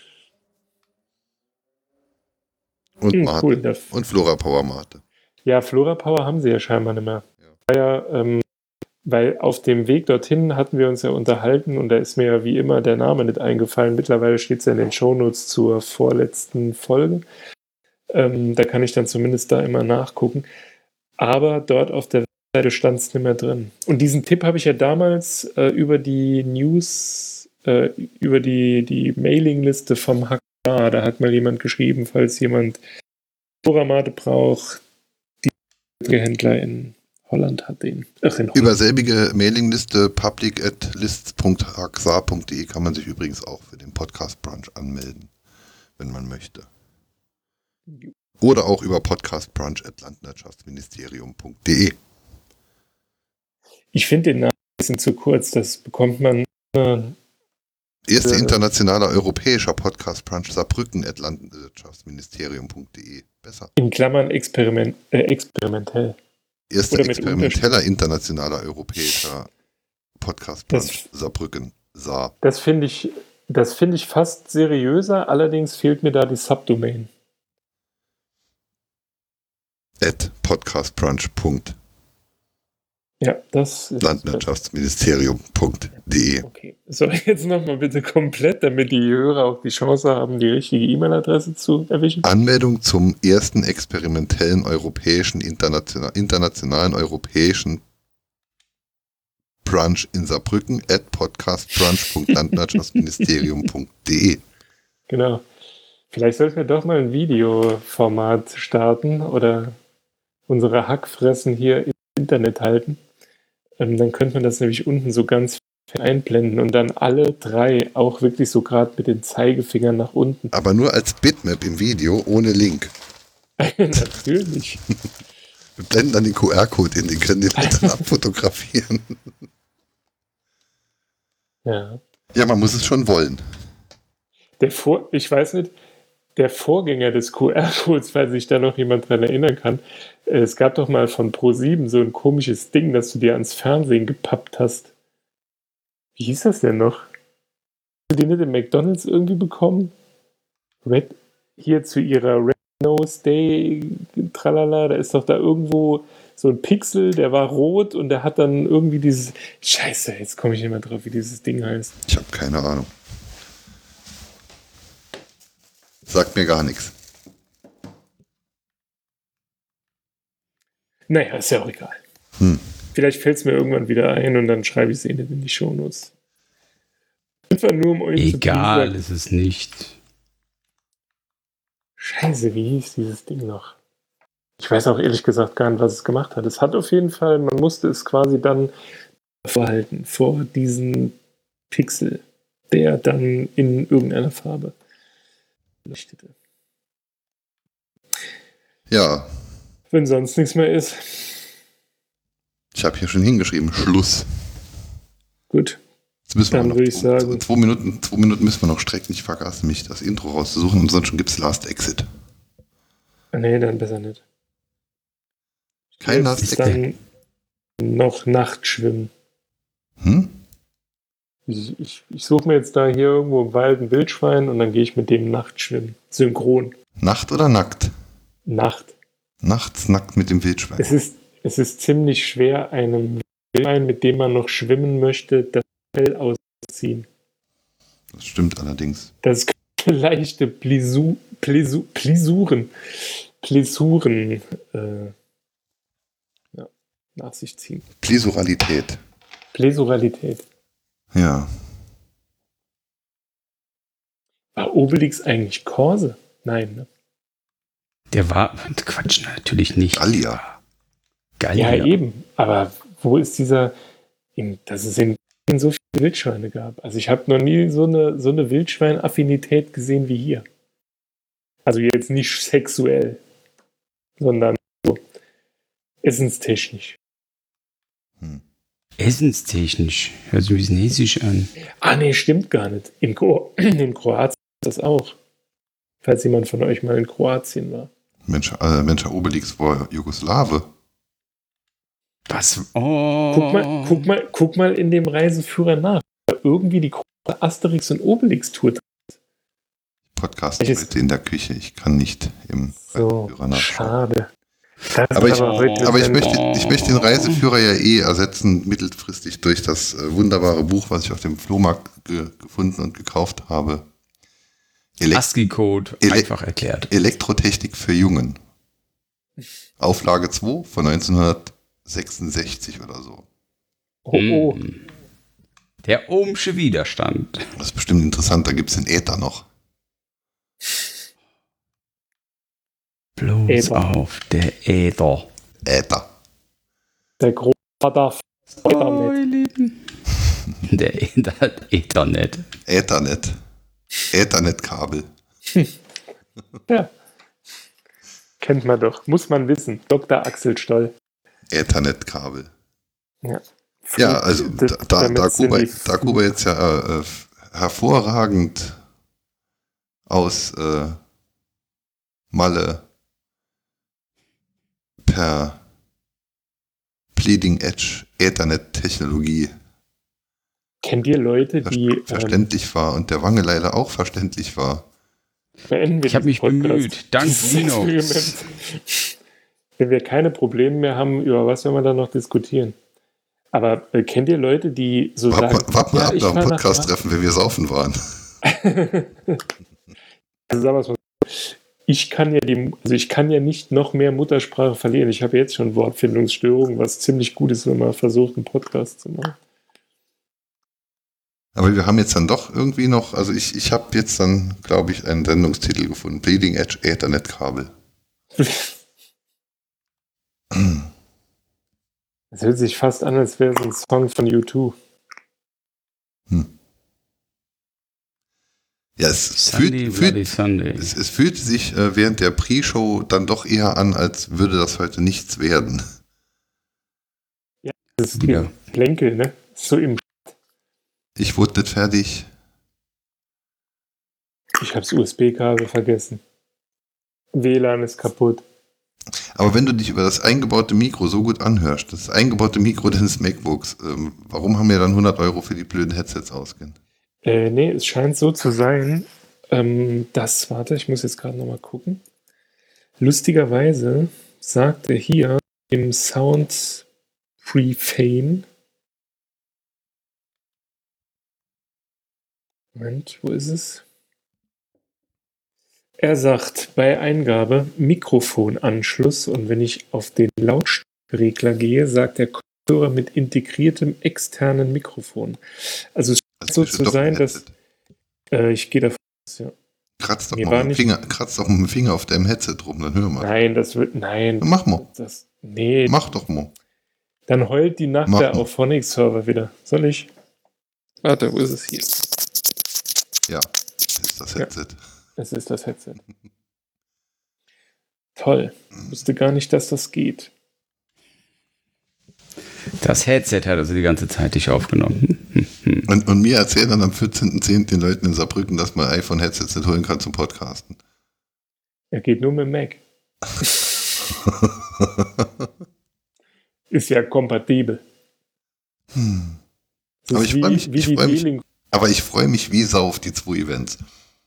S1: Und
S2: Hm,
S1: Mate.
S2: cool. Das,
S1: Und Flora Power Mate.
S2: ja, Flora Power haben sie ja scheinbar nicht mehr. Ja. Ja, ähm, weil auf dem Weg dorthin hatten wir uns ja unterhalten und da ist mir ja wie immer der Name nicht eingefallen. Mittlerweile steht es ja in den Shownotes zur vorletzten Folge. Ähm, da kann ich dann zumindest da immer nachgucken. Aber dort auf der Seite stand es nicht mehr drin. Und diesen Tipp habe ich ja damals äh, über die News, äh, über die, die Mailingliste vom Hack. Da hat mal jemand geschrieben, falls jemand Floramate braucht, die Händler in Holland hat den. Ach, in Holland.
S1: Über selbige Mailingliste public at lists punkt hacksar punkt de kann man sich übrigens auch für den Podcast Brunch anmelden, wenn man möchte. Oder auch über podcastbrunch at landwirtschaftsministerium punkt de.
S2: Ich finde den Namen ein bisschen zu kurz. Das bekommt man. Äh,
S1: Erste
S2: äh,
S1: internationaler europäischer Podcast Brunch Saarbrücken at landwirtschaftsministerium punkt de. Besser.
S2: In Klammern experiment, äh, experimentell.
S1: Erster experimenteller internationaler europäischer Podcast Brunch Saarbrücken. Saar.
S2: Das finde ich, das finde ich fast seriöser. Allerdings fehlt mir da die Subdomain.
S1: At podcastbrunch punkt
S2: Ja, das ist
S1: landwirtschaftsministerium punkt de.
S2: Okay. So, jetzt nochmal bitte komplett, damit die Hörer auch die Chance haben, die richtige E-Mail-Adresse zu erwischen.
S1: Anmeldung zum ersten experimentellen europäischen, international, internationalen europäischen Brunch in Saarbrücken at podcastbrunch punkt landwirtschaftsministerium punkt de.
S2: Genau. Vielleicht sollten wir doch mal ein Videoformat starten oder unsere Hackfressen hier im Internet halten. Ähm, dann könnte man das nämlich unten so ganz einblenden und dann alle drei auch wirklich so gerade mit den Zeigefingern nach unten.
S1: Aber nur als Bitmap im Video, ohne Link.
S2: Natürlich.
S1: Wir blenden dann den Q R-Code in, den können die Leute dann abfotografieren.
S2: Ja.
S1: Ja, man muss es schon wollen.
S2: Der Vor- ich weiß nicht, der Vorgänger des Q R-Codes, falls sich da noch jemand dran erinnern kann, es gab doch mal von ProSieben so ein komisches Ding, das du dir ans Fernsehen gepappt hast. Wie hieß das denn noch? Hast du die nicht im McDonald's irgendwie bekommen? Red, hier zu ihrer Red Nose Day, tralala, da ist doch da irgendwo so ein Pixel, der war rot und der hat dann irgendwie dieses, Scheiße, jetzt komme ich nicht mehr drauf, wie dieses Ding heißt.
S1: Ich habe keine Ahnung. Sagt mir gar nichts.
S2: Naja, ist ja auch egal.
S1: Hm.
S2: Vielleicht fällt es mir irgendwann wieder ein und dann schreibe ich es Ihnen in die Shownotes. Einfach nur um euch
S3: Egal,
S2: zu
S3: ist es nicht.
S2: Scheiße, wie hieß dieses Ding noch? Ich weiß auch ehrlich gesagt gar nicht, was es gemacht hat. Es hat auf jeden Fall, man musste es quasi dann vorhalten vor diesen Pixel, der dann in irgendeiner Farbe leuchtete.
S1: Ja.
S2: Wenn sonst nichts mehr ist.
S1: Ich habe hier schon hingeschrieben, Schluss.
S2: Gut.
S1: Jetzt müssen wir
S2: Dann
S1: noch
S2: würde ich
S1: zwei,
S2: sagen,
S1: zwei, Minuten, zwei Minuten müssen wir noch strecken. Ich vergaß nämlich das Intro rauszusuchen und sonst gibt es Last Exit.
S2: nee, dann besser nicht.
S1: Kein Last
S2: Jetzt
S1: Exit.
S2: dann noch Nachtschwimmen.
S1: Hm?
S2: Ich, ich, ich suche mir jetzt da hier irgendwo im Wald ein Wildschwein und dann gehe ich mit dem Nachtschwimmen. Synchron.
S1: Nacht oder nackt?
S2: Nacht.
S1: Nachts nackt mit dem Wildschwein.
S2: Es ist, es ist ziemlich schwer, einem Wildschwein, mit dem man noch schwimmen möchte, das Fell auszuziehen.
S1: Das stimmt allerdings.
S2: Das können leichte Plisur, Plisur, Plisuren, Plisuren äh, ja, nach sich ziehen.
S1: Plesuralität.
S2: Plesuralität.
S1: Ja.
S2: War Obelix eigentlich Korse? Nein, ne?
S3: Der war, Quatsch, natürlich nicht.
S1: Gallier.
S3: Gallier.
S2: Ja, eben. Aber wo ist dieser, in, dass es in so viele Wildschweine gab? Also ich habe noch nie so eine, so eine Wildschwein-Affinität gesehen wie hier. Also jetzt nicht sexuell, sondern so essenstechnisch.
S1: Hm.
S3: Essenstechnisch. Hört sich ein bisschen hessisch an.
S2: Ah, nee, stimmt gar nicht. In, Kro- in Kroatien ist das auch. Falls jemand von euch mal in Kroatien war.
S1: Mensch, äh, Mensch, Obelix war Jugoslawe.
S3: Was? Oh.
S2: Guck mal, guck mal, guck mal in dem Reiseführer nach. Irgendwie die große Asterix- und Obelix-Tour.
S1: Podcast
S2: Welches-
S1: heute in der Küche. Ich kann nicht im
S2: So,
S1: Reiseführer nachschauen.
S2: schade. Das
S1: Aber
S2: ist
S1: ich,
S2: heute
S1: aber ich
S2: ein-
S1: möchte, ich möchte den Reiseführer ja eh ersetzen, mittelfristig durch das äh, wunderbare Buch, was ich auf dem Flohmarkt ge gefunden und gekauft habe. Elek
S3: ASCII-Code,
S1: Ele-
S3: einfach erklärt.
S1: Elektrotechnik für Jungen. Auflage zwei von neunzehnhundertsechsundsechzig oder so.
S2: Oh, oh.
S3: Mm. Der ohmsche Widerstand.
S1: Das ist bestimmt interessant, da gibt es den Äther noch.
S3: Bloß
S2: Äther.
S3: auf, der Äther.
S1: Äther.
S2: Der Großvater
S3: Oh,
S2: Ethernet.
S3: ihr Lieben. Der Äther, Ethernet.
S1: Ethernet. Ethernet-Kabel.
S2: Ja. Kennt man doch. Muss man wissen. Doktor Axel Stoll.
S1: Ethernet-Kabel.
S2: Ja,
S1: Ja, also da,
S2: Das-
S1: da,
S2: damit
S1: da,
S2: sind
S1: Kuba,
S2: die-
S1: da Kuba jetzt ja äh, hervorragend aus äh, Malle per Bleeding Edge Ethernet-Technologie
S2: Kennt ihr Leute,
S1: ver
S2: die ähm,
S1: verständlich war und der Wangeleile auch verständlich war.
S2: beenden wir
S3: Ich habe mich
S2: diesen Podcast.
S3: bemüht. Dank
S2: Dieses
S3: Dino.
S2: Experiment. Wenn wir keine Probleme mehr haben, über was wir da noch diskutieren. Aber äh, kennt ihr Leute, die so
S1: Wart
S2: sagen,
S1: mal, wart mal
S2: ja,
S1: ab
S2: ich
S1: nach dem
S2: war nach-
S1: Podcast-Treffen, wenn wir saufen waren.
S2: Also sagen wir es mal so. Ich kann ja die, also ich kann ja nicht noch mehr Muttersprache verlieren. Ich habe jetzt schon Wortfindungsstörungen, was ziemlich gut ist, wenn man versucht, einen Podcast zu machen.
S1: Aber wir haben jetzt dann doch irgendwie noch, also ich, ich habe jetzt dann, glaube ich, einen Sendungstitel gefunden. Bleeding Edge Ethernet-Kabel.
S2: Es hört sich fast an, als wäre es ein Song von U zwei.
S1: Ja, es
S3: Sunday,
S1: fühlt,
S3: Bloody
S1: fühlt,
S3: Sunday.
S1: es, es fühlte sich äh, während der Pre-Show dann doch eher an, als würde das heute nichts werden.
S2: Das ist
S3: Wieder.
S2: wie Plänkel, ne? So im
S1: Ich wurde nicht fertig.
S2: Ich habe das U S B-Kabel vergessen. W L A N ist kaputt.
S1: Aber wenn du dich über das eingebaute Mikro so gut anhörst, das eingebaute Mikro deines MacBooks, ähm, warum haben wir dann hundert Euro für die blöden Headsets ausgegeben?
S2: Äh, nee, es scheint so zu sein, ähm, dass, warte, ich muss jetzt gerade nochmal gucken. Lustigerweise sagte hier im Sound Free Fame, Moment, wo ist es? Er sagt bei Eingabe Mikrofonanschluss und wenn ich auf den Lautstärkeregler gehe, sagt der Kopfhörer mit integriertem externen Mikrofon. Also es scheint so
S1: ist
S2: zu
S1: doch
S2: sein,
S1: ein
S2: dass
S1: Headset.
S2: äh, ich gehe davon aus, ja.
S1: Kratz doch,
S2: Mir
S1: mal
S2: war
S1: mit dem
S2: nicht-
S1: Finger, kratz doch mit dem Finger auf deinem Headset rum, dann hör mal.
S2: Nein, das wird, nein.
S1: Mach mal.
S2: Das, nee,
S1: Mach doch mal.
S2: dann heult die Nacht
S1: Mach
S2: der
S1: mal.
S2: Auphonics-Server wieder. Soll ich? Warte, wo ist es hier?
S1: Ja, das ist das
S2: Ja.
S1: Headset.
S2: Es ist das Headset. Toll. Wusste gar nicht, dass das geht.
S3: Das Headset hat also die ganze Zeit dich aufgenommen. Hm, hm, hm.
S1: Und, und mir erzählen dann am vierzehnten zehnten den Leuten in Saarbrücken, dass man iPhone-Headsets nicht holen kann zum Podcasten.
S2: Er geht nur mit dem Mac. Ist ja kompatibel.
S1: Hm.
S2: Das
S1: Aber
S2: ist
S1: ich
S2: wie,
S1: freu mich-
S2: wie
S1: ich
S2: die
S1: freu mich-
S2: D-Link.
S1: Aber ich freue mich wie Sau auf die zwei Events.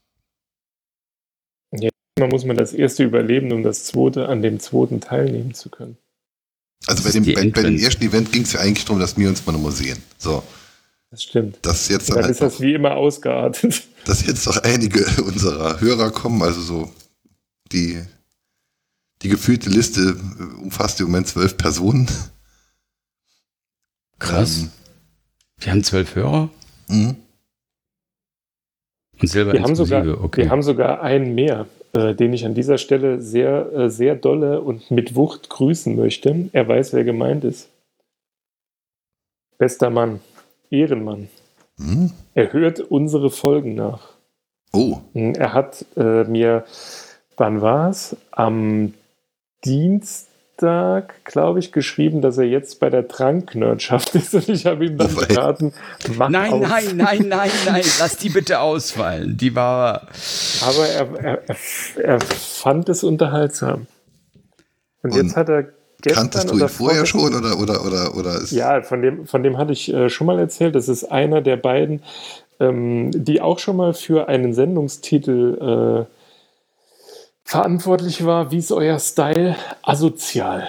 S2: Man muss man das erste überleben, um das zweite an dem zweiten teilnehmen zu können.
S1: Also
S3: Das
S1: bei
S3: ist
S1: dem,
S3: die
S1: bei, bei dem
S3: Endgrenze.
S1: ersten Event ging es ja eigentlich darum, dass wir uns mal nochmal sehen. So,
S2: Das stimmt.
S1: dass jetzt
S2: Und
S1: dann
S2: dann
S1: halt
S2: ist das
S1: noch,
S2: wie immer ausgeartet.
S1: dass jetzt noch einige unserer Hörer kommen, also so die, die gefühlte Liste äh, umfasst im Moment zwölf Personen.
S3: Krass.
S1: Ähm,
S3: Wir haben zwölf Hörer.
S1: mhm.
S3: Und Silber
S2: Wir haben, sogar,
S3: inklusive, okay.
S2: wir haben sogar einen mehr, äh, den ich an dieser Stelle sehr, äh, sehr dolle und mit Wucht grüßen möchte. Er weiß, wer gemeint ist. Bester Mann, Ehrenmann.
S1: Hm?
S2: Er hört unsere Folgen nach.
S1: Oh,
S2: Er hat äh, mir, wann war es? Am Dienstag, glaube ich, geschrieben, dass er jetzt bei der Tranknerdschaft ist. Und ich habe ihm dann
S1: Oh wei.
S2: geraten, mach
S3: Nein,
S2: auf.
S3: nein, nein, nein, nein, lass die bitte ausfallen. Die war.
S2: Aber er, er, er, er fand es unterhaltsam. Und,
S1: Und
S2: jetzt hat er gestern
S1: kanntest du ihn
S2: oder
S1: vorher
S2: vorgestern-
S1: schon oder, oder, oder, oder ist.
S2: Ja, von dem, von dem hatte ich äh, schon mal erzählt. Das ist einer der beiden, ähm, die auch schon mal für einen Sendungstitel äh, verantwortlich war. Wie ist euer Style? Asozial.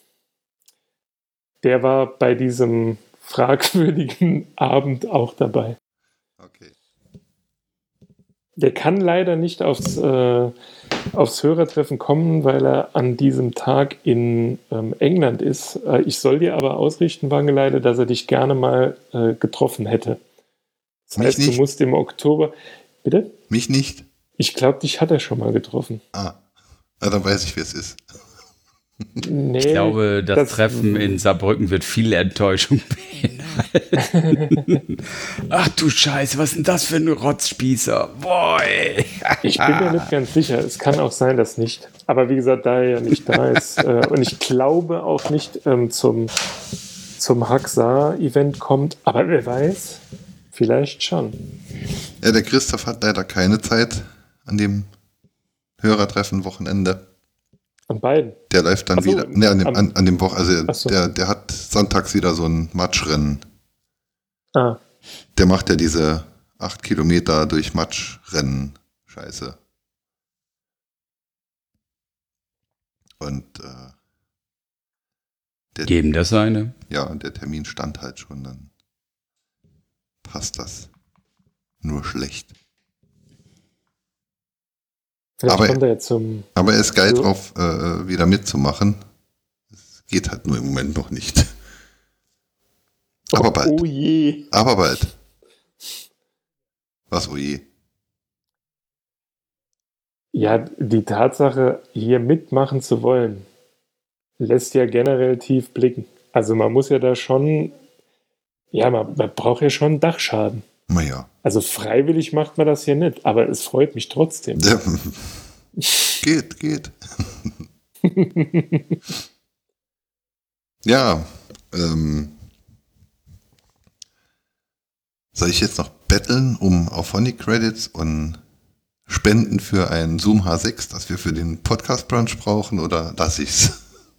S2: Der war bei diesem fragwürdigen Abend auch dabei.
S1: Okay.
S2: Der kann leider nicht aufs, äh, aufs Hörertreffen kommen, weil er an diesem Tag in ähm, England ist. Äh, ich soll dir aber ausrichten, Wangeleide, dass er dich gerne mal äh, getroffen hätte. Das
S1: Mich
S2: heißt,
S1: nicht?
S2: du musst im Oktober... Bitte?
S1: Mich nicht?
S2: Ich glaube, dich hat er schon mal getroffen.
S1: Ah. Na, dann weiß ich, wer es ist.
S2: Nee,
S3: Ich glaube, das,
S2: das-
S3: Treffen in Saarbrücken wird viel Enttäuschung beinhalten. Ach du Scheiße, was ist denn das für ein Rotzspießer? Boah, ey.
S2: Ich bin mir nicht ganz sicher. Es kann auch sein, dass nicht. Aber wie gesagt, da er ja nicht da ist äh, und ich glaube auch nicht ähm, zum, zum Haxar-Event kommt, aber wer weiß, vielleicht schon.
S1: Ja, der Christoph hat leider keine Zeit an dem Hörertreffen Wochenende.
S2: An beiden.
S1: Der läuft dann
S2: Ach so,
S1: wieder. Ne, an dem,
S2: am-
S1: an, an dem Woche, also
S2: Ach so.
S1: der, der hat sonntags wieder so ein Matschrennen.
S2: Ah,
S1: Der macht ja diese acht Kilometer durch Matschrennen. Scheiße. Und äh, der,
S3: Geben das eine?
S1: ja, und der Termin stand halt schon, dann passt das. Nur schlecht.
S2: vielleicht
S1: Aber-
S2: kommt er jetzt zum...
S1: Aber er ist geil
S2: So.
S1: drauf, äh, wieder mitzumachen. Es geht halt nur im Moment noch nicht. Aber bald.
S2: Oh je.
S1: Aber bald. Was, oh je.
S2: Ja, die Tatsache, hier mitmachen zu wollen, lässt ja generell tief blicken. Also man muss ja da schon... Ja, man, man braucht ja schon Dachschaden.
S1: Naja.
S2: Also freiwillig macht man das hier nicht, aber es freut mich trotzdem.
S1: geht, geht. Ja, ähm, soll ich jetzt noch betteln um Auphonic Credits und Spenden für ein Zoom H sechs, das wir für den Podcast Brunch brauchen, oder lasse ich's?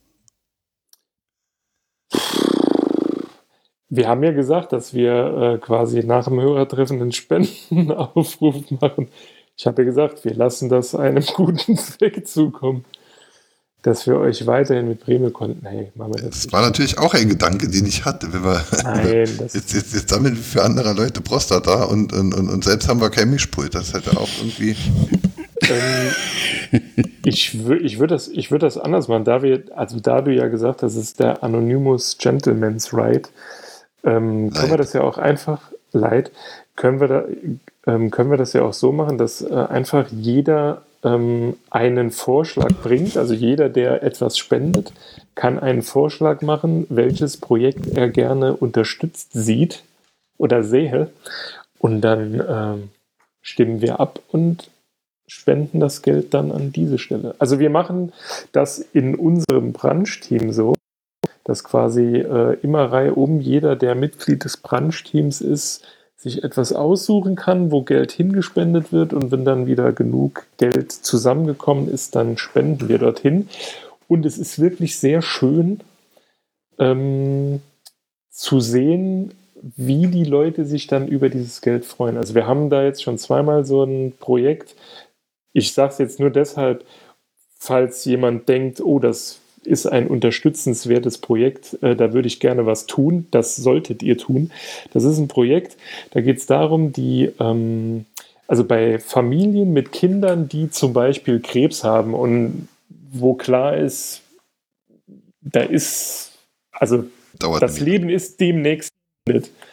S2: Wir haben ja gesagt, dass wir äh, quasi nach dem Hörertreffen einen Spendenaufruf machen. Ich habe ja gesagt, wir lassen das einem guten Zweck zukommen, dass wir euch weiterhin mit Bremen konnten. Hey, machen wir das
S1: Das
S2: nicht.
S1: war natürlich auch ein Gedanke, den ich hatte. Wenn wir
S2: Nein, das
S1: jetzt, jetzt, jetzt sammeln wir für andere Leute Prostata und, und, und, und selbst haben wir kein Mischpult. Das hätte auch irgendwie.
S2: Ähm, ich wür- ich würde das, ich würd das anders machen. Da, wir, also da du ja gesagt hast, es ist der Anonymous Gentleman's Right, ähm, können wir
S1: Leid.
S2: das ja auch einfach, leid, können wir, da, ähm, können wir das ja auch so machen, dass äh, einfach jeder ähm, einen Vorschlag bringt. Also jeder, der etwas spendet, kann einen Vorschlag machen, welches Projekt er gerne unterstützt sieht oder sehe. Und dann ähm, stimmen wir ab und spenden das Geld dann an diese Stelle. Also wir machen das in unserem Brunch-Team so, dass quasi äh, immer reihum jeder, der Mitglied des Brunch-Teams ist, sich etwas aussuchen kann, wo Geld hingespendet wird, und wenn dann wieder genug Geld zusammengekommen ist, dann spenden wir dorthin. Und es ist wirklich sehr schön ähm, zu sehen, wie die Leute sich dann über dieses Geld freuen. Also wir haben da jetzt schon zweimal so ein Projekt. Ich sage es jetzt nur deshalb, falls jemand denkt, oh, das ist ein unterstützenswertes Projekt, äh, da würde ich gerne was tun. Das solltet ihr tun. Das ist ein Projekt, da geht es darum, die, ähm, also bei Familien mit Kindern, die zum Beispiel Krebs haben und wo klar ist, da ist, also
S1: Dauert
S2: das
S1: nämlich.
S2: Leben ist demnächst beendet.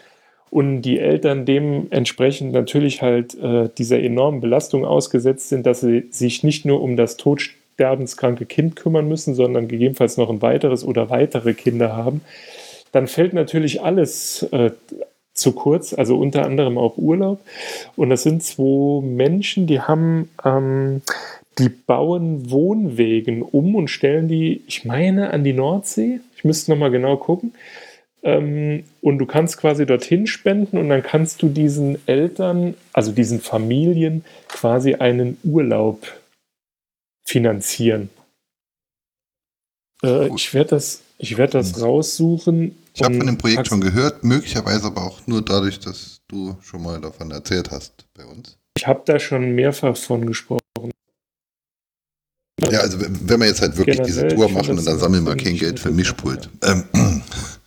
S2: und die Eltern dementsprechend natürlich halt äh, dieser enormen Belastung ausgesetzt sind, dass sie sich nicht nur um das todsterbenskranke Kind kümmern müssen, sondern gegebenenfalls noch ein weiteres oder weitere Kinder haben, dann fällt natürlich alles äh, zu kurz, also unter anderem auch Urlaub. Und das sind zwei Menschen, die haben, ähm, die bauen Wohnwegen um und stellen die, ich meine, an die Nordsee. Ich müsste nochmal genau gucken. Ähm, und du kannst quasi dorthin spenden und dann kannst du diesen Eltern, also diesen Familien, quasi einen Urlaub finanzieren. Äh,
S1: Cool.
S2: ich werde das, ich werd das raussuchen.
S1: Ich habe
S2: und
S1: von dem Projekt
S2: pack's-
S1: schon gehört, möglicherweise aber auch nur dadurch, dass du schon mal davon erzählt hast bei uns.
S2: Ich habe da schon mehrfach von gesprochen.
S1: Ja, also wenn wenn wir jetzt halt wirklich
S2: Generell,
S1: diese Tour
S2: ich
S1: machen
S2: find
S1: und
S2: das
S1: dann sammeln wir
S2: ziemlich
S1: kein Geld für
S2: interessant,
S1: Mischpult. Ähm,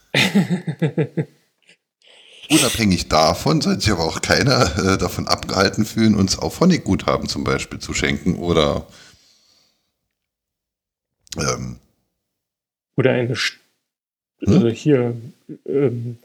S1: unabhängig davon sollte sich aber auch keiner äh, davon abgehalten fühlen, uns auch Honiguthaben zum Beispiel zu schenken oder ähm,
S2: Oder eine St-
S1: Hm?
S2: äh, hier ähm,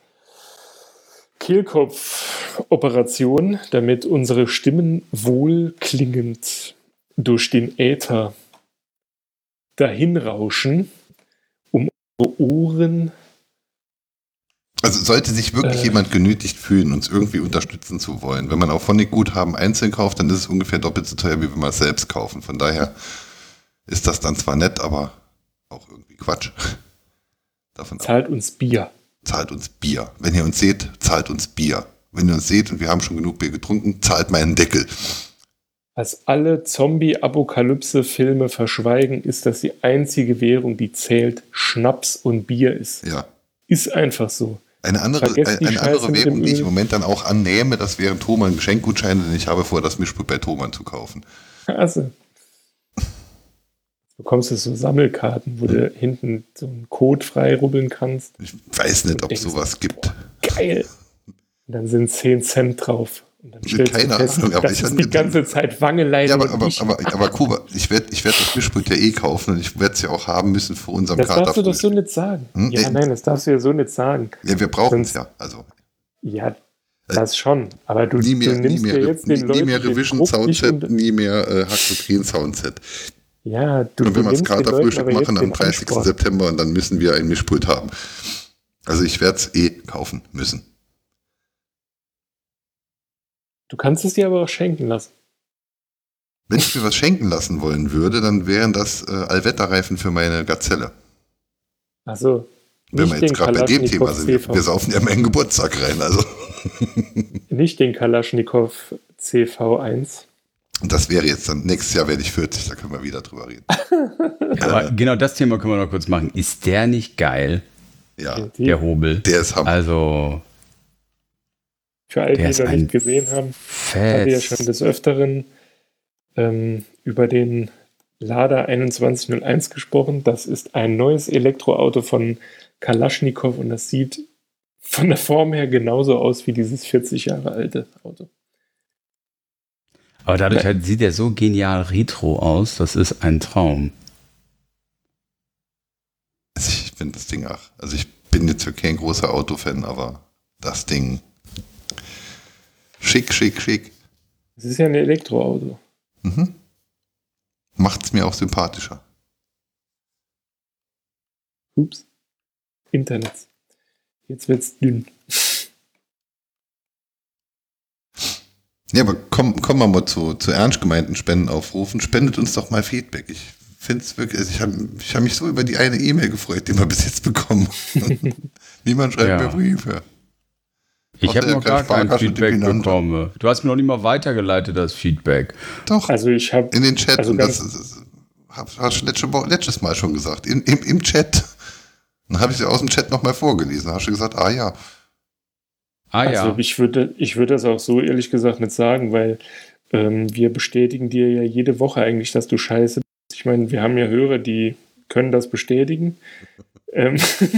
S2: Kehlkopfoperation, damit unsere Stimmen wohlklingend durch den Äther dahinrauschen, um unsere Ohren.
S1: also sollte sich wirklich
S2: Äh.
S1: jemand genötigt fühlen, uns irgendwie unterstützen zu wollen. Wenn man auch Honigguthaben einzeln kauft, dann ist es ungefähr doppelt so teuer, wie wenn wir es selbst kaufen. Von daher ist das dann zwar nett, aber auch irgendwie Quatsch. Davon ab.
S2: Zahlt uns Bier.
S1: Zahlt uns Bier. Wenn ihr uns seht, zahlt uns Bier. Wenn ihr uns seht und wir haben schon genug Bier getrunken, zahlt meinen Deckel.
S2: Was alle Zombie-Apokalypse-Filme verschweigen, ist, dass die einzige Währung, die zählt, Schnaps und Bier ist.
S1: Ja.
S2: Ist einfach so.
S1: Eine andere,
S2: Vergesst
S1: eine,
S2: die
S1: eine
S2: Scheiße
S1: andere
S2: mit
S1: Währung,
S2: dem
S1: die ich
S2: Öl.
S1: im Moment dann auch annehme, das wären Thomann Geschenkgutscheine, denn ich habe vor, das Mischpult bei Thomann zu kaufen.
S2: Also, du bekommst jetzt so Sammelkarten, wo du hinten so einen Code freirubbeln kannst.
S1: Ich weiß nicht, ob
S2: denkst,
S1: sowas gibt.
S2: Geil! Und dann sind zehn Cent drauf. Und dann stellst
S1: Keine
S2: du fest,
S1: Ahnung, aber
S2: das
S1: ich
S2: ist
S1: hatte-
S2: die ganze Zeit Wangeleine
S1: Ja, aber,
S2: und
S1: aber,
S2: ich.
S1: aber, aber Kuba, ich werde ich werd das Mischpult ja eh kaufen und ich werde es ja auch haben müssen für unseren
S2: Das darfst du doch so
S1: Katerfrühstück.
S2: nicht sagen.
S1: Hm?
S2: Ja,
S1: Äh,
S2: nein, das darfst du ja so nicht sagen.
S1: Ja, wir brauchen es
S2: Sonst-
S1: ja. Also
S2: Ja, das schon. Aber du,
S1: nie mehr,
S2: du
S1: nie
S2: nimmst
S1: mehr,
S2: ja jetzt
S1: nie,
S2: den
S1: nie
S2: Leuten
S1: mehr
S2: den
S1: Revision
S2: Druck nicht
S1: Soundset,
S2: unter-
S1: nie mehr äh, Hackotrin Soundset.
S2: Ja, du,
S1: Und
S2: du
S1: wenn wir das
S2: nimmst den Leuten
S1: Katerfrühstück
S2: aber jetzt
S1: machen am
S2: den
S1: dreißigsten
S2: Ansporn.
S1: September und dann müssen wir ein Mischpult haben. Also ich werde es eh kaufen müssen.
S2: Du kannst es dir aber auch schenken lassen.
S1: Wenn ich mir was schenken lassen wollen würde, dann wären das äh, Allwetterreifen für meine Gazelle.
S2: Also,
S1: Wenn
S2: nicht
S1: wir
S2: den
S1: jetzt gerade bei dem Thema
S2: Kalaschnikow
S1: sind.
S2: C
S1: Wir,
S2: V.
S1: wir saufen ja meinen Geburtstag rein. Also
S2: Nicht den Kalaschnikow C V eins.
S1: und das wäre jetzt dann, nächstes Jahr werde ich vierzig, da können wir wieder drüber reden.
S3: Ja, aber genau das Thema können wir noch kurz machen. Ist der nicht geil,
S1: Ja,
S2: Die,
S3: der Hobel?
S1: der ist Hammer.
S3: Also,
S2: für alle, die
S3: der ist
S2: noch
S3: ein
S2: nicht gesehen haben, hatte ja schon
S3: fett.
S2: des Öfteren ähm, über den Lada einundzwanzig null eins gesprochen. Das ist ein neues Elektroauto von Kalaschnikow und das sieht von der Form her genauso aus wie dieses vierzig Jahre alte Auto.
S3: Aber dadurch halt sieht er so genial retro aus, das ist ein Traum.
S1: Also ich finde das Ding auch. Also ich bin jetzt ja kein großer Autofan, aber das Ding schick, schick, schick.
S2: Es ist ja ein Elektroauto.
S1: Mhm. Macht es mir auch sympathischer.
S2: Ups. Internet. Jetzt wird's dünn.
S1: Ja, aber komm, kommen wir mal zu, zu ernst gemeinten Spendenaufrufen. Spendet uns doch mal Feedback. Ich finde es wirklich, also ich habe ich hab mich so über die eine E-Mail gefreut, die wir bis jetzt bekommen. Niemand schreibt
S3: Ja.
S1: mir Briefe.
S3: Ich habe
S1: Außer
S3: noch
S1: der
S3: gar kein
S1: Sparkasse
S3: Feedback
S1: Dominante.
S3: bekommen. Du hast mir noch nicht mal weitergeleitet, das Feedback.
S1: Doch,
S2: Also ich habe
S1: in den Chat.
S2: also
S1: und
S2: ganz-
S1: das ist- hab, hast du letzte Woche, letztes Mal schon gesagt. In, im, Im Chat. Dann habe ich sie aus dem Chat nochmal vorgelesen. Dann hast du gesagt, ah ja.
S3: Ah
S2: Also
S3: ja.
S2: ich würde ich würde das auch so ehrlich gesagt nicht sagen, weil ähm, wir bestätigen dir ja jede Woche eigentlich, dass du scheiße bist. Ich meine, wir haben ja Hörer, die können das bestätigen. ähm,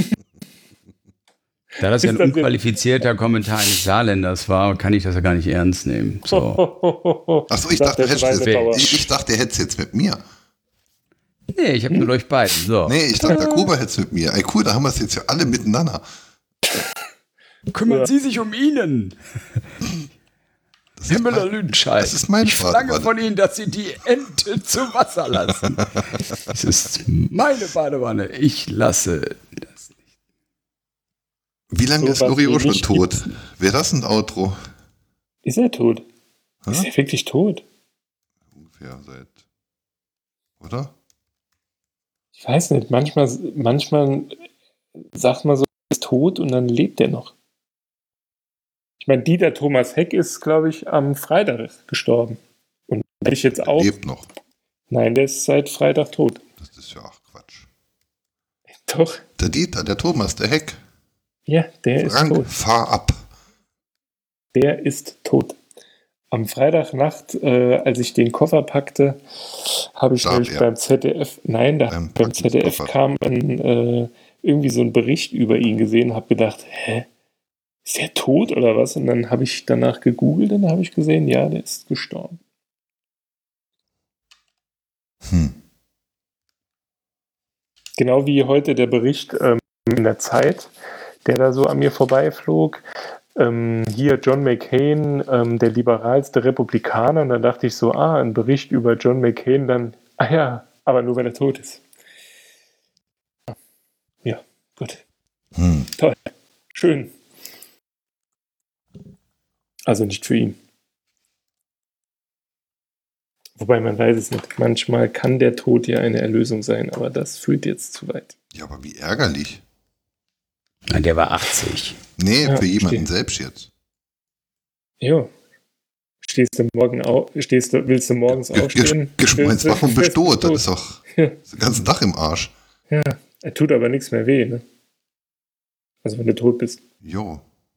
S3: Da das ja ein
S2: Ist das jetzt-
S3: unqualifizierter Kommentar eines Saarländers war, kann ich das ja gar nicht ernst nehmen. So.
S1: Achso, ich
S2: Sagt
S1: dachte,
S2: der
S1: du hättest
S2: Schweinebauer.
S1: ich, ich dachte, er hätte es jetzt mit mir.
S3: Nee, ich habe nur euch beiden. So.
S1: Nee, ich dachte, der Kuba hätte es mit mir. Ey, cool, da haben wir es jetzt ja alle miteinander.
S3: Kümmern
S2: Ja.
S3: Sie sich um ihn. Herr Müller-Lüdenscheid,
S1: das ist meine
S3: ich verlange
S1: Badewanne.
S3: von Ihnen, dass Sie die Ente zu Wasser lassen. Das ist meine Badewanne. Ich lasse das nicht.
S1: Wie lange
S2: So
S1: ist
S2: was
S1: Loriot
S2: wie
S1: schon
S2: nicht
S1: tot?
S2: gibt's.
S1: Wäre das ein Outro?
S2: Ist er tot?
S1: Hä?
S2: Ist er wirklich tot?
S1: Ungefähr seit. Oder?
S2: Ich weiß nicht. Manchmal, manchmal sagt man so, er ist tot und dann lebt er noch. Ich meine, Dieter Thomas Heck ist, glaube ich, am Freitag gestorben. Und hätte ich jetzt auch.
S1: Lebt noch.
S2: Nein, der ist seit Freitag tot.
S1: Das ist ja auch Quatsch.
S2: Doch.
S1: Der Dieter, der Thomas, der Heck.
S2: Ja, der ist
S1: Frank,
S2: tot.
S1: fahr ab.
S2: Der ist tot. Am Freitagnacht, äh, als ich den Koffer packte, habe ich
S1: Starb
S2: nämlich
S1: er.
S2: beim Z D F, nein, da,
S1: Beim
S2: beim
S1: Packen
S2: Z D F
S1: des Koffers.
S2: kam ein, äh, irgendwie so ein Bericht über ihn gesehen, habe gedacht, hä, ist er tot oder was? Und dann habe ich danach gegoogelt und dann habe ich gesehen, ja, der ist gestorben.
S1: Hm.
S2: Genau wie heute der Bericht ähm, in der Zeit, der da so an mir vorbeiflog. Ähm, hier John McCain, ähm, der liberalste Republikaner. Und dann dachte ich so, ah, ein Bericht über John McCain, dann, ah ja, aber nur weil er tot ist. Ja, gut.
S1: Hm.
S2: Toll. Schön. Also nicht für ihn. Wobei man weiß es nicht. Manchmal kann der Tod ja eine Erlösung sein, aber das führt jetzt zu weit.
S1: Ja, aber wie ärgerlich.
S3: Nein, der war achtzig.
S1: Nee,
S2: Ja,
S1: für jemanden
S2: stimmt.
S1: selbst jetzt.
S2: Jo. Stehst du morgen au stehst du, willst du morgens
S1: Ge-
S2: aufstehen?
S1: ge- Geschmolz war vom
S2: Fest-
S1: Bestot. Das
S2: tot.
S1: ist doch
S2: Ja.
S1: den ganzen Tag im Arsch.
S2: Ja, er tut aber nichts mehr weh, ne? Also wenn du tot bist.
S1: Jo.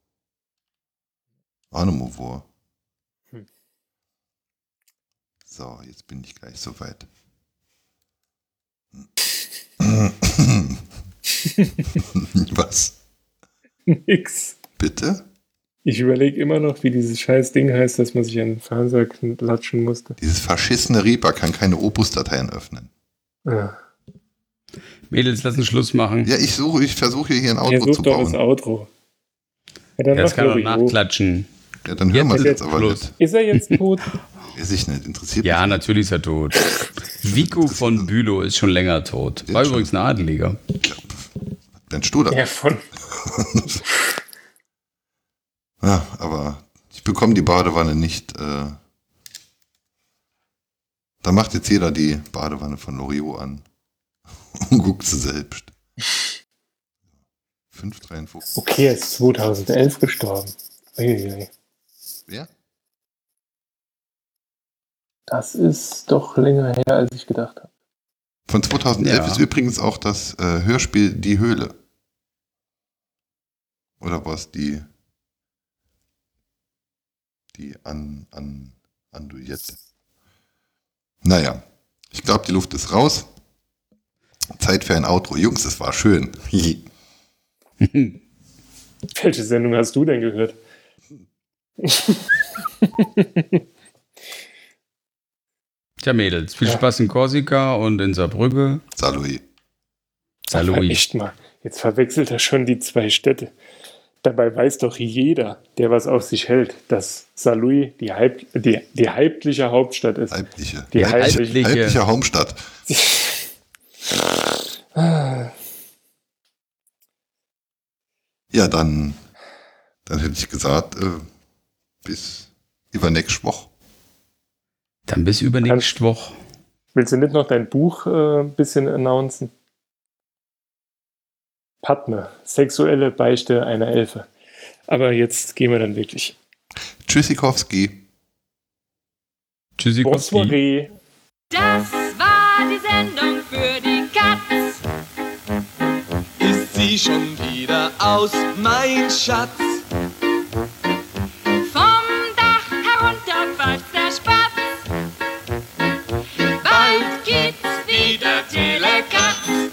S1: Ahne wo.
S2: Hm.
S1: So, jetzt bin ich gleich soweit. Was?
S2: Nix.
S1: Bitte?
S2: Ich überlege immer noch, wie dieses scheiß Ding heißt, dass man sich an den Fernseher klatschen musste.
S1: Dieses verschissene Reaper kann keine Opus-Dateien öffnen.
S2: Ja.
S3: Mädels, lassen Schluss machen.
S1: Ja, ich suche, ich versuche hier ein
S2: Er
S1: Outro zu
S2: sucht doch das
S1: bauen.
S2: Outro. Ja, dann
S3: Ja, das
S2: mach
S3: kann doch
S2: Loriot.
S3: nachklatschen.
S1: Ja, dann hören wir es
S2: Jetzt
S1: jetzt
S2: ist
S1: aber
S3: Schluss.
S1: nicht.
S2: Ist er jetzt tot?
S1: Weiß ich nicht, interessiert
S3: Ja,
S1: mich
S3: natürlich ist er tot. Vico von Bülow ist schon länger tot. War
S1: Jetzt
S3: übrigens ein Adeliger.
S1: nicht. Dein Studer.
S2: Ja, von.
S1: Ja, aber ich bekomme die Badewanne nicht. Äh, da macht jetzt jeder die Badewanne von Loriot an und guckt sie selbst. fünf dreiundfünfzig.
S2: Okay, er ist zweitausendelf gestorben. Uiuiui.
S1: Wer?
S2: Das ist doch länger her, als ich gedacht habe.
S1: Von zweitausendelf
S3: Ja.
S1: ist übrigens auch das äh, Hörspiel Die Höhle. Oder was? Die die an an Andouillette. Naja, ich glaube, die Luft ist raus. Zeit für ein Outro. Jungs, es war schön.
S2: Welche Sendung hast du denn gehört?
S3: Tja, Mädels, viel Spaß in Korsika und in Saarbrücke.
S1: Salui.
S2: Aber
S3: Salut.
S2: echt mal, jetzt verwechselt er schon die zwei Städte. Dabei weiß doch jeder, der was auf sich hält, dass Saarlouis die, Halb, die, die halbliche Hauptstadt ist.
S1: Halbliche.
S2: Die
S1: Halbliche,
S3: halbliche-
S1: halbliche Hauptstadt. Ja, dann, dann hätte ich gesagt, äh, bis übernächste Woche.
S3: Dann bis übernächste Woche.
S2: Willst du nicht noch dein Buch äh, ein bisschen announcen? Padme, sexuelle Beichte einer Elfe. Aber jetzt gehen wir dann wirklich.
S1: Tschüssikowski.
S3: Tschüssikowski.
S2: Bonsoiré.
S4: Das war die Sendung für die Katz.
S5: Ist sie schon wieder aus, mein Schatz?
S4: Vom Dach herunter pfeift der Spatz. Bald gibt's wieder Telekatz.